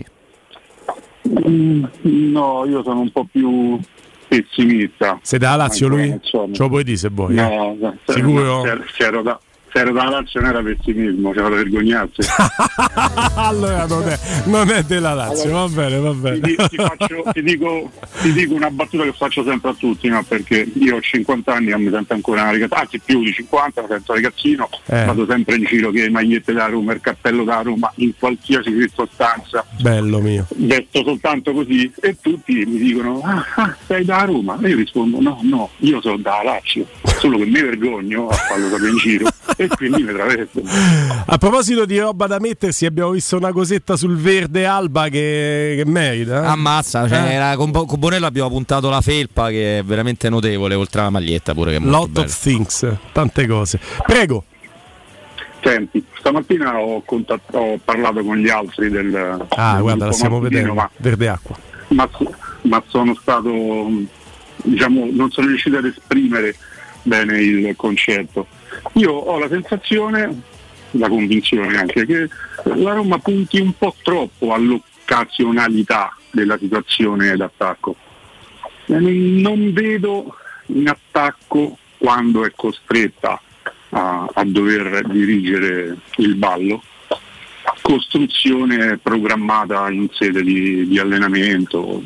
No, io sono un po' più pessimista. Sei da Lazio lui? Ce lo puoi dire se vuoi? No, sicuro? Se ero da Lazio non era pessimismo, c'era da vergognarsi. Allora non è della Lazio, allora, va bene. Ti dico una battuta che faccio sempre a tutti, no? Perché io ho 50 anni e mi sento ancora una ragazzina, anzi più di 50, mi sento ragazzino, vado sempre in giro che le magliette da Roma, il cappello da Roma, in qualsiasi circostanza. Bello mio. Vesto soltanto così e tutti mi dicono sei da Roma? E io rispondo no, io sono da Lazio, solo che mi vergogno a farlo sapere in giro. E quindi mi travesto. A proposito di roba da mettersi, abbiamo visto una cosetta sul verde Alba che merita. Ammazza, con Bonello abbiamo puntato la felpa che è veramente notevole, oltre alla maglietta pure che è molto bella. Lot of things, tante cose. Prego. Senti, stamattina ho parlato con gli altri del guarda, la stiamo vedendo, verde acqua. Ma sono stato, diciamo, non sono riuscito ad esprimere bene il concetto. Io ho la sensazione, la convinzione anche, che la Roma punti un po' troppo all'occasionalità della situazione d'attacco. Non vedo in attacco, quando è costretta a dover dirigere il ballo, costruzione programmata in sede di allenamento.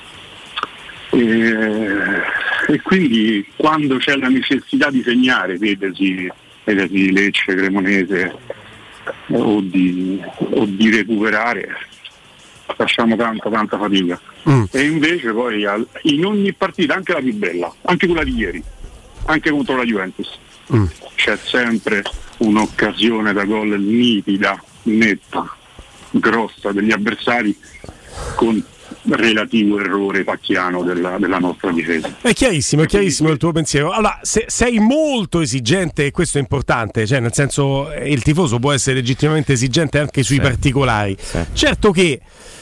E quindi quando c'è la necessità di segnare, vedesi Lecce, Cremonese, o di recuperare, facciamo tanta fatica. E invece poi in ogni partita, anche la più bella, anche quella di ieri, anche contro la Juventus, c'è sempre un'occasione da gol nitida, netta, grossa degli avversari, con relativo errore pacchiano della nostra difesa. È chiarissimo il tuo pensiero. Allora, se sei molto esigente, e questo è importante, cioè nel senso, il tifoso può essere legittimamente esigente anche sui particolari. Certo che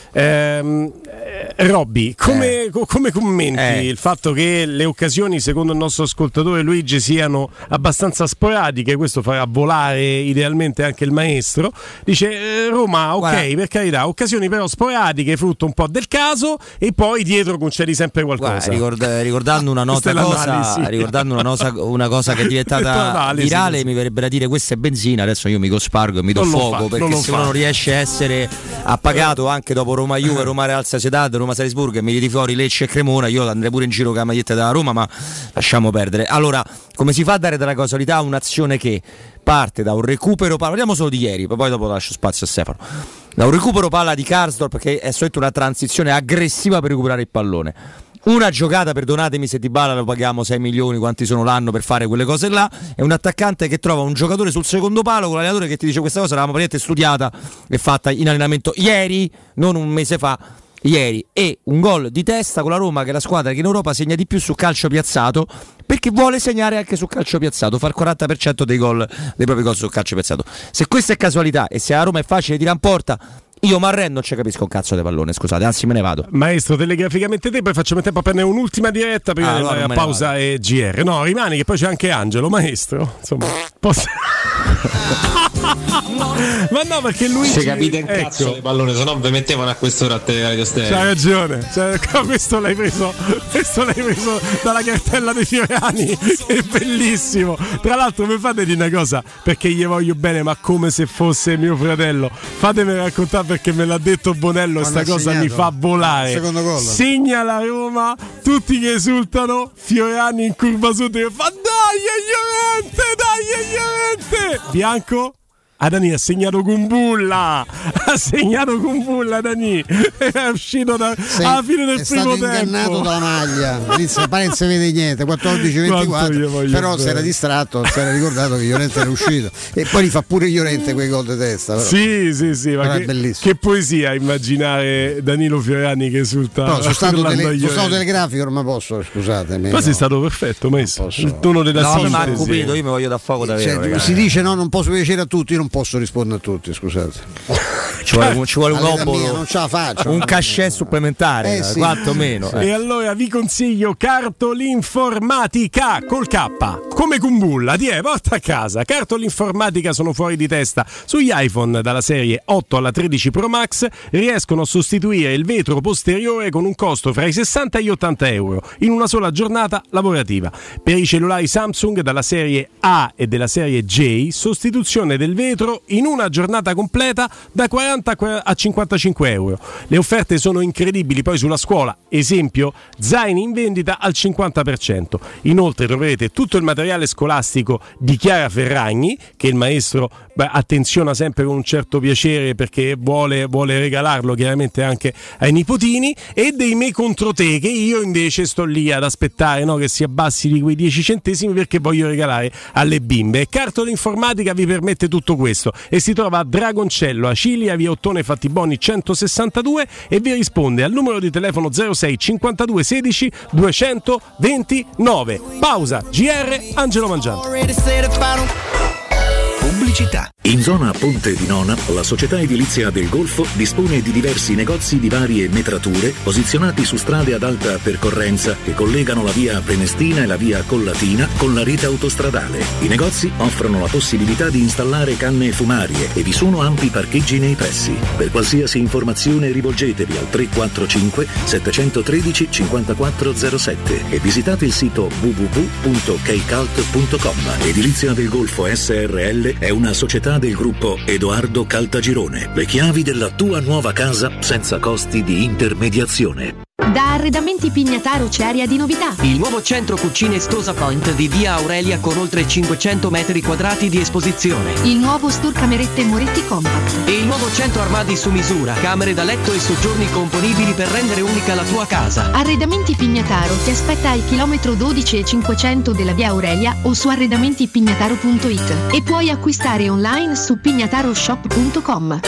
Robby, come commenti il fatto che le occasioni, secondo il nostro ascoltatore Luigi, siano abbastanza sporadiche? Questo farà volare idealmente anche il maestro. Dice Roma, ok, per carità, occasioni però sporadiche, frutto un po' del caso, e poi dietro concedi sempre qualcosa. Ricordando una cosa che è diventata virale, mi verrebbe da dire questa è benzina, adesso io mi cospargo e mi do fuoco, perché se uno non riesce a essere appagato anche dopo Roma Juve, Roma Real Sociedad, Roma Salisburgo e mi tiri fuori Lecce e Cremona, io andrei pure in giro con la maglietta della Roma, ma lasciamo perdere. Allora, come si fa a dare della causalità a un'azione che parte da un recupero palla? Parliamo solo di ieri, poi dopo lascio spazio a Stefano. Da un recupero palla di Karsdorp, che è solito una transizione aggressiva per recuperare il pallone. Una giocata, perdonatemi se Dybala lo paghiamo 6 milioni, quanti sono l'anno per fare quelle cose là, è un attaccante che trova un giocatore sul secondo palo, con l'allenatore che ti dice questa cosa l'avevamo praticamente studiata e fatta in allenamento ieri, non un mese fa, ieri, e un gol di testa con la Roma, che è la squadra che in Europa segna di più su calcio piazzato, perché vuole segnare anche su calcio piazzato, far 40% dei propri gol su calcio piazzato. Se questa è casualità e se a Roma è facile tirare in porta, io Marren non ci capisco un cazzo di pallone, scusate, anzi me ne vado. Maestro, telegraficamente te, poi facciamo tempo a prendere un'ultima diretta prima di andare a pausa e GR. No, rimani che poi c'è anche Angelo, maestro. Insomma, ma no, perché lui se capite un cazzo di pallone, se no vi mettevano a quest'ora a Teleradio Stereo. C'hai ragione, questo l'hai preso dalla cartella dei Fiorani, che è bellissimo. Tra l'altro mi fate dire una cosa, perché gli voglio bene, ma come se fosse mio fratello. Fatemi raccontare, perché me l'ha detto Bonello, sta cosa mi fa volare. Secondo gol. Segna la Roma, tutti che esultano, Fiorani in curva sud che fa dai Llorente. Bianco? Dani ha segnato con bulla, Dani è uscito alla fine del primo tempo, è stato ingannato dalla maglia. All'inizio pare non si vede niente, 14-24, però si era distratto, si era ricordato che Llorente era uscito e poi li fa pure Llorente quei gol di testa, però. Sì, ma che poesia immaginare Danilo Fiorani che esulta. No, sono stato telegrafico, ormai posso, scusatemi. Ma sei stato perfetto, messo il tono della sintesi. Ma ha capito, io mi voglio da fuoco davvero. Si dice non posso piacere a tutti, io non posso rispondere a tutti, scusate. Ci vuole un obolo, non ce la faccio, un cachet supplementare, quanto meno. E allora vi consiglio Cartolinformatica col K, come Kumbulla, porta a casa. Cartolinformatica sono fuori di testa. Sugli iPhone dalla serie 8 alla 13 Pro Max riescono a sostituire il vetro posteriore con un costo fra i 60 e gli 80 euro in una sola giornata lavorativa. Per i cellulari Samsung dalla serie A e della serie J, sostituzione del vetro in una giornata completa da 40 a 55 euro. Le offerte sono incredibili. Poi sulla scuola, esempio, zaini in vendita al 50%. Inoltre troverete tutto il materiale scolastico di Chiara Ferragni, che il maestro attenziona sempre con un certo piacere, perché vuole regalarlo chiaramente anche ai nipotini, e dei Me contro te, che io invece sto lì ad aspettare, no, che si abbassi di quei 10 centesimi, perché voglio regalare alle bimbe. Cartolinformatica vi permette tutto questo e si trova a Dragoncello, Acilia, via Ottone Fattiboni 162, e vi risponde al numero di telefono 06 52 16 229. Pausa, GR, Angelo Mangiante. Pubblicità. In zona Ponte di Nona, la società edilizia del Golfo dispone di diversi negozi di varie metrature posizionati su strade ad alta percorrenza che collegano la via Prenestina e la via Collatina con la rete autostradale. I negozi offrono la possibilità di installare canne fumarie e vi sono ampi parcheggi nei pressi. Per qualsiasi informazione rivolgetevi al 345 713 5407 e visitate il sito www.keicalt.com. Edilizia del Golfo SRL è una società del gruppo Edoardo Caltagirone. Le chiavi della tua nuova casa senza costi di intermediazione. Da Arredamenti Pignataro c'è aria di novità. Il nuovo centro cucine Stosa Point di via Aurelia con oltre 500 metri quadrati di esposizione. Il nuovo store camerette Moretti Compact. E il nuovo centro armadi su misura, camere da letto e soggiorni componibili per rendere unica la tua casa. Arredamenti Pignataro ti aspetta al chilometro 12 e 500 della via Aurelia o su arredamentipignataro.it e puoi acquistare online su pignataroshop.com.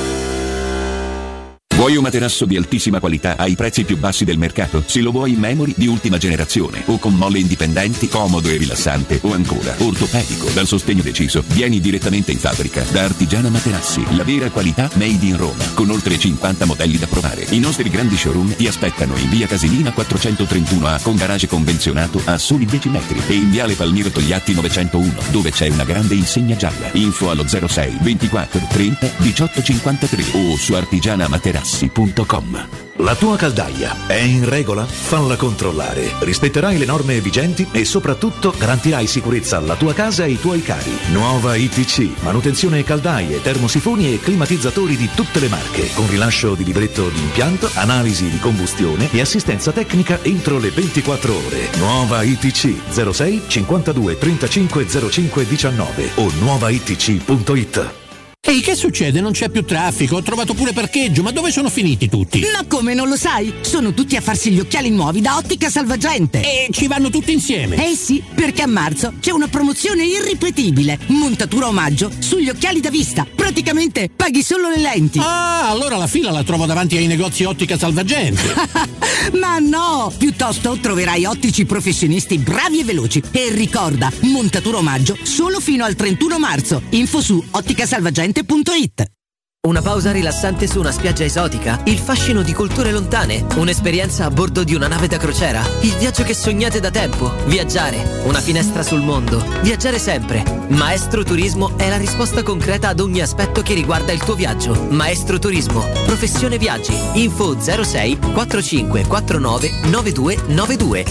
Vuoi un materasso di altissima qualità ai prezzi più bassi del mercato? Se lo vuoi in memory di ultima generazione o con molle indipendenti, comodo e rilassante, o ancora ortopedico dal sostegno deciso, vieni direttamente in fabbrica da Artigiana Materassi, la vera qualità made in Roma, con oltre 50 modelli da provare. I nostri grandi showroom ti aspettano in via Casilina 431A con garage convenzionato a soli 10 metri e in viale Palmiro Togliatti 901, dove c'è una grande insegna gialla. Info allo 06 24 30 18 53 o su artigianamaterassi.com. La tua caldaia è in regola? Falla controllare. Rispetterai le norme vigenti e soprattutto garantirai sicurezza alla tua casa e ai tuoi cari. Nuova ITC, manutenzione caldaie, termosifoni e climatizzatori di tutte le marche, con rilascio di libretto di impianto, analisi di combustione e assistenza tecnica entro le 24 ore. Nuova ITC 06 52 35 05 19 o nuovaitc.it. Ehi, che succede? Non c'è più traffico, ho trovato pure parcheggio, ma dove sono finiti tutti? Ma come, non lo sai? Sono tutti a farsi gli occhiali nuovi da Ottica Salvagente. E ci vanno tutti insieme? Eh sì, perché a marzo c'è una promozione irripetibile. Montatura omaggio sugli occhiali da vista. Praticamente paghi solo le lenti. Ah, allora la fila la trovo davanti ai negozi Ottica Salvagente. Ma no, piuttosto troverai ottici professionisti bravi e veloci. E ricorda, montatura omaggio solo fino al 31 marzo. Info su otticasalvagente.it. Una pausa rilassante su una spiaggia esotica, il fascino di culture lontane, un'esperienza a bordo di una nave da crociera, il viaggio che sognate da tempo, viaggiare, una finestra sul mondo, viaggiare sempre. Maestro Turismo è la risposta concreta ad ogni aspetto che riguarda il tuo viaggio. Maestro Turismo, professione viaggi, info 06 45 49 9292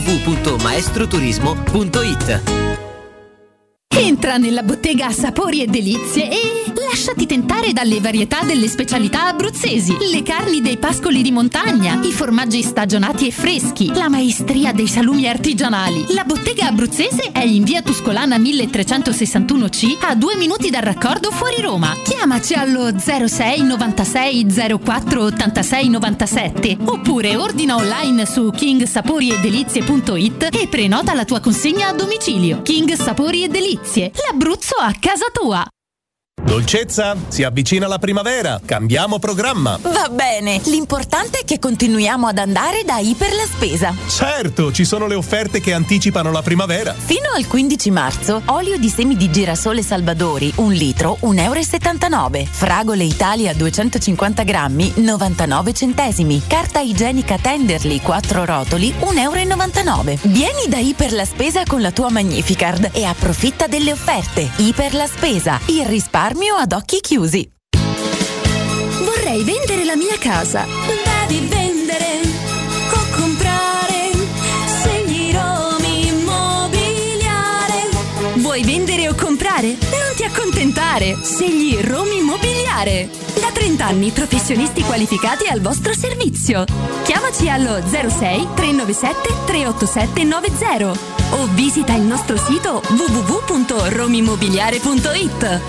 www.maestroturismo.it. Entra nella bottega Sapori e Delizie e lasciati tentare dalle varietà delle specialità abruzzesi, le carni dei pascoli di montagna, i formaggi stagionati e freschi, la maestria dei salumi artigianali. La bottega abruzzese è in via Tuscolana 1361C, a 2 minuti dal raccordo fuori Roma. Chiamaci allo 06 96 04 86 97 oppure ordina online su kingsaporiedelizie.it e prenota la tua consegna a domicilio. King Sapori e Delizie, l'Abruzzo a casa tua. Dolcezza, si avvicina la primavera, cambiamo programma. Va bene, l'importante è che continuiamo ad andare da Iper la Spesa. Certo, ci sono le offerte che anticipano la primavera. Fino al 15 marzo, olio di semi di girasole Salvadori, 1 litro, €1,79. Fragole Italia 250 grammi, 99 centesimi. Carta igienica Tenderly, 4 rotoli, €1,99. Vieni da Iper la Spesa con la tua Magnificard e approfitta delle offerte. Iper la Spesa, il risparmio ad occhi chiusi. Vorrei vendere la mia casa. Devi vendere o comprare. Scegli Romi Immobiliare. Vuoi vendere o comprare? Non ti accontentare. Scegli Romi Immobiliare. Da 30 anni professionisti qualificati al vostro servizio. Chiamaci allo 06 397 387 90 o visita il nostro sito www.romimmobiliare.it.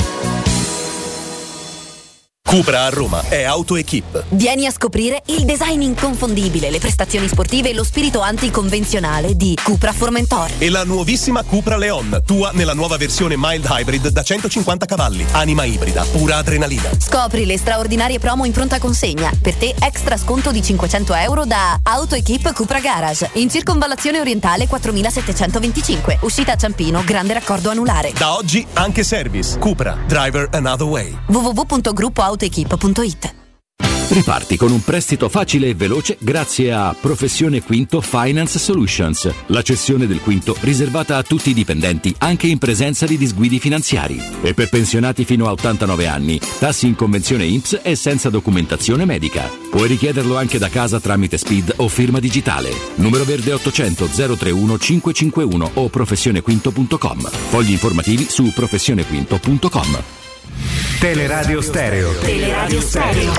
Cupra a Roma è AutoEquip. Vieni a scoprire il design inconfondibile, le prestazioni sportive e lo spirito anticonvenzionale di Cupra Formentor. E la nuovissima Cupra Leon, tua nella nuova versione mild hybrid da 150 cavalli, anima ibrida, pura adrenalina. Scopri le straordinarie promo in pronta consegna. Per te extra sconto di €500 da AutoEquip Cupra Garage. In circonvallazione orientale 4725. Uscita a Ciampino, grande raccordo anulare. Da oggi anche service. Cupra, driver another way. www.gruppoautoequip.it. Riparti con un prestito facile e veloce grazie a Professione Quinto Finance Solutions, la cessione del quinto riservata a tutti i dipendenti anche in presenza di disguidi finanziari. E per pensionati fino a 89 anni, tassi in convenzione INPS e senza documentazione medica. Puoi richiederlo anche da casa tramite SPID o firma digitale. Numero verde 800 031 551 o professionequinto.com. Fogli informativi su professionequinto.com. Teleradio Stereo. Teleradio Stereo.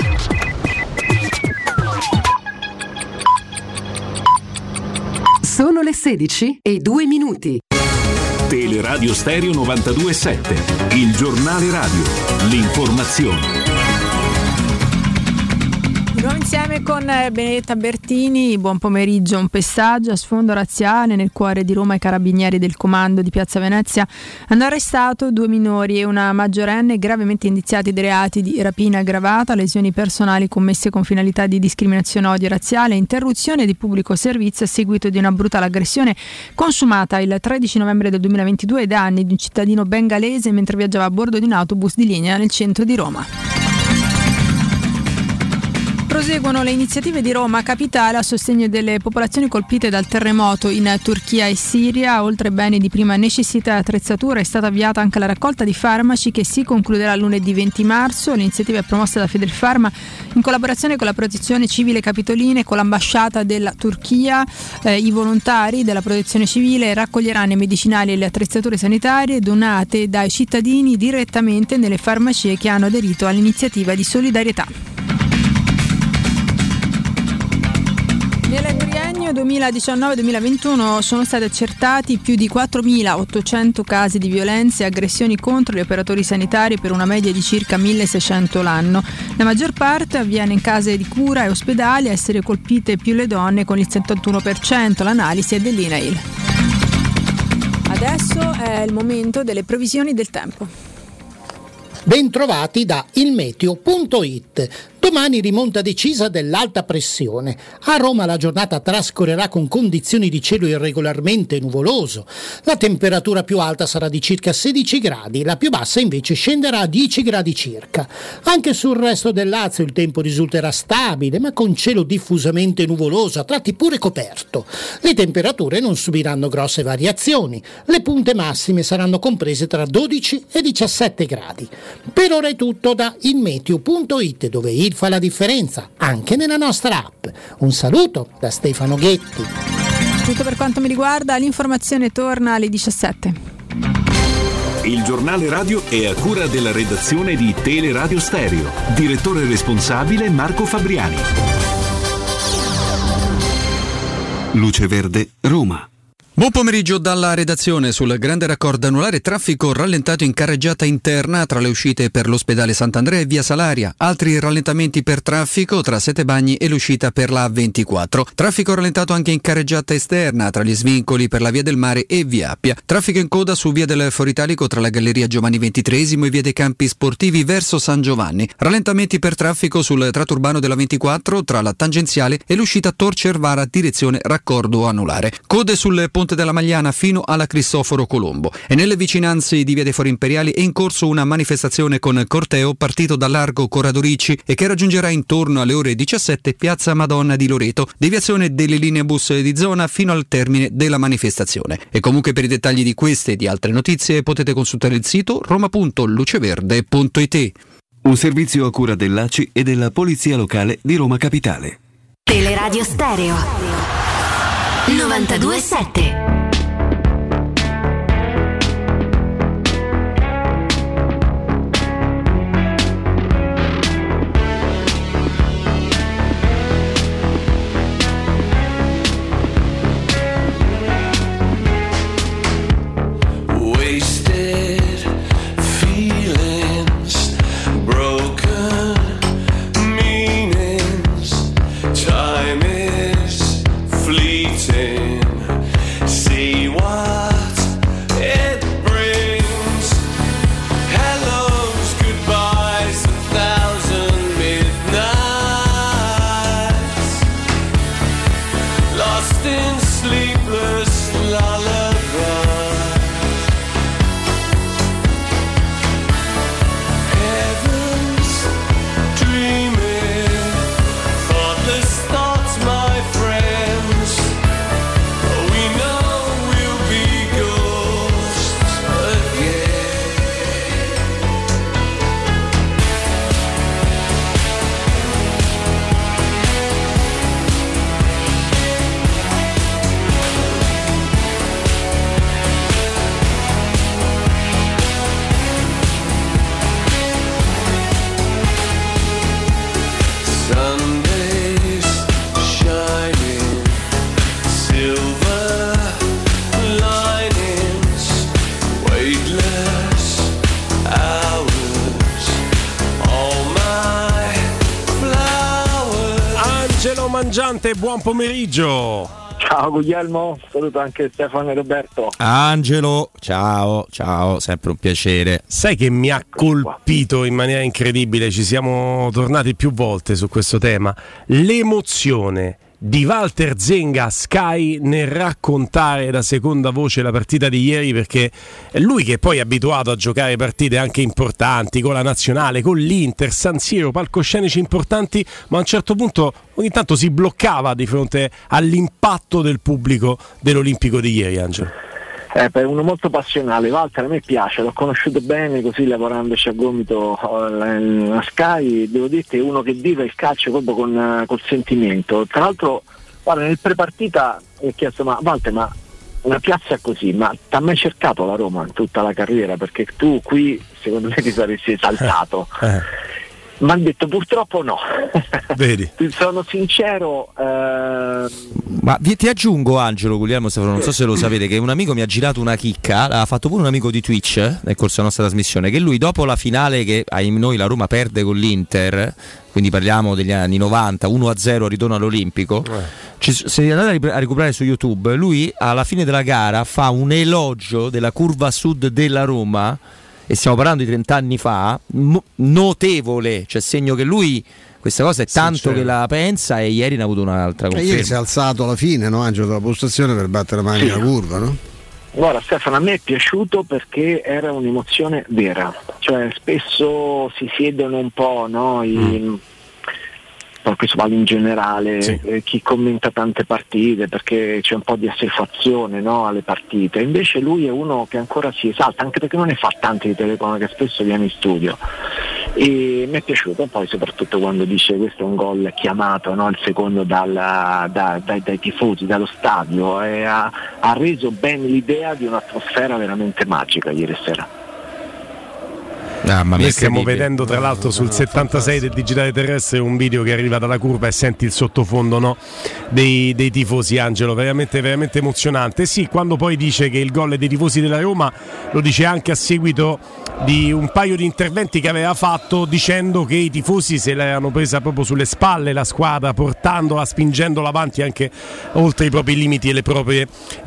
Sono le 16:02. Teleradio Stereo 92.7, il giornale radio, l'informazione. Di nuovo insieme con Benedetta Bertini, buon pomeriggio. Un pestaggio a sfondo razziale nel cuore di Roma. I carabinieri del comando di Piazza Venezia hanno arrestato 2 minori e una maggiorenne gravemente indiziati dei reati di rapina aggravata, lesioni personali commesse con finalità di discriminazione, odio razziale e interruzione di pubblico servizio a seguito di una brutale aggressione consumata il 13 novembre del 2022 ai danni di un cittadino bengalese mentre viaggiava a bordo di un autobus di linea nel centro di Roma. Proseguono le iniziative di Roma Capitale a sostegno delle popolazioni colpite dal terremoto in Turchia e Siria. Oltre beni di prima necessità e attrezzatura è stata avviata anche la raccolta di farmaci che si concluderà lunedì 20 marzo. L'iniziativa è promossa da Federfarma in collaborazione con la Protezione Civile Capitolina e con l'ambasciata della Turchia. I volontari della Protezione Civile raccoglieranno i medicinali e le attrezzature sanitarie donate dai cittadini direttamente nelle farmacie che hanno aderito all'iniziativa di solidarietà. Nel triennio triennio 2019-2021 sono stati accertati più di 4.800 casi di violenze e aggressioni contro gli operatori sanitari per una media di circa 1.600 l'anno. La maggior parte avviene in case di cura e ospedali, a essere colpite più le donne con il 71%. L'analisi è dell'INAIL. Adesso è il momento delle previsioni del tempo. Bentrovati da ilmeteo.it. Domani rimonta decisa dell'alta pressione. A Roma la giornata trascorrerà con condizioni di cielo irregolarmente nuvoloso. La temperatura più alta sarà di circa 16 gradi, la più bassa invece scenderà a 10 gradi circa. Anche sul resto del Lazio il tempo risulterà stabile, ma con cielo diffusamente nuvoloso, a tratti pure coperto. Le temperature non subiranno grosse variazioni. Le punte massime saranno comprese tra 12 e 17 gradi. Per ora è tutto da ilmeteo.it, dove il fa la differenza anche nella nostra app. Un saluto da Stefano Ghetti. Tutto per quanto mi riguarda, l'informazione torna alle 17. Il giornale radio è a cura della redazione di Teleradio Stereo. Direttore responsabile Marco Fabriani. Luce Verde, Roma. Buon pomeriggio dalla redazione. Sul grande raccordo anulare, traffico rallentato in carreggiata interna tra le uscite per l'ospedale Sant'Andrea e via Salaria. Altri rallentamenti per traffico tra Sette Bagni e l'uscita per la A24. Traffico rallentato anche in carreggiata esterna tra gli svincoli per la via del Mare e via Appia. Traffico in coda su via del Foritalico tra la Galleria Giovanni XXIII e via dei Campi Sportivi verso San Giovanni. Rallentamenti per traffico sul tratto urbano della 24 tra la tangenziale e l'uscita Tor Cervara direzione raccordo anulare. Code sul Ponte della Magliana fino alla Cristoforo Colombo. E nelle vicinanze di via dei Fori Imperiali è in corso una manifestazione con corteo partito da largo Corrado Ricci e che raggiungerà intorno alle ore 17 piazza Madonna di Loreto, deviazione delle linee bus di zona fino al termine della manifestazione. E comunque per i dettagli di queste e di altre notizie potete consultare il sito roma.luceverde.it. Un servizio a cura dell'ACI e della Polizia Locale di Roma Capitale. Teleradio Stereo 92.7. Mangiante, buon pomeriggio. Ciao Guglielmo, saluto anche Stefano e Roberto. Angelo, ciao, sempre un piacere. Sai che mi ha colpito in maniera incredibile, ci siamo tornati più volte su questo tema, l'emozione di Walter Zenga a Sky nel raccontare da seconda voce la partita di ieri, perché è lui che poi è abituato a giocare partite anche importanti con la nazionale, con l'Inter, San Siro, palcoscenici importanti, ma a un certo punto ogni tanto si bloccava di fronte all'impatto del pubblico dell'Olimpico di ieri, Angelo. Per uno molto passionale, Walter a me piace, l'ho conosciuto bene così lavorandoci a gomito a Sky, devo dirti è uno che vive il calcio proprio col sentimento. Tra l'altro, guarda, nel prepartita mi ha chiesto: ma Walter, ma una piazza così, ma t'ha mai cercato la Roma in tutta la carriera? Perché tu qui secondo me ti saresti esaltato. Mi hanno detto purtroppo no. Vedi. Sono sincero. Ma ti aggiungo, Angelo, Guglielmo Stefano, non so se lo sapete, che un amico mi ha girato una chicca, l'ha fatto pure un amico di Twitch nel corso della nostra trasmissione, che lui dopo la finale che noi la Roma perde con l'Inter, quindi parliamo degli anni 90, 1-0 ritorno all'Olimpico, se andate a recuperare su YouTube, lui alla fine della gara fa un elogio della curva sud della Roma, e stiamo parlando di 30 anni fa, notevole, cioè segno che lui questa cosa è tanto che la pensa, e ieri ne ha avuto un'altra conferma. Ieri si è alzato alla fine, no, Angelo, dalla postazione per battere la mano nella curva, no? Guarda Stefano, a me è piaciuto perché era un'emozione vera, cioè spesso si siedono un po', no, questo vale in generale, chi commenta tante partite perché c'è un po' di assuefazione, no, alle partite, invece lui è uno che ancora si esalta, anche perché non ne fa tante di telecronache, spesso viene in studio, e mi è piaciuto poi soprattutto quando dice questo è un gol chiamato, no, il secondo dai tifosi, dallo stadio, e ha reso bene l'idea di un'atmosfera veramente magica ieri sera. Noi stiamo vedendo tra l'altro sul 76 del digitale terrestre un video che arriva dalla curva, e senti il sottofondo, no, dei tifosi, Angelo, veramente veramente emozionante. Sì, quando poi dice che il gol è dei tifosi della Roma, lo dice anche a seguito di un paio di interventi che aveva fatto, dicendo che i tifosi se l'erano presa proprio sulle spalle la squadra, portandola, spingendola avanti anche oltre i propri limiti e le proprie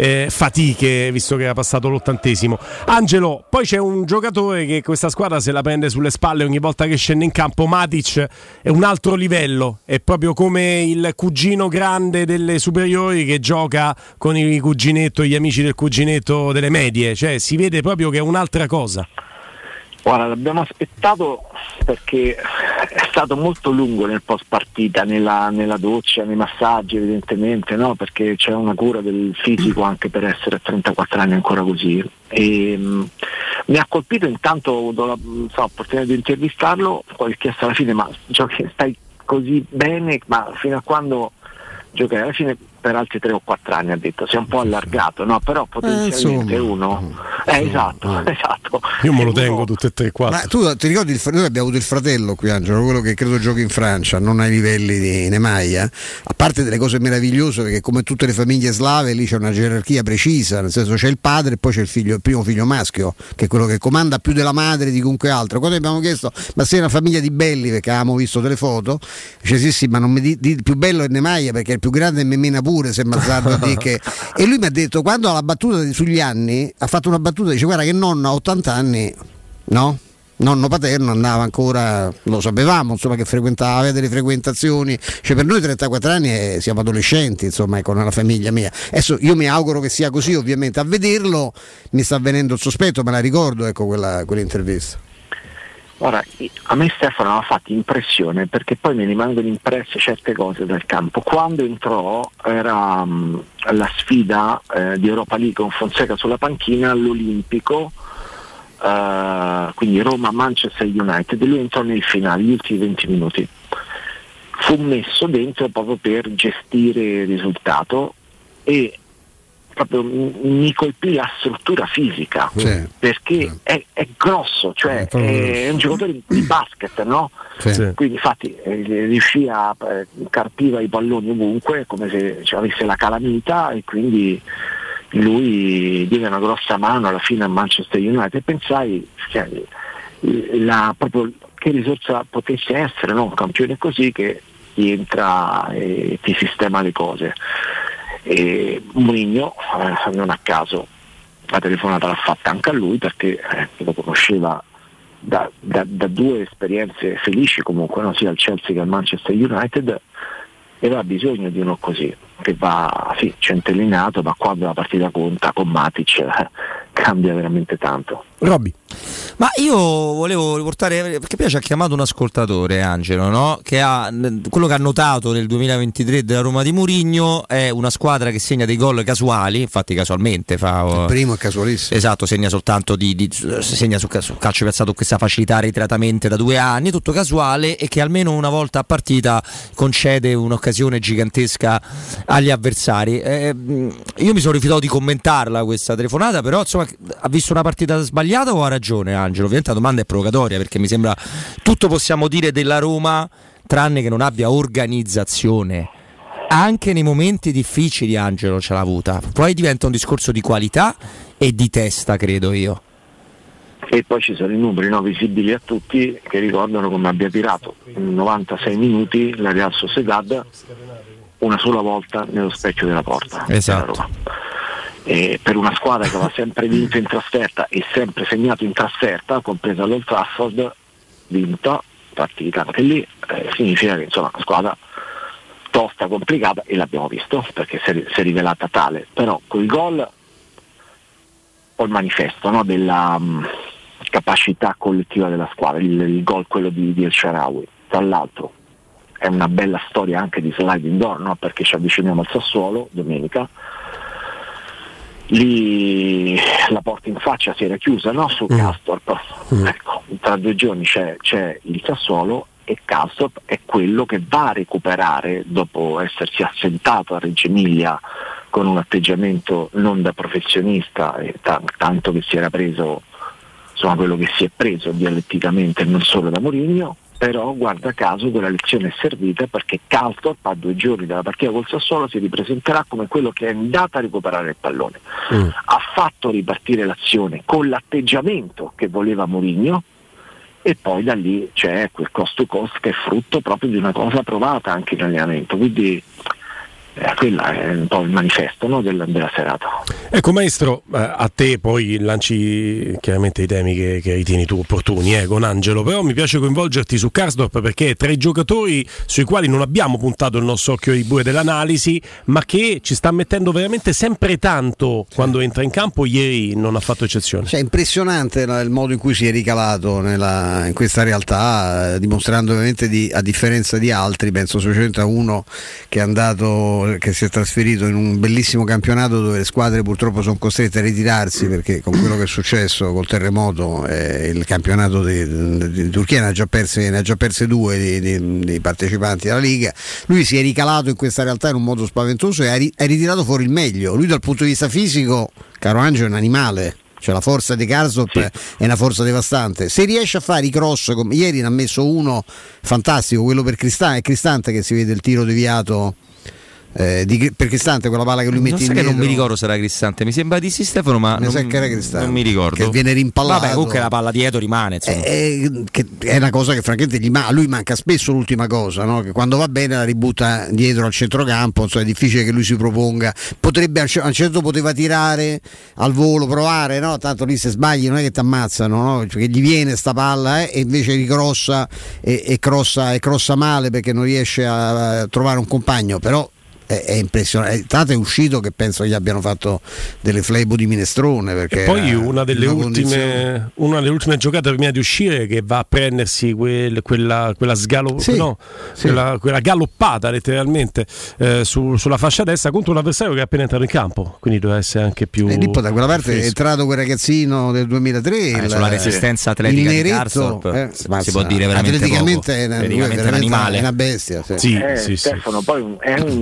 fatiche, visto che era passato l'80°. Angelo, poi c'è un giocatore che questa squadra se la prende sulle spalle ogni volta che scende in campo, Matic, è un altro livello, è proprio come il cugino grande delle superiori che gioca con il cuginetto, gli amici del cuginetto delle medie, cioè si vede proprio che è un'altra cosa. Guarda, l'abbiamo aspettato perché è stato molto lungo nel post partita, nella doccia, nei massaggi evidentemente, no? Perché c'è una cura del fisico anche per essere a 34 anni ancora così. E mi ha colpito, intanto ho avuto l'opportunità di intervistarlo, poi ho chiesto alla fine ma stai così bene, ma fino a quando giocherai? Alla fine per altri 3 o 4 anni ha detto, si è un po' allargato, no? Però potenzialmente uno esatto. Io me lo tengo tutte e 3 4. Ma tu ti ricordi noi abbiamo avuto il fratello qui, Angelo, quello che credo giochi in Francia, non ai livelli di Nemanja, a parte delle cose meravigliose, perché come tutte le famiglie slave lì c'è una gerarchia precisa, nel senso c'è il padre e poi c'è il primo figlio maschio, che è quello che comanda più della madre di chiunque altro. Quando abbiamo chiesto ma sei una famiglia di belli, perché avevamo visto delle foto, dice sì ma non mi di più bello è Nemanja perché il più grande è Memmena pure, se Mazzardo a dire che... E lui mi ha detto, quando alla battuta sugli anni ha fatto una battuta, dice guarda che nonno a 80 anni, no? Nonno paterno andava ancora, lo sapevamo, insomma, che frequentava, aveva delle frequentazioni, cioè per noi 34 anni siamo adolescenti, insomma, ecco, nella famiglia mia. Adesso io mi auguro che sia così, ovviamente, a vederlo mi sta venendo il sospetto, me la ricordo, ecco, quell'intervista. Ora, a me Stefano aveva fatto impressione, perché poi mi rimangono impresse certe cose dal campo. Quando entrò era la sfida di Europa League con Fonseca sulla panchina all'Olimpico, quindi Roma-Manchester United, e lui entrò nel finale, gli ultimi 20 minuti. Fu messo dentro proprio per gestire il risultato, e proprio mi colpì la struttura fisica, perché è grosso, cioè è un giocatore di basket, no? Quindi infatti riuscì a carpiva i palloni ovunque come se avesse la calamita, e quindi lui diede una grossa mano alla fine a Manchester United. E pensai proprio che risorsa potesse essere, no? Un campione così che entra e ti sistema le cose. E Mourinho non a caso la telefonata l'ha fatta anche a lui, perché lo conosceva da 2 esperienze felici comunque, no? Sia al Chelsea che al Manchester United, e aveva bisogno di uno così, che va centellinato, ma quando la partita conta con Matic cambia veramente tanto. Robby. Ma io volevo riportare, perché poi ci ha chiamato un ascoltatore, Angelo, no? Che ha quello che ha notato nel 2023 della Roma di Mourinho è una squadra che segna dei gol casuali, infatti casualmente fa il primo è casualissimo. Esatto, segna soltanto segna su calcio piazzato con questa facilità ritiratamente da 2 anni, tutto casuale, e che almeno una volta a partita concede un'occasione gigantesca agli avversari. Io mi sono rifiutato di commentarla questa telefonata, però insomma ha visto una partita sbagliata o ha ragione Angelo? Ovviamente la domanda è provocatoria, perché mi sembra tutto possiamo dire della Roma tranne che non abbia organizzazione. Anche nei momenti difficili Angelo ce l'ha avuta, poi diventa un discorso di qualità e di testa, credo io. E poi ci sono i numeri visibili a tutti che ricordano come abbia tirato in 96 minuti la Real Sociedad una sola volta nello specchio della porta. Esatto. E per una squadra che aveva sempre vinto in trasferta e sempre segnato in trasferta, compresa l'Old Trafford, vinta partita anche lì, significa che insomma una squadra tosta, complicata, e l'abbiamo visto perché si è rivelata tale. Però col gol ho il manifesto della capacità collettiva della squadra, il gol quello di El Shaarawy. Tra l'altro è una bella storia anche di sliding door, perché ci avviciniamo al Sassuolo domenica, lì la porta in faccia si era chiusa su Karsdorp. Ecco, tra 2 giorni c'è il Sassuolo e Karsdorp è quello che va a recuperare dopo essersi assentato a Reggio Emilia con un atteggiamento non da professionista, e tanto che si era preso quello che si è preso dialetticamente, non solo da Mourinho. Però guarda caso quella lezione è servita, perché Karsdorp a 2 giorni dalla partita col Sassuolo si ripresenterà come quello che è andato a recuperare il pallone. Ha fatto ripartire l'azione con l'atteggiamento che voleva Mourinho, e poi da lì c'è quel cost to cost che è frutto proprio di una cosa provata anche in allenamento. Quindi quella è un po' il manifesto della serata. Ecco maestro, a te poi lanci chiaramente i temi che ritieni tu opportuni con Angelo, però mi piace coinvolgerti su Karsdorp, perché è tra i giocatori sui quali non abbiamo puntato il nostro occhio di bue dell'analisi, ma che ci sta mettendo veramente sempre tanto quando entra in campo. Ieri non ha fatto eccezione. È impressionante il modo in cui si è ricalato in questa realtà, dimostrando ovviamente a differenza di altri, penso specialmente a uno che si è trasferito in un bellissimo campionato dove le squadre purtroppo sono costrette a ritirarsi, perché con quello che è successo col terremoto il campionato di Turchia ne ha già perse 2 di partecipanti alla Liga. Lui si è ricalato in questa realtà in un modo spaventoso e ha ritirato fuori il meglio. Lui dal punto di vista fisico, caro Angelo, è un animale. Cioè la forza di Karsdorp è una forza devastante. Se riesce a fare i cross, come ieri ne ha messo uno fantastico, quello per Cristante, che si vede il tiro deviato per Cristante, quella palla che lui mette indietro. Non mi ricordo se era Cristante, mi sembra di sì Stefano, ma non mi ricordo. Che viene rimpallato. Vabbè, comunque la palla dietro rimane, che è una cosa che francamente a lui manca spesso, l'ultima cosa, che quando va bene la ributta dietro al centrocampo, è difficile che lui si proponga. Potrebbe a un certo poteva tirare al volo, provare, tanto lì se sbagli non è che ti ammazzano, perché gli viene sta palla e invece ricrossa e crossa male perché non riesce a trovare un compagno. Però è impressionante. Tanto è uscito che penso gli abbiano fatto delle flebo di minestrone, perché e poi una delle ultime giocate prima di uscire, che va a prendersi quella galoppata letteralmente sulla fascia destra contro un avversario che è appena entrato in campo, quindi doveva essere anche più. E lì poi da quella parte è entrato quel ragazzino del 2003 sulla resistenza atletica di Karsdorp, si può dire veramente atleticamente poco. È un animale, è una bestia. Stefano, poi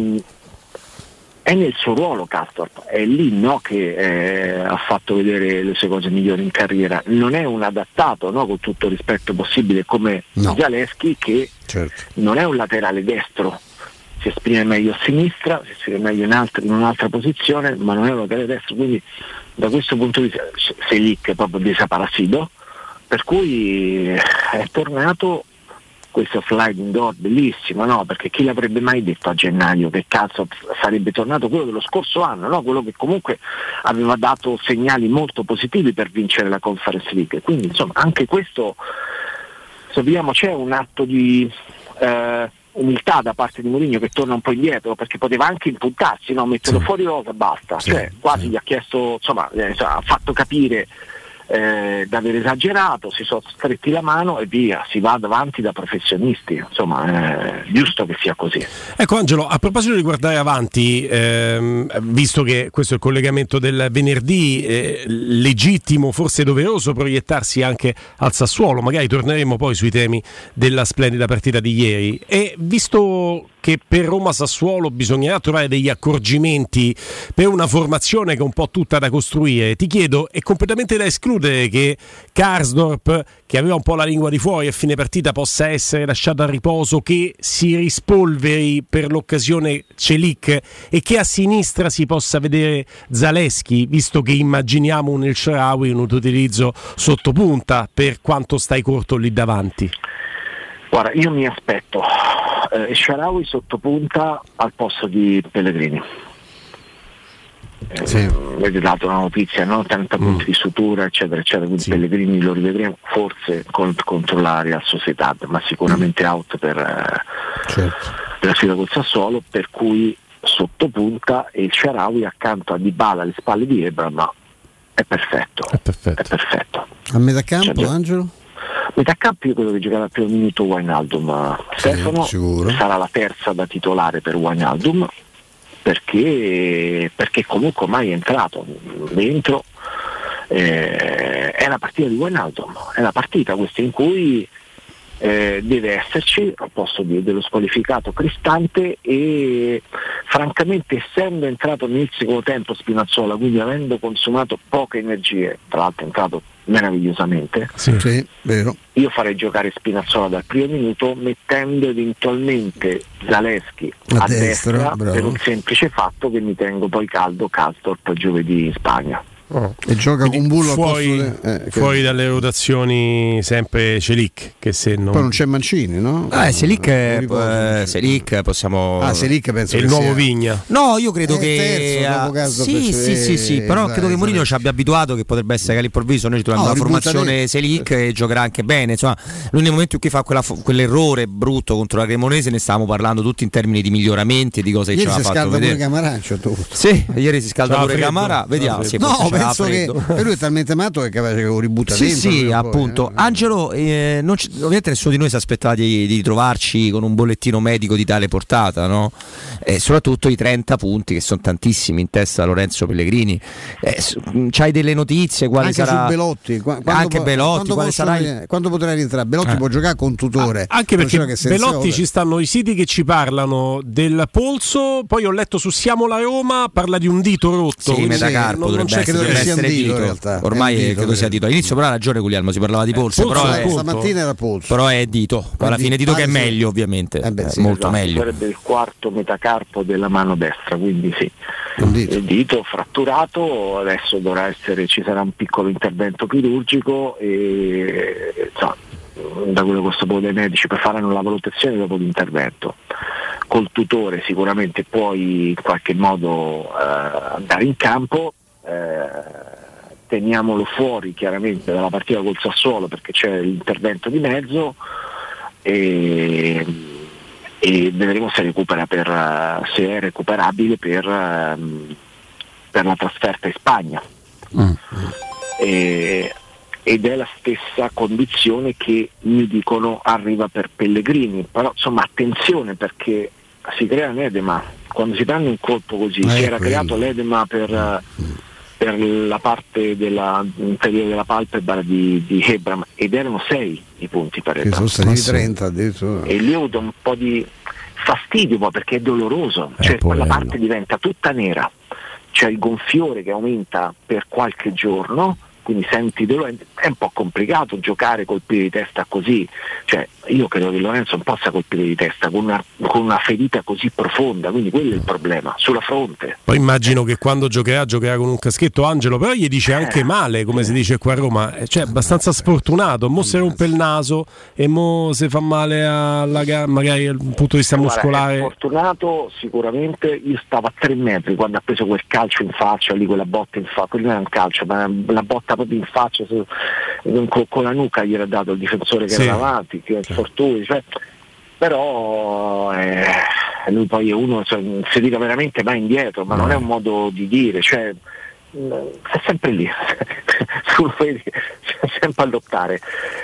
è nel suo ruolo Karsdorp, è lì che ha fatto vedere le sue cose migliori in carriera. Non è un adattato, con tutto il rispetto possibile, come Zalewski, che non è un laterale destro, si esprime meglio a sinistra, si esprime meglio in un'altra posizione, ma non è un laterale destro, quindi da questo punto di vista Selic proprio desaparecido, per cui è tornato questo sliding door bellissimo, perché chi l'avrebbe mai detto a gennaio che Karsdorp sarebbe tornato quello dello scorso anno, quello che comunque aveva dato segnali molto positivi per vincere la Conference League. Quindi insomma anche questo, c'è un atto di umiltà da parte di Mourinho, che torna un po' indietro, perché poteva anche impuntarsi, metterlo fuori rosa, basta, quasi gli ha chiesto, ha fatto capire d'aver esagerato, si sono stretti la mano e via, si va avanti da professionisti, è giusto che sia così. Ecco Angelo, a proposito di guardare avanti, visto che questo è il collegamento del venerdì, legittimo, forse doveroso proiettarsi anche al Sassuolo, magari torneremo poi sui temi della splendida partita di ieri, e visto che per Roma-Sassuolo bisognerà trovare degli accorgimenti per una formazione che è un po' tutta da costruire. Ti chiedo, è completamente da escludere che Karsdorp, che aveva un po' la lingua di fuori a fine partita, possa essere lasciato a riposo, che si rispolveri per l'occasione Celik e che a sinistra si possa vedere Zalewski, visto che immaginiamo un El Shaarawy un utilizzo sotto punta, per quanto stai corto lì davanti? Guarda, io mi aspetto El Shaarawy sotto punta al posto di Pellegrini. Avete dato una notizia, no? 30 punti di sutura, eccetera, eccetera, quindi Pellegrini lo rivedremo forse contro la Real Sociedad, ma sicuramente out per la sfida col Sassuolo, per cui sotto punta e il Shaarawy accanto a Dybala alle spalle di Ebram è perfetto. A metà campo, Angelo? Metà campo io credo che giocherà al primo minuto Wijnaldum. Stefano sarà la terza da titolare per Wijnaldum, perché comunque ormai è entrato dentro, è la partita di Wijnaldum, è la partita questa in cui deve esserci al posto dello squalificato Cristante, e francamente essendo entrato nel secondo tempo Spinazzola, quindi avendo consumato poche energie, tra l'altro è entrato meravigliosamente, vero. Io farei giocare Spinazzola dal primo minuto, mettendo eventualmente Zalewski a destra per un semplice fatto che mi tengo poi caldo Karsdorp giovedì in Spagna. E gioca con Bullo fuori dalle rotazioni sempre Celik, che se non... Poi non c'è Mancini, no? Selic possiamo... Selic penso è il nuovo Vigna. No, io credo che sì, però credo che Mourinho ci abbia abituato che potrebbe essere che all'improvviso noi ci troviamo una formazione Selic e giocherà anche bene, insomma. L'unico momento in cui fa quell'errore brutto contro la Cremonese ne stavamo parlando tutti in termini di miglioramenti e di cose che ci aveva fatto vedere. Ieri si scalda pure Camarà, vediamo. Penso che per lui è talmente amato che è capace che lo ributta dentro. Sì, appunto. Angelo, ovviamente nessuno di noi si aspettava di trovarci con un bollettino medico di tale portata, no? Soprattutto i 30 punti, che sono tantissimi, in testa a Lorenzo Pellegrini. C'hai delle notizie? Quale anche sarà? Su Belotti. Quando potrà rientrare? Belotti può giocare con Tutore. Anche perché Belotti ci stanno i siti che ci parlano del polso, poi ho letto su Siamo la Roma, parla di un dito rotto. Sì, metacarpo dovrebbe essere dito. Ormai credo sia dito. All'inizio però ha ragione Guglielmo, si parlava di polso, stamattina era polso. Però è dito. Alla fine dito che è meglio, ovviamente. Molto meglio. Sarebbe il quarto metacarpo della mano destra, quindi sì. Il dito fratturato, adesso ci sarà un piccolo intervento chirurgico e da quello che ho saputo dai medici faranno la valutazione dopo l'intervento. Col Tutore sicuramente puoi in qualche modo andare in campo. Teniamolo fuori chiaramente dalla partita col Sassuolo perché c'è l'intervento di mezzo e vedremo se recupera se è recuperabile per la trasferta in Spagna. Ed è la stessa condizione che mi dicono arriva per Pellegrini, però insomma attenzione perché si crea un edema quando si prende un colpo così. Si era creato l'edema per la parte inferiore della palpebra di Ebram ed erano 6 i punti per Ebram. Sono stati 30 addirittura. E lì ho avuto un po' di fastidio perché è doloroso, cioè quella parte diventa tutta nera, c'è il gonfiore che aumenta per qualche giorno, quindi senti dolore, è un po' complicato giocare colpire di testa così, cioè io credo che Lorenzo non possa colpire di testa con una ferita così profonda, quindi quello è il problema, sulla fronte. Poi immagino che quando giocherà con un caschetto Angelo, però gli dice anche male, come si dice qua a Roma, cioè abbastanza sfortunato, mo si rompe il naso e mo si fa male alla gamba, magari dal punto di vista muscolare. È sfortunato sicuramente, io stavo a 3 metri quando ha preso quel calcio in faccia, lì quella botta in faccia, quello non era un calcio, ma la botta proprio in faccia con la nuca gli era dato il difensore che era davanti, che è Fortuni, però lui poi è uno, si tira veramente mai indietro, ma non è un modo di dire, cioè è sempre lì sempre a lottare,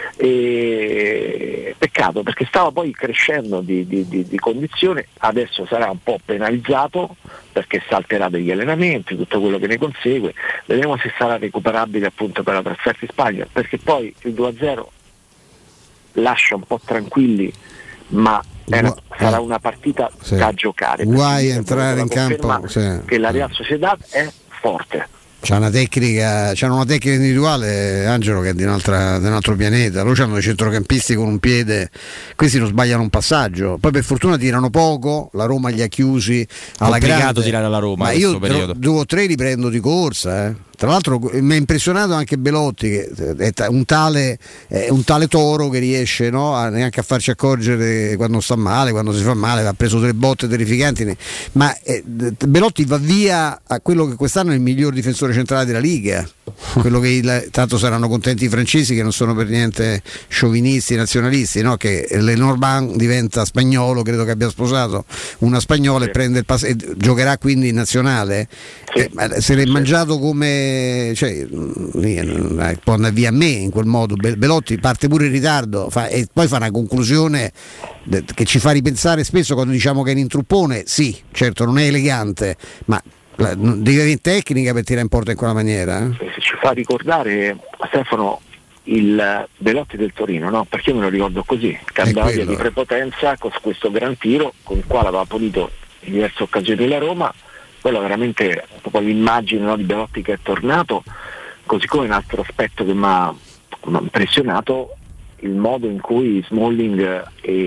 e peccato perché stava poi crescendo di condizione, adesso sarà un po' penalizzato perché salterà degli allenamenti, tutto quello che ne consegue, vedremo se sarà recuperabile appunto per la trasferta in Spagna, perché poi il 2-0 lascia un po' tranquilli, ma sarà una partita da giocare. Guai entrare in campo che la Real Sociedad è forte. C'hanno una tecnica individuale, Angelo, che è di un altro pianeta. Loro hanno dei centrocampisti con un piede, questi non sbagliano un passaggio. Poi per fortuna tirano poco, la Roma li ha chiusi alla grande. Complicato tirare alla Roma, ma io 2 o 3 li prendo di corsa. Tra l'altro mi ha impressionato anche Belotti, che è un tale toro che riesce, no, neanche a farci accorgere quando sta male, quando si fa male, ha preso 3 botte terrificanti, ma Belotti va via a quello che quest'anno è il miglior difensore centrale della Liga, quello che tanto saranno contenti i francesi, che non sono per niente sciovinisti, nazionalisti, no? Che Lenormand diventa spagnolo, credo che abbia sposato una spagnola e prende e giocherà quindi in nazionale. Se l'è mangiato come può andare via a me in quel modo. Belotti parte pure in ritardo e poi fa una conclusione che ci fa ripensare spesso quando diciamo che è un intruppone. Sì, certo, non è elegante, ma devi avere tecnica per tirare in porta in quella maniera. Ci fa ricordare, Stefano, il Belotti del Torino, no? Perché io me lo ricordo così, che andava via di prepotenza con questo gran tiro con il quale aveva pulito in diverse occasioni la Roma. Quello veramente proprio l'immagine, no, di Belotti che è tornato. Così come un altro aspetto che mi ha impressionato, il modo in cui Smalling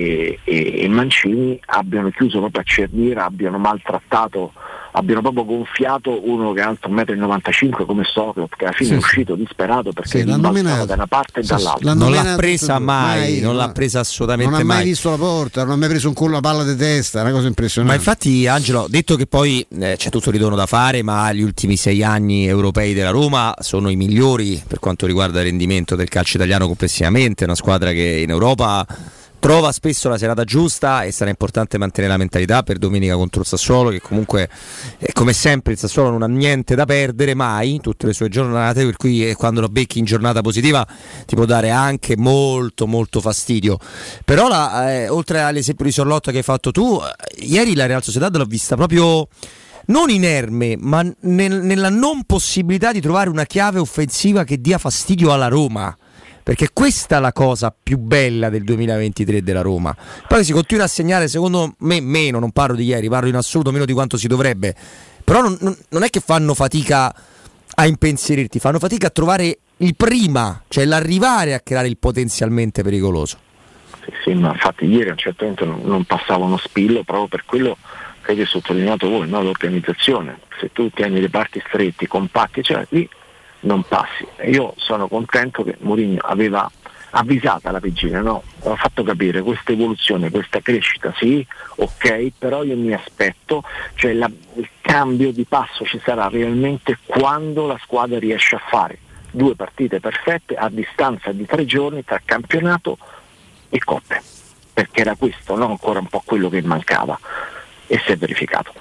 e Mancini abbiano chiuso proprio a Cernira, abbiano maltrattato, abbiano proprio gonfiato uno che è alto 1,95 m come Socrates, che alla fine è uscito disperato perché rimbalzava da una parte e dall'altra. Non l'ha presa mai, non l'ha presa assolutamente mai. Non ha mai visto la porta, non ha mai preso un collo a palla di testa, è una cosa impressionante. Ma infatti, Angelo, detto che poi c'è tutto il ritorno da fare, ma gli ultimi 6 anni europei della Roma sono i migliori per quanto riguarda il rendimento del calcio italiano complessivamente, una squadra che in Europa trova spesso la serata giusta e sarà importante mantenere la mentalità per domenica contro il Sassuolo, che comunque come sempre il Sassuolo non ha niente da perdere mai tutte le sue giornate, per cui quando lo becchi in giornata positiva ti può dare anche molto molto fastidio. Però oltre all'esempio di Sorlotta che hai fatto tu, ieri la Real Sociedad l'ho vista proprio non inerme, ma nella non possibilità di trovare una chiave offensiva che dia fastidio alla Roma. Perché questa è la cosa più bella del 2023 della Roma. Poi si continua a segnare, secondo me, meno, non parlo di ieri, parlo in assoluto meno di quanto si dovrebbe. Però non è che fanno fatica a impensierirti, fanno fatica a trovare il prima, cioè l'arrivare a creare il potenzialmente pericoloso. Sì, ma infatti ieri a un certo punto non passava uno spillo proprio per quello che avete sottolineato voi, no? L'organizzazione. Se tu tieni le parti stretti, compatti, cioè lì non passi. E io sono contento che Mourinho aveva avvisata la Pegina, no? Aveva fatto capire questa evoluzione, questa crescita, sì, ok, però io mi aspetto, cioè il cambio di passo ci sarà realmente quando la squadra riesce a fare 2 partite perfette a distanza di 3 giorni tra campionato e coppe, perché era questo, no? Ancora un po' quello che mancava, e si è verificato,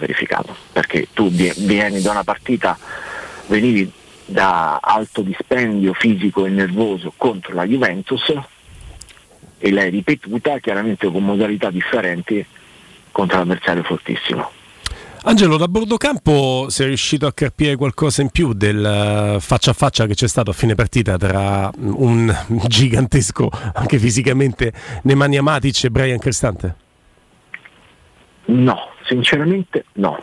perché tu vieni da una partita, venivi da alto dispendio fisico e nervoso contro la Juventus e l'hai ripetuta chiaramente con modalità differenti contro l'avversario fortissimo. Angelo, da bordo campo sei riuscito a capire qualcosa in più del faccia a faccia che c'è stato a fine partita tra un gigantesco, anche fisicamente, Nemanja Matic e Bryan Cristante? No, sinceramente no.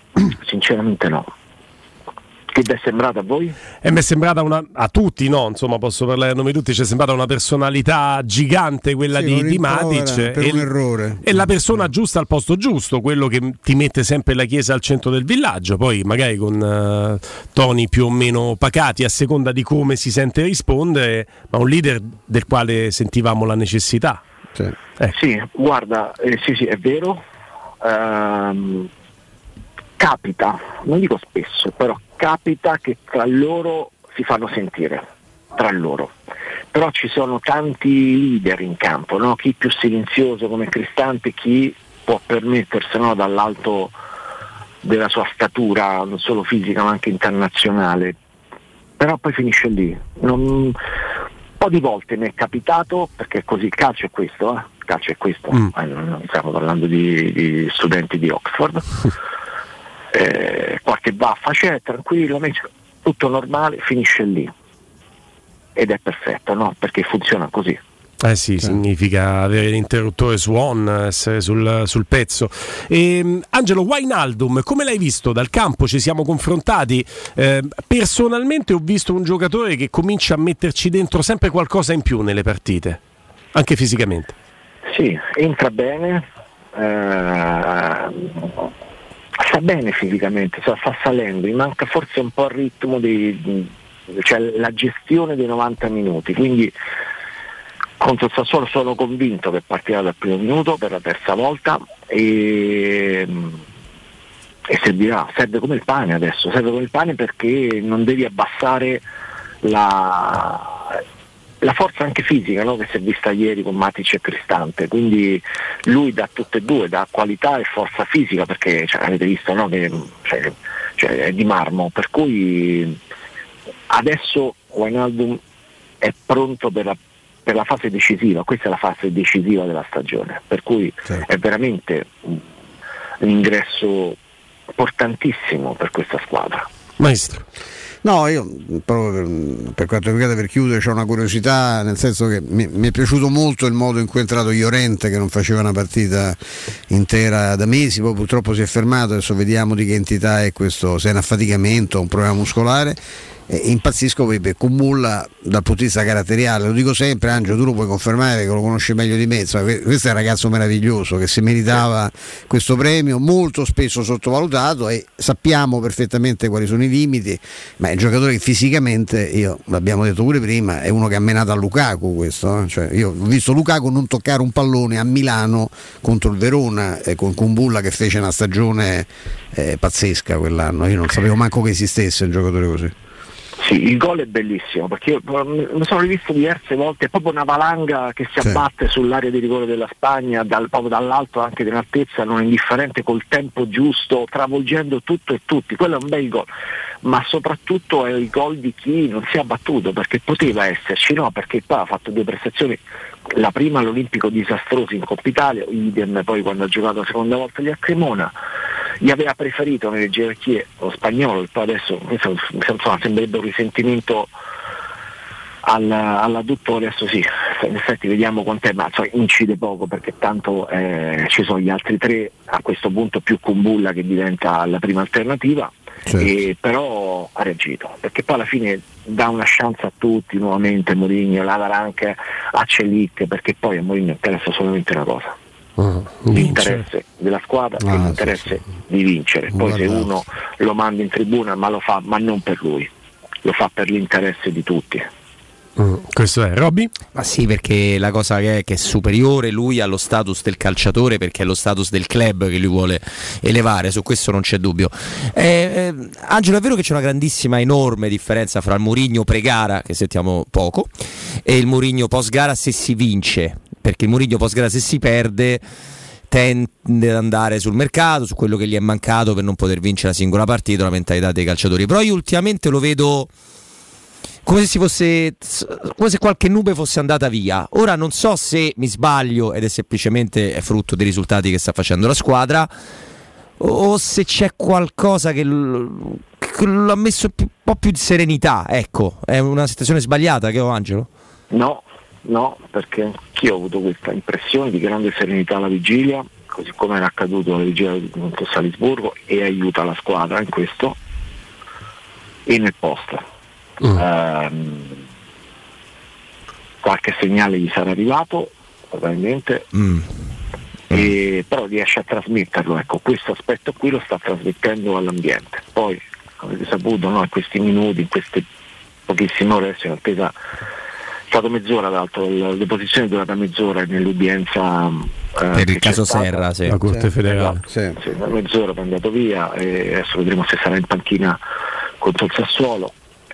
Che vi è sembrata a voi? Mi è sembrata a tutti, no? Insomma, posso parlare a nome di tutti, ci è sembrata una personalità gigante quella di Matic per un errore. E la persona giusta al posto giusto, quello che ti mette sempre la chiesa al centro del villaggio, poi magari con toni più o meno pacati a seconda di come si sente rispondere, ma un leader del quale sentivamo la necessità. Sì, guarda, sì, è vero. Capita, non dico spesso, però capita che tra loro si fanno sentire, tra loro. Però ci sono tanti leader in campo, no? Chi più silenzioso come Cristante, chi può permettersi, no, dall'alto della sua statura, non solo fisica ma anche internazionale. Però poi finisce lì. Un po' di volte mi è capitato, perché così il calcio è questo, non stiamo parlando di studenti di Oxford. Qualche baffa c'è, tranquillo, tutto normale, finisce lì ed è perfetto, no? Perché funziona così. Sì, significa avere l'interruttore su on, essere sul pezzo. Angelo, Wijnaldum, come l'hai visto dal campo? Ci siamo confrontati. Personalmente ho visto un giocatore che comincia a metterci dentro sempre qualcosa in più nelle partite, anche fisicamente. Sì, entra bene, sta bene fisicamente, sta salendo, gli manca forse un po' il ritmo cioè la gestione dei 90 minuti, quindi contro il Sassuolo sono convinto che partirà dal primo minuto per la terza volta e serve come il pane adesso, serve come il pane perché non devi abbassare la forza anche fisica, no? Che si è vista ieri con Matic e Cristante, quindi lui dà tutte e due, dà qualità e forza fisica perché avete visto, no? Che è di marmo, per cui adesso Wijnaldum è pronto per la fase decisiva, questa è la fase decisiva della stagione, per cui è veramente un ingresso importantissimo per questa squadra. Maestro. No, io proprio per quanto riguarda, per chiudere, c'ho una curiosità, nel senso che mi è piaciuto molto il modo in cui è entrato Llorente, che non faceva una partita intera da mesi, poi purtroppo si è fermato, adesso vediamo di che entità è questo, se è un affaticamento o un problema muscolare. Impazzisco per Kumbulla dal punto di vista caratteriale, lo dico sempre, Angelo, tu lo puoi confermare perché lo conosci meglio di me, questo è un ragazzo meraviglioso che si meritava questo premio, molto spesso sottovalutato, e sappiamo perfettamente quali sono i limiti, ma è un giocatore che fisicamente, l'abbiamo detto pure prima, è uno che ha menato a Lukaku questo, cioè, io ho visto Lukaku non toccare un pallone a Milano contro il Verona, con Kumbulla che fece una stagione pazzesca quell'anno, io non sapevo manco che esistesse un giocatore così. Sì, il gol è bellissimo perché io mi sono rivisto diverse volte, è proprio una valanga che si abbatte sull'area di rigore della Spagna, proprio dall'alto, anche in altezza, non indifferente, col tempo giusto, travolgendo tutto e tutti. Quello è un bel gol, ma soprattutto è il gol di chi non si è abbattuto, perché poteva esserci, no? Perché poi ha fatto due prestazioni, la prima all'Olimpico disastrosa in Coppa Italia, idem poi quando ha giocato la seconda volta lì a Cremona. Gli aveva preferito nelle gerarchie lo Spagnolo, e poi adesso sembrerebbe un risentimento all'adduttore, adesso sì, in effetti vediamo quant'è, ma incide poco perché tanto ci sono gli altri tre, a questo punto più Kumbulla che diventa la prima alternativa, e però ha reagito, perché poi alla fine dà una chance a tutti nuovamente, Mourinho, la darà anche a Celic, perché poi a Mourinho interessa solamente una cosa, l'interesse della squadra e l'interesse di vincere. Poi se uno lo manda in tribuna, ma lo fa, ma non per lui, lo fa per l'interesse di tutti. Questo è Robby? Ma sì, perché la cosa che è superiore lui allo status del calciatore, perché è lo status del club che lui vuole elevare, su questo non c'è dubbio. Angelo, è vero che c'è una grandissima, enorme differenza fra il Mourinho pre-gara, che sentiamo poco, e il Mourinho post-gara se si vince, perché il Mourinho post-gara se si perde tende ad andare sul mercato, su quello che gli è mancato per non poter vincere la singola partita, la mentalità dei calciatori. Però io ultimamente lo vedo come se qualche nube fosse andata via. Ora non so se mi sbaglio ed è semplicemente frutto dei risultati che sta facendo la squadra, o se c'è qualcosa che l'ha messo un po' più di serenità. Ecco, è una situazione sbagliata che ho, Angelo? No, perché anch'io ho avuto questa impressione di grande serenità alla vigilia, così come era accaduto alla vigilia contro Salisburgo, e aiuta la squadra in questo e nel post. Qualche segnale gli sarà arrivato probabilmente, però riesce a trasmetterlo, ecco, questo aspetto qui lo sta trasmettendo all'ambiente. Poi avete saputo, no, in questi minuti, in queste pochissime ore, adesso in attesa, è stato mezz'ora, d'altro la deposizione è durata mezz'ora nell'udienza per il caso Serra, la Corte Federale, mezz'ora è andato via, e adesso vedremo se sarà in panchina contro il Sassuolo,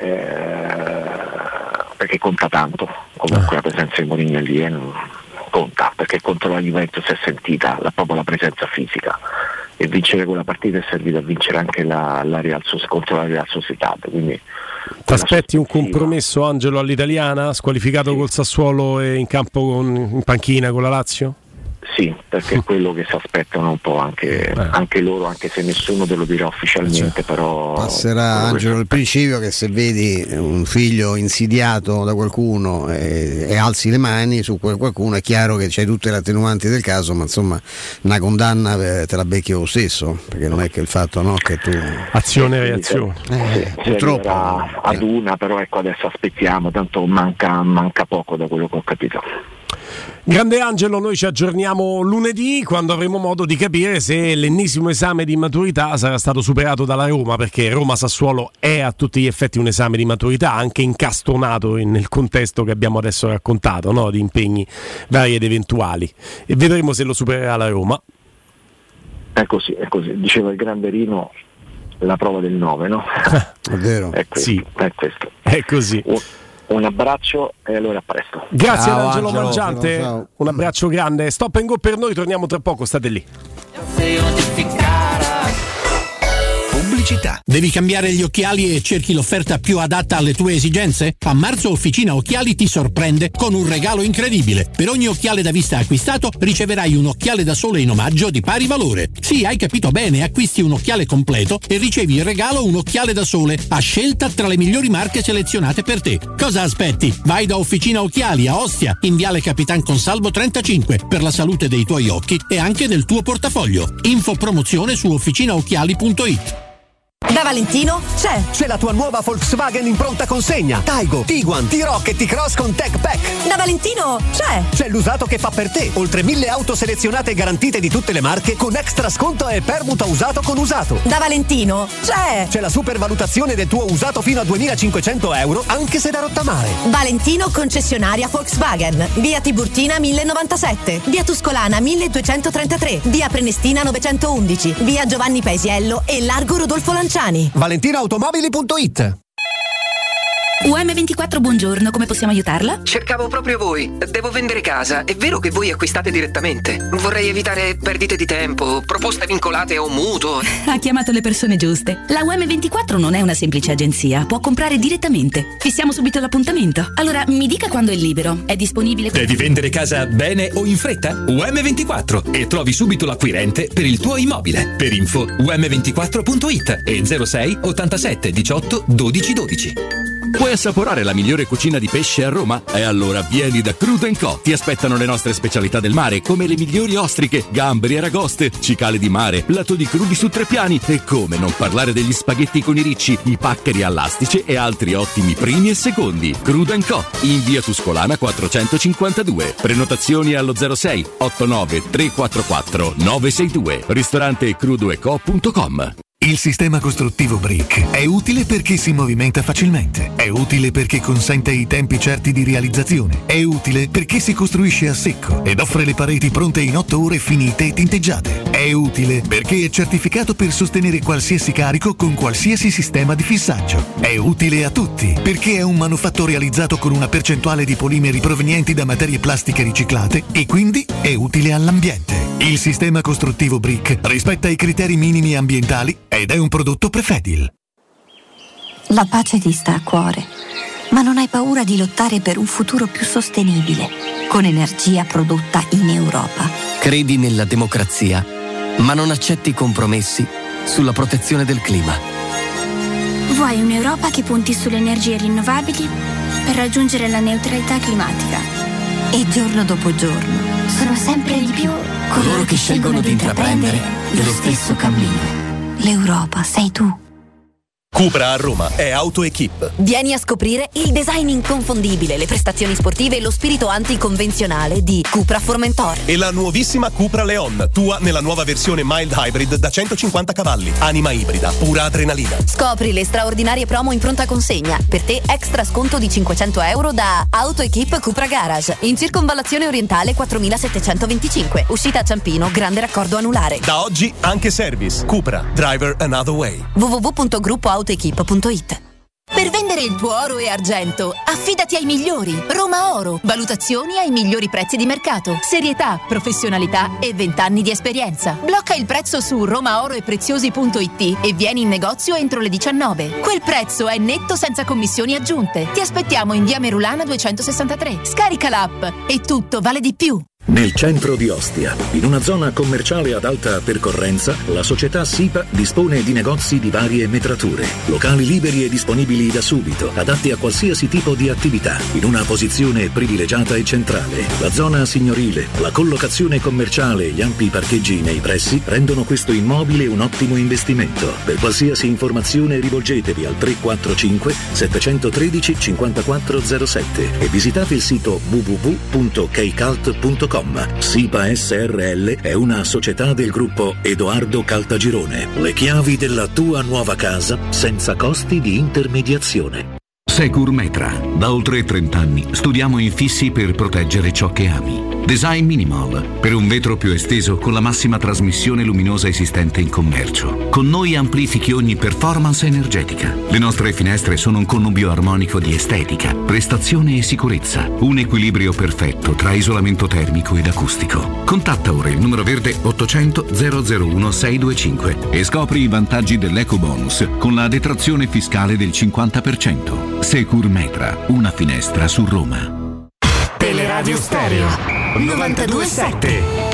perché conta tanto comunque la presenza di Mourinho lì, conta, perché contro la Juventus è sentita proprio la presenza fisica, e vincere quella partita è servita a vincere anche contro la Real Sociedad, quindi ti aspetti un compromesso, Angelo, all'italiana, squalificato col Sassuolo e in campo in panchina con la Lazio? sì, perché è quello che si aspettano un po' anche loro, anche se nessuno te lo dirà ufficialmente, però passerà, Angelo, il principio che se vedi un figlio insidiato da qualcuno e alzi le mani su qualcuno, è chiaro che c'hai tutte le attenuanti del caso, ma insomma una condanna te la becchi lo stesso, perché non è che il fatto, no, che tu azione e reazione purtroppo ad una, però ecco, adesso aspettiamo, tanto manca poco da quello che ho capito. Grande Angelo, noi ci aggiorniamo lunedì quando avremo modo di capire se l'ennesimo esame di maturità sarà stato superato dalla Roma, perché Roma-Sassuolo è a tutti gli effetti un esame di maturità, anche incastonato nel contesto che abbiamo adesso raccontato, no? Di impegni vari ed eventuali, e vedremo se lo supererà la Roma. È così, diceva il grande Rino, la prova del 9, no? È vero. È questo, sì, è questo. È così. Un abbraccio e allora a presto. Grazie ciao, ad Angelo Angelo Mangiante, ciao. Un abbraccio grande. Stop and go per noi, torniamo tra poco, state lì. Pubblicità. Devi cambiare gli occhiali e cerchi l'offerta più adatta alle tue esigenze? A marzo Officina Occhiali ti sorprende con un regalo incredibile. Per ogni occhiale da vista acquistato riceverai un occhiale da sole in omaggio di pari valore. Sì, hai capito bene, acquisti un occhiale completo e ricevi in regalo un occhiale da sole a scelta tra le migliori marche selezionate per te. Cosa aspetti? Vai da Officina Occhiali a Ostia, in Viale Capitan Consalvo 35, per la salute dei tuoi occhi e anche del tuo portafoglio. Info promozione su officinaocchiali.it. Da Valentino c'è la tua nuova Volkswagen in pronta consegna. Taigo, Tiguan, T-Roc e T-Cross con Tech Pack. Da Valentino c'è l'usato che fa per te. Oltre 1000 auto selezionate e garantite di tutte le marche con extra sconto e permuta usato con usato. Da Valentino c'è la supervalutazione del tuo usato fino a 2.500 euro anche se da rottamare. Valentino concessionaria Volkswagen. Via Tiburtina 1097, via Tuscolana 1233, via Prenestina 911, via Giovanni Paesiello e largo Rodolfo Lanciani. ValentinoAutomobili.it. UM24, buongiorno, come possiamo aiutarla? Cercavo proprio voi. Devo vendere casa. È vero che voi acquistate direttamente? Vorrei evitare perdite di tempo, proposte vincolate a un mutuo. Ha chiamato le persone giuste. La UM24 non è una semplice agenzia, può comprare direttamente. Fissiamo subito l'appuntamento. Allora, mi dica quando è libero. È disponibile? Devi vendere casa bene o in fretta? UM24 e trovi subito l'acquirente per il tuo immobile. Per info um24.it e 06 87 18 12 12. Puoi assaporare la migliore cucina di pesce a Roma? E allora vieni da Crudo & Co. Ti aspettano le nostre specialità del mare, come le migliori ostriche, gamberi, aragoste, cicale di mare, lato di crudi su 3 piani e come non parlare degli spaghetti con i ricci, i paccheri all'astice e altri ottimi primi e secondi. Crudo & Co. in via Tuscolana 452. Prenotazioni allo 06 89 344 962. Ristorante crudoeco.com. Il sistema costruttivo Brick è utile perché si movimenta facilmente, è utile perché consente i tempi certi di realizzazione, è utile perché si costruisce a secco ed offre le pareti pronte in 8 ore finite e tinteggiate, è utile perché è certificato per sostenere qualsiasi carico con qualsiasi sistema di fissaggio, è utile a tutti perché è un manufatto realizzato con una percentuale di polimeri provenienti da materie plastiche riciclate e quindi è utile all'ambiente. Il sistema costruttivo Brick rispetta i criteri minimi ambientali ed è un prodotto Prefedil. La pace ti sta a cuore, ma non hai paura di lottare per un futuro più sostenibile, con energia prodotta in Europa. Credi nella democrazia, ma non accetti compromessi sulla protezione del clima. Vuoi un'Europa che punti sulle energie rinnovabili per raggiungere la neutralità climatica. E giorno dopo giorno sono sempre di più coloro che scelgono di intraprendere lo stesso cammino. L'Europa sei tu. Cupra a Roma è AutoEquip. Vieni a scoprire il design inconfondibile, le prestazioni sportive e lo spirito anticonvenzionale di Cupra Formentor. E la nuovissima Cupra Leon, tua nella nuova versione mild hybrid da 150 cavalli, anima ibrida, pura adrenalina. Scopri le straordinarie promo in pronta consegna. Per te extra sconto di 500 euro da AutoEquip Cupra Garage. In circonvallazione orientale 4725. Uscita a Ciampino, grande raccordo anulare. Da oggi anche service. Cupra, driver another way. www.gruppoautoequip.it. Per vendere il tuo oro e argento, affidati ai migliori. Roma Oro. Valutazioni ai migliori prezzi di mercato. Serietà, professionalità e 20 anni di esperienza. Blocca il prezzo su romaoroepreziosi.it e vieni in negozio entro le 19. Quel prezzo è netto senza commissioni aggiunte. Ti aspettiamo in via Merulana 263. Scarica l'app e tutto vale di più. Nel centro di Ostia, in una zona commerciale ad alta percorrenza, la società SIPA dispone di negozi di varie metrature, locali liberi e disponibili da subito, adatti a qualsiasi tipo di attività, in una posizione privilegiata e centrale. La zona signorile, la collocazione commerciale e gli ampi parcheggi nei pressi rendono questo immobile un ottimo investimento. Per qualsiasi informazione rivolgetevi al 345 713 5407 e visitate il sito www.kcalt.com. SIPA SRL è una società del gruppo Edoardo Caltagirone. Le chiavi della tua nuova casa senza costi di intermediazione. Securmetra. Da oltre 30 anni studiamo infissi per proteggere ciò che ami. Design minimal, per un vetro più esteso con la massima trasmissione luminosa esistente in commercio. Con noi amplifichi ogni performance energetica. Le nostre finestre sono un connubio armonico di estetica, prestazione e sicurezza. Un equilibrio perfetto tra isolamento termico ed acustico. Contatta ora il numero verde 800 001 625 e scopri i vantaggi dell'ecobonus con la detrazione fiscale del 50%. Securmetra, una finestra su Roma. Teleradio Stereo 92.7.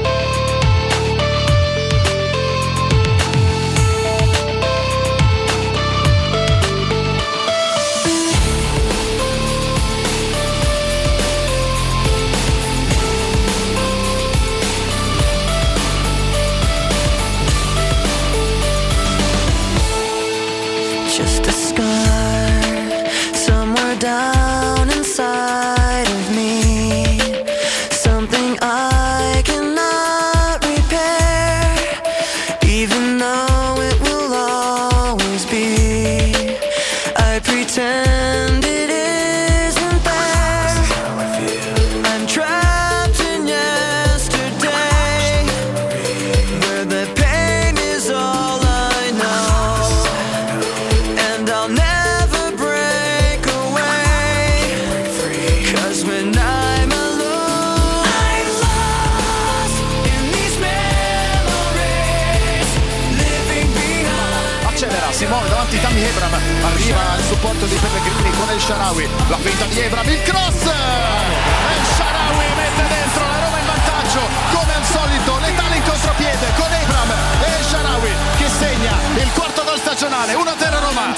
Just a scar somewhere down inside of me, something I cannot repair, even though it will always be. I pretend it isn't there. I'm trapped in yesterday, where the pain is all I know, and I'll never break away, 'cause when I'm alone, I'm lost in these memories, living behind. Accelera, si muove davanti Tammy Abraham, arriva il supporto di Pellegrini con El Shaarawy, la finta di Abraham, il cross, El Shaarawy mette dentro, la Roma in vantaggio, come al solito, letale in contropiede con Abraham e El Shaarawy che segna il quarto gol stagionale, 1-0 Roma.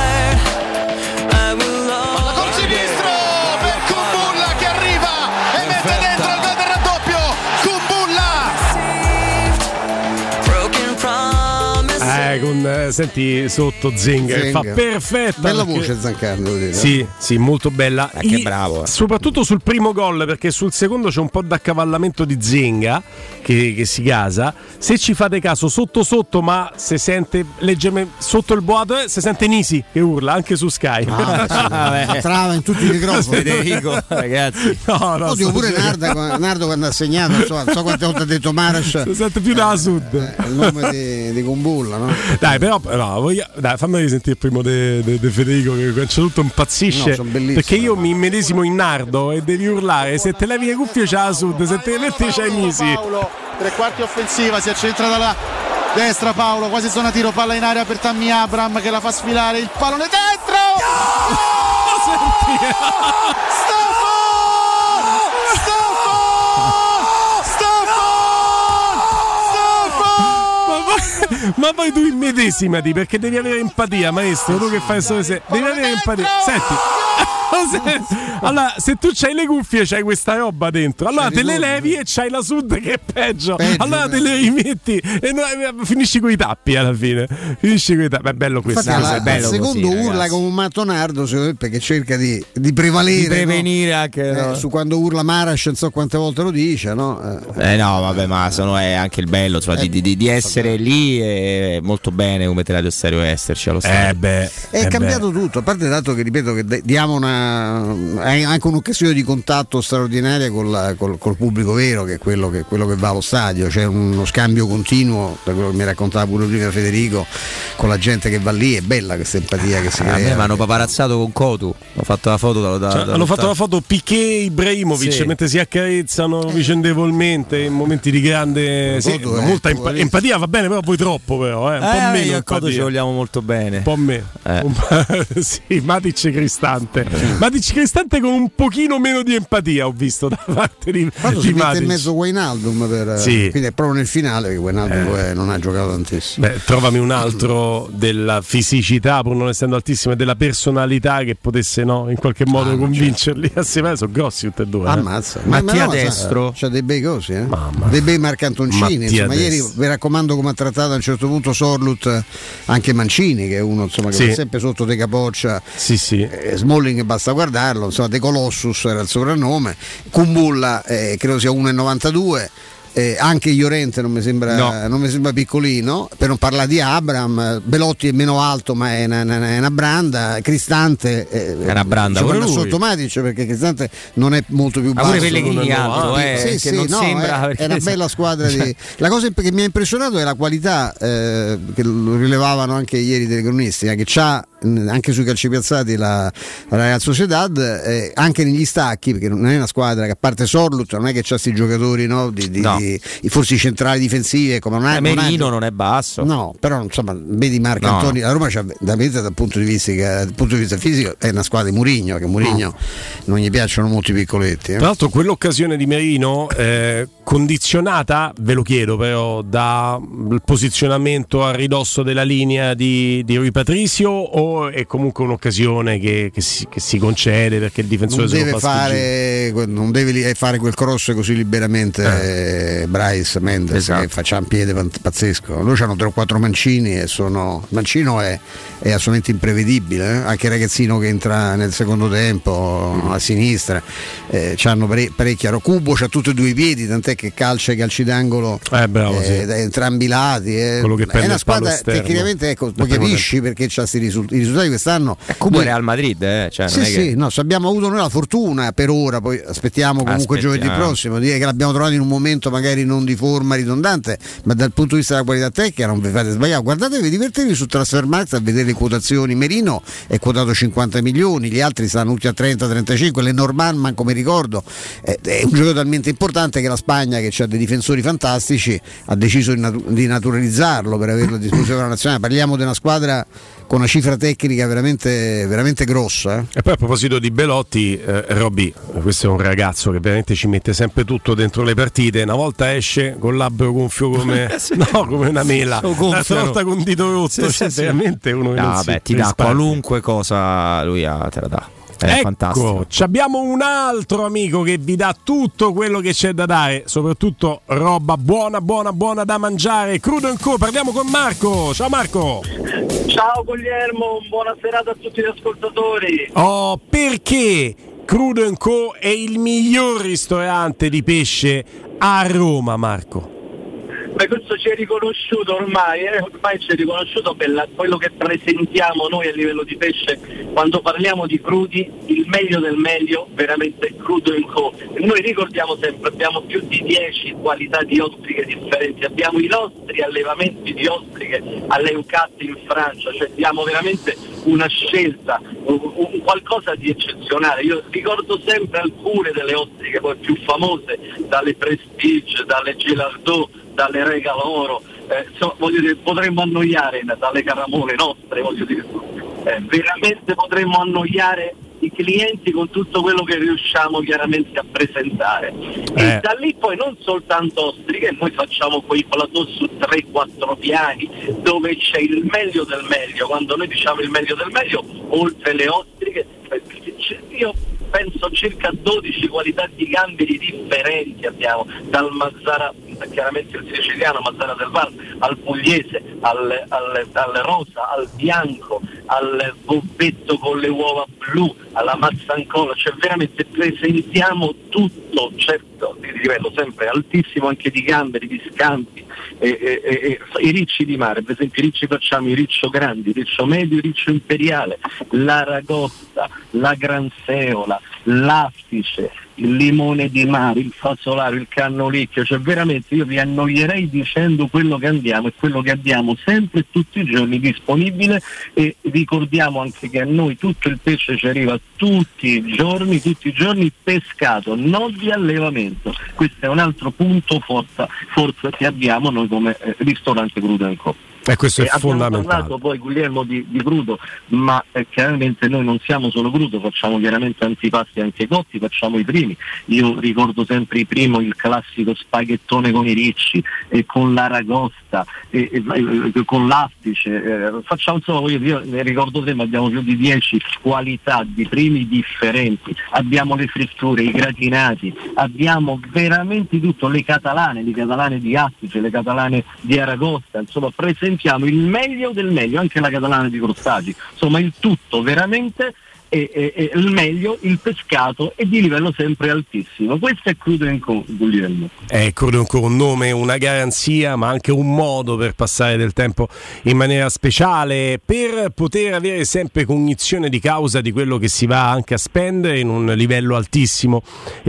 Palla col sinistro per Kumbulla che arriva e mette dentro il gol del raddoppio, Kumbulla. Senti sotto Zinga che fa perfetta. Bella perché... voce Zancarlo, devo dire. Sì, sì, molto bella. Che bravo. Soprattutto sul primo gol, perché sul secondo c'è un po' d'accavallamento di Zinga che si gasa. Se ci fate caso, sotto, ma si sente leggermente sotto il boato, si sente Nisi che urla anche su Sky. Trava in tutti i microfoni. Federico, ragazzi. No, oddio, pure Nardo quando ha segnato, non so quante volte ha detto Maras. Si sente più da sud. Il nome di Kumbulla, no? Dai, però dai, fammi risentire il primo di Federico che a un certo punto impazzisce, no, perché io mi immedesimo in Nardo e devi urlare, se te levi le cuffie c'è la sud, se te le metti c'è i Nisi. Paolo, tre quarti offensiva, si accentra dalla destra Paolo, quasi zona tiro, palla in aria per Tammy Abraham che la fa sfilare, il pallone dentro! Ma poi tu immedesimati, perché devi avere empatia, maestro. Tu che fai solo devi avere empatia. Senti. Allora, se tu c'hai le cuffie, c'hai questa roba dentro. Allora te le levi e c'hai la sud che è peggio. Allora te le rimetti e finisci coi tappi alla fine. È bello questo. Infatti, è bello secondo così, urla ragazzi. come un mattonardo, secondo me, perché cerca di prevalere, di prevenire, no? anche su quando urla Maras, non so quante volte lo dice, no? No, vabbè, ma è anche il bello, insomma, di essere lì e molto bene come Teleradio Stereo esserci allo stadio. È cambiato tutto, a parte il dato che ripeto che diamo anche un'occasione di contatto straordinaria col pubblico vero, che è quello che va allo stadio. C'è uno scambio continuo, da quello che mi raccontava pure prima Federico, con la gente che va lì. È bella questa empatia che si crea. A me mi hanno paparazzato con Cotu, ho fatto la foto hanno fatto la foto Piqué Ibrahimovic, sì, mentre si accarezzano vicendevolmente in momenti di grande molta empatia, va bene, però poi troppo, però un po' meno. Io a Cotu ci vogliamo molto bene, un po' me sì, Matic Cristante. Ma dici Cristante con un pochino meno di empatia, ho visto da parte di si mette Matic. in mezzo Wijnaldum quindi è proprio nel finale che Wijnaldum non ha giocato tantissimo. Trovami un altro della fisicità, pur non essendo altissimo, e della personalità che potesse in qualche modo convincerli assieme. Sono grossi tutti e due. Ammazza. Mattia Destro c'ha dei bei cosi, dei bei marcantoncini. Insomma, ieri vi raccomando come ha trattato a un certo punto Sorlut anche Mancini, che è uno insomma che è sempre sotto De Capoccia. Smalling basta guardarlo, insomma De Colossus era il soprannome. Kumbulla credo sia 1,92. Anche Llorente non mi sembra piccolino, per non parlare di Abraham. Belotti è meno alto ma è una branda. Cristante è una branda sotto Matic, perché Cristante non è molto più basso. Pure Pellegrini altro, che non sembra è una bella squadra La cosa che mi ha impressionato è la qualità che lo rilevavano anche ieri dei cronisti, che c'ha anche sui calci piazzati la Real Sociedad, anche negli stacchi, perché non è una squadra che, a parte Sorlut, non è che c'ha questi giocatori forse i centrali difensivi, come Merino non è basso, però insomma vedi Marco Antoni, la Roma c'ha da vedere dal punto di vista fisico è una squadra di Mourinho, che Mourinho non gli piacciono molto i piccoletti. Tra l'altro quell'occasione di Merino condizionata, ve lo chiedo però, dal posizionamento a ridosso della linea di Rui Patricio, o è comunque un'occasione che si concede perché il difensore non deve fare quel cross così liberamente Bryce Mendes, che faccia un piede pazzesco. Loro hanno 3 o 4 Mancini e Mancino è assolutamente imprevedibile, anche il ragazzino che entra nel secondo tempo a sinistra, c'hanno parecchia. Cubo c'ha tutti e 2 i piedi, tant'è che calcia i calci d'angolo da entrambi i lati. È una squadra tecnicamente, poi capisci perché c'ha i risultati quest'anno. Cubo è Real Madrid, se abbiamo avuto noi la fortuna per ora, poi aspettiamo comunque giovedì prossimo, dire che l'abbiamo trovato in un momento magari non di forma ridondante, ma dal punto di vista della qualità tecnica non vi fate sbagliare. Guardatevi, divertevi su Transfermarkt a vedere le quotazioni. Merino è quotato 50 milioni, gli altri stanno tutti a 30-35, Lenormand, ma come ricordo è un gioco talmente importante che la Spagna, che ha dei difensori fantastici, ha deciso di naturalizzarlo per averlo a disposizione della nazionale. Parliamo di una squadra con una cifra tecnica veramente, veramente grossa. E poi a proposito di Belotti, Robby, questo è un ragazzo che veramente ci mette sempre tutto dentro le partite. Una volta esce con labbro gonfio come una mela, l'altra volta con dito rotto, veramente uno che ti dà qualunque cosa, lui te la dà. Fantastico. Abbiamo un altro amico che vi dà tutto quello che c'è da dare, soprattutto roba buona da mangiare. Crudo & Co. Parliamo con Marco. Ciao Marco. Ciao Guglielmo, buona serata a tutti gli ascoltatori. Perché Crudo & Co. è il miglior ristorante di pesce a Roma, Marco? Beh, questo ci è riconosciuto ormai ci è riconosciuto per quello che presentiamo noi a livello di pesce quando parliamo di crudi, il meglio del meglio, veramente Crudo & Co. Noi ricordiamo sempre, abbiamo più di 10 qualità di ostriche differenti, abbiamo i nostri allevamenti di ostriche all'Eucat in Francia, cioè diamo veramente una scelta, un qualcosa di eccezionale. Io ricordo sempre alcune delle ostriche poi più famose, dalle Prestige, dalle Gelardot, dalle Regaloro, voglio dire, potremmo annoiare dalle caramole nostre, voglio dire, veramente potremmo annoiare i clienti con tutto quello che riusciamo chiaramente a presentare. E da lì poi non soltanto ostriche, noi facciamo quei plateau su 3-4 piani dove c'è il meglio del meglio. Quando noi diciamo il meglio del meglio, oltre le ostriche, io penso circa 12 qualità di gamberi differenti abbiamo, dal Mazzara, chiaramente il siciliano, Mazzara del Val, al pugliese, al rosa, al bianco, al bobbetto con le uova blu, alla mazzancola, cioè veramente presentiamo tutto, certo di livello sempre altissimo, anche di gamberi, di scampi, i ricci di mare, per esempio i ricci facciamo i riccio grandi, il riccio medio, il riccio imperiale, l'aragosta, la granseola, l'astice, il limone di mare, il fasolaro, il cannolicchio, cioè veramente io vi annoierei dicendo quello che andiamo e quello che abbiamo sempre e tutti i giorni disponibile. E ricordiamo anche che a noi tutto il pesce ci arriva tutti i giorni pescato, non di allevamento. Questo è un altro punto forza che abbiamo noi come ristorante Crudo & Co. questo è abbiamo fondamentale. parlato poi, Guglielmo, di crudo, ma chiaramente noi non siamo solo crudo, facciamo chiaramente antipasti anche cotti, facciamo i primi. Io ricordo sempre il classico spaghettone con i ricci, con l'aragosta, con l'astice, facciamo, insomma, io ne ricordo tre, ma abbiamo più di 10 qualità di primi differenti, abbiamo le fritture, i gratinati, abbiamo veramente tutto, le catalane di astice, le catalane di aragosta, insomma presentiamo il meglio del meglio, anche la catalana di crostacei, insomma il tutto veramente il meglio, il pescato è di livello sempre altissimo. Questo è Crudo & Co, Guglielmo. Crudo & Co, un nome, una garanzia, ma anche un modo per passare del tempo in maniera speciale, per poter avere sempre cognizione di causa di quello che si va anche a spendere in un livello altissimo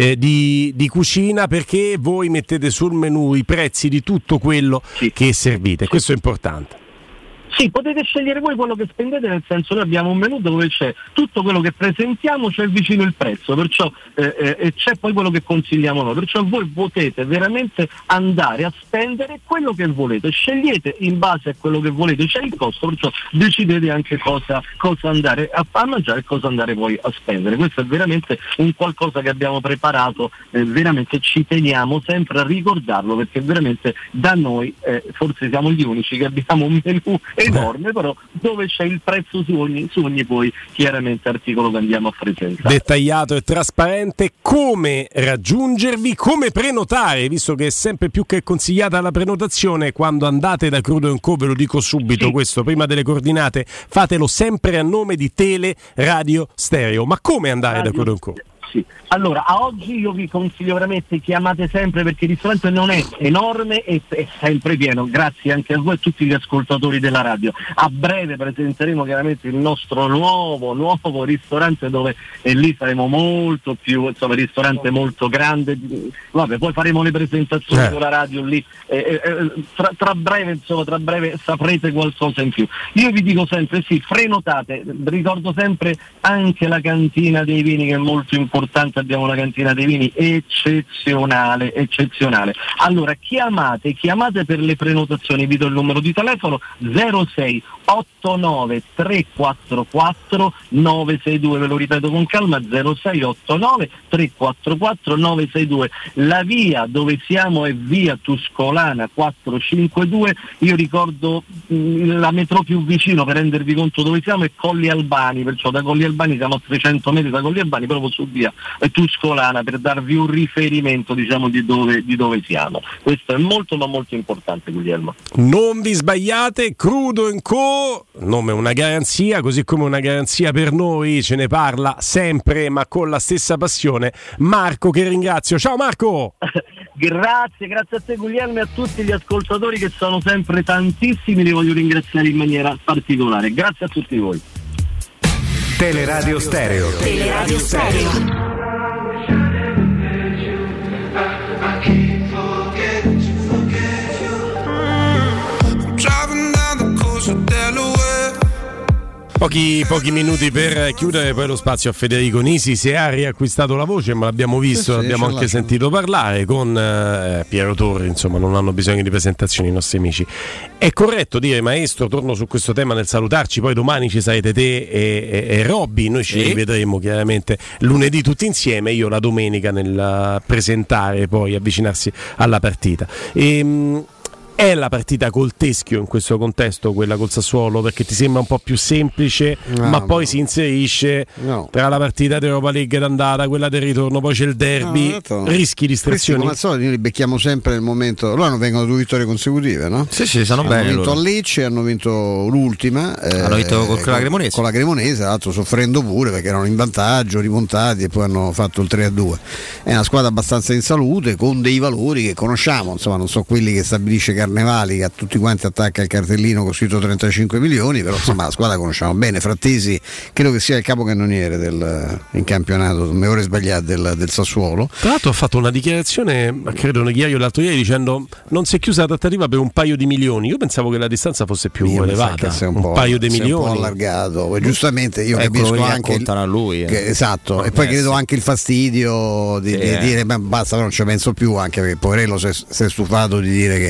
di cucina, perché voi mettete sul menù i prezzi di tutto quello che servite. Questo è importante. Sì, potete scegliere voi quello che spendete, nel senso, noi abbiamo un menù dove c'è tutto quello che presentiamo, c'è vicino il prezzo, perciò e c'è poi quello che consigliamo noi, perciò voi potete veramente andare a spendere quello che volete, scegliete in base a quello che volete, c'è il costo, perciò decidete anche cosa andare a mangiare e cosa andare poi a spendere. Questo è veramente un qualcosa che abbiamo preparato, veramente ci teniamo sempre a ricordarlo, perché veramente da noi forse siamo gli unici che abbiamo un menù enorme, però dove c'è il prezzo su ogni poi chiaramente articolo che andiamo a presentare. Dettagliato e trasparente. Come raggiungervi, come prenotare, visto che è sempre più che consigliata la prenotazione quando andate da Crudo & Co, ve lo dico subito, questo prima delle coordinate, fatelo sempre a nome di Tele Radio Stereo. Ma come andare da Crudo & Co? Sì. Allora, a oggi io vi consiglio veramente, chiamate sempre, perché il ristorante non è enorme e è sempre pieno, grazie anche a voi e a tutti gli ascoltatori della radio. A breve presenteremo chiaramente il nostro nuovo ristorante, dove lì saremo molto più, insomma, ristorante molto grande. Vabbè, poi faremo le presentazioni con la radio lì, tra breve saprete qualcosa in più. Io vi dico sempre prenotate, ricordo sempre anche la cantina dei vini, che è molto importante. Abbiamo una cantina dei vini eccezionale. Allora chiamate per le prenotazioni, vi do il numero di telefono 06 89 344 962, ve lo ripeto con calma, 06 89 344 962. La via dove siamo è via Tuscolana 452, io ricordo la metro più vicino, per rendervi conto dove siamo, è Colli Albani, perciò da Colli Albani siamo a 300 metri da Colli Albani, proprio su via Tuscolana, per darvi un riferimento, diciamo, di dove siamo. Questo è molto ma molto importante, Guglielmo. Non vi sbagliate, Crudo & Co, nome una garanzia, così come una garanzia per noi, ce ne parla sempre ma con la stessa passione Marco, che ringrazio. Ciao Marco! Grazie a te, Guglielmo, e a tutti gli ascoltatori, che sono sempre tantissimi, li voglio ringraziare in maniera particolare. Grazie a tutti voi. Teleradio Stereo. Teleradio Stereo. Pochi minuti per chiudere poi lo spazio a Federico Nisi. Si è riacquistato la voce, ma l'abbiamo visto, l'abbiamo anche sentito parlare con Piero Torri, insomma non hanno bisogno di presentazioni i nostri amici. È corretto dire, maestro, torno su questo tema nel salutarci, poi domani ci sarete te e Robby, noi ci rivedremo chiaramente lunedì tutti insieme, io la domenica nel presentare, poi avvicinarsi alla partita. È la partita col teschio in questo contesto, quella col Sassuolo, perché ti sembra un po' più semplice, ma poi si inserisce tra la partita d'Europa League d'andata, quella del ritorno, poi c'è il derby, rischi distrazioni. Come al solito noi li becchiamo sempre nel momento. Loro hanno vengono 2 vittorie consecutive, no? Sì, sono bene. Hanno vinto a Lecce, hanno vinto l'ultima, hanno vinto con la Cremonese. Con la Cremonese, tra l'altro soffrendo pure, perché erano in vantaggio, rimontati e poi hanno fatto il 3-2. È una squadra abbastanza in salute, con dei valori che conosciamo, insomma non so quelli che stabilisce Carnevali, che a tutti quanti attacca il cartellino con scritto 35 milioni, però insomma la squadra conosciamo bene. Frattesi credo che sia il capocannoniere in campionato, non mi vorrei sbagliare, del Sassuolo. Tra l'altro ha fatto una dichiarazione, credo ieri o l'altro ieri, dicendo non si è chiusa la trattativa per un paio di milioni. Io pensavo che la distanza fosse più elevata, un paio di milioni, un po' allargato. Giustamente io capisco anche a lui, esatto, e poi credo anche il fastidio di dire basta, però non ci penso più, anche perché poverello si è stufato di dire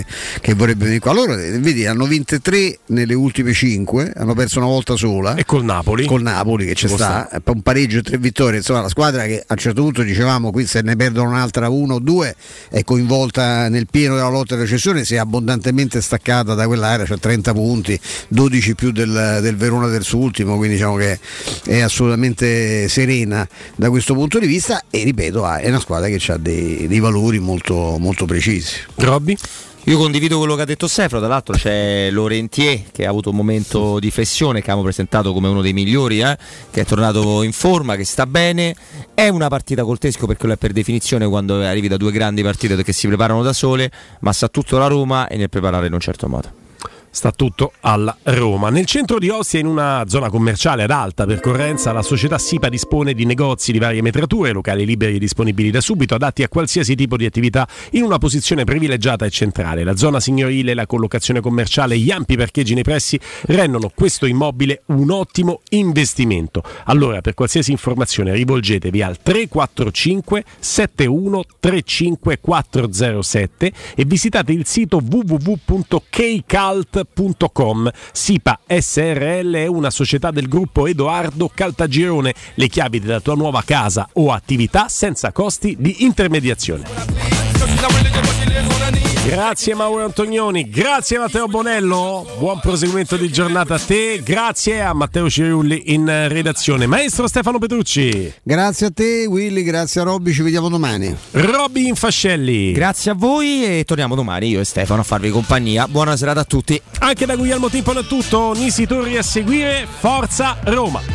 che vorrebbe venire qua. Allora, vedi, hanno vinte 3 nelle ultime 5, hanno perso una volta sola. E col Napoli che ci sta, un pareggio e 3 vittorie. Insomma, la squadra che a un certo punto dicevamo qui se ne perdono un'altra 1 o 2 è coinvolta nel pieno della lotta alla recessione, si è abbondantemente staccata da quell'area, cioè 30 punti, 12 più del Verona terzo ultimo, quindi diciamo che è assolutamente serena da questo punto di vista e ripeto è una squadra che ha dei valori molto, molto precisi. Robby? Io condivido quello che ha detto Stefano, tra l'altro c'è Laurentier che ha avuto un momento di flessione, che abbiamo presentato come uno dei migliori, che è tornato in forma, che sta bene. È una partita col teschio perché lo è per definizione quando arrivi da 2 grandi partite che si preparano da sole, ma sa tutto la Roma e nel preparare in un certo modo. Sta tutto alla Roma. Nel centro di Ostia, in una zona commerciale ad alta percorrenza, la società SIPA dispone di negozi di varie metrature, locali liberi e disponibili da subito, adatti a qualsiasi tipo di attività, in una posizione privilegiata e centrale. La zona signorile, la collocazione commerciale e gli ampi parcheggi nei pressi rendono questo immobile un ottimo investimento. Allora, per qualsiasi informazione rivolgetevi al 345 71 35 407 e visitate il sito www.kcalt.com. SIPA SRL è una società del gruppo Edoardo Caltagirone. Le chiavi della tua nuova casa o attività senza costi di intermediazione. Grazie Mauro Antonioni, grazie Matteo Bonello, buon proseguimento di giornata a te, grazie a Matteo Ciriulli in redazione. Maestro Stefano Petrucci. Grazie a te Willy, grazie a Robby, ci vediamo domani. Robby Infascelli. Grazie a voi e torniamo domani io e Stefano a farvi compagnia. Buona serata a tutti. Anche da Guglielmo Timpano è tutto, Nisi Torri a seguire, Forza Roma.